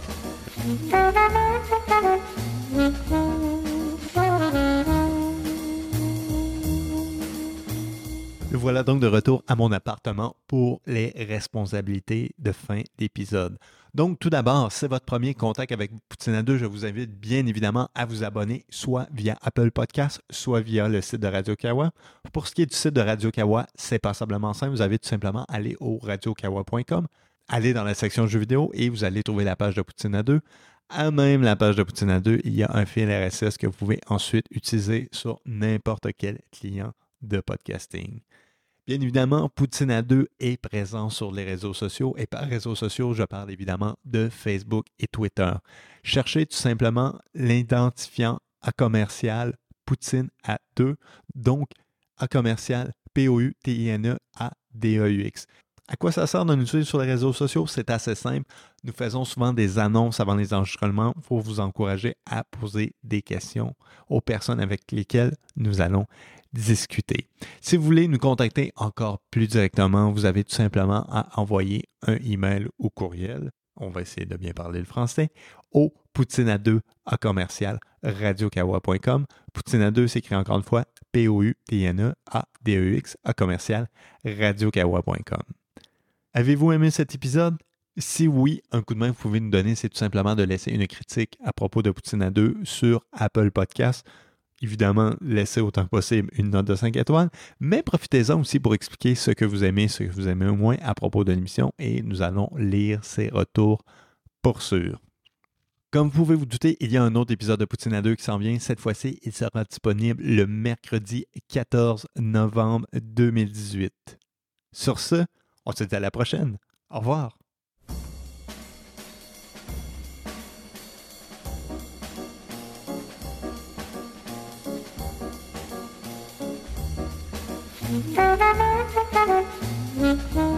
Voilà donc de retour à mon appartement pour les responsabilités de fin d'épisode. Donc, tout d'abord, c'est votre premier contact avec Poutine à deux. Je vous invite bien évidemment à vous abonner soit via Apple Podcasts, soit via le site de Radio Kawa. Pour ce qui est du site de Radio Kawa, c'est passablement simple. Vous avez tout simplement à aller au radio kawa point com, aller dans la section jeux vidéo et vous allez trouver la page de Poutine à deux. À même la page de Poutine à deux, il y a un fil R S S que vous pouvez ensuite utiliser sur n'importe quel client de podcasting. Bien évidemment, Poutine à deux est présent sur les réseaux sociaux et par réseaux sociaux, je parle évidemment de Facebook et Twitter. Cherchez tout simplement l'identifiant à commercial Poutine à deux, donc à commercial P O U T I N E A D E U X. À quoi ça sert de nous suivre sur les réseaux sociaux? C'est assez simple. Nous faisons souvent des annonces avant les enregistrements pour vous encourager à poser des questions aux personnes avec lesquelles nous allons discuter. Si vous voulez nous contacter encore plus directement, vous avez tout simplement à envoyer un email ou courriel, on va essayer de bien parler le français, au poutine à deux à commercial radio kawa point com. Poutine à deux s'écrit encore une fois P O U T N E A D E U X à commercial radio kawa point com. Avez-vous aimé cet épisode? Si oui, un coup de main que vous pouvez nous donner, c'est tout simplement de laisser une critique à propos de Poutine à deux sur Apple Podcasts. Évidemment, laissez autant que possible une note de cinq étoiles, mais profitez-en aussi pour expliquer ce que vous aimez, ce que vous aimez au moins à propos de l'émission et nous allons lire ces retours pour sûr. Comme vous pouvez vous douter, il y a un autre épisode de Poutine à deux qui s'en vient. Cette fois-ci, il sera disponible le mercredi quatorze novembre deux mille dix-huit. Sur ce, on se dit à la prochaine. Au revoir. Thank you.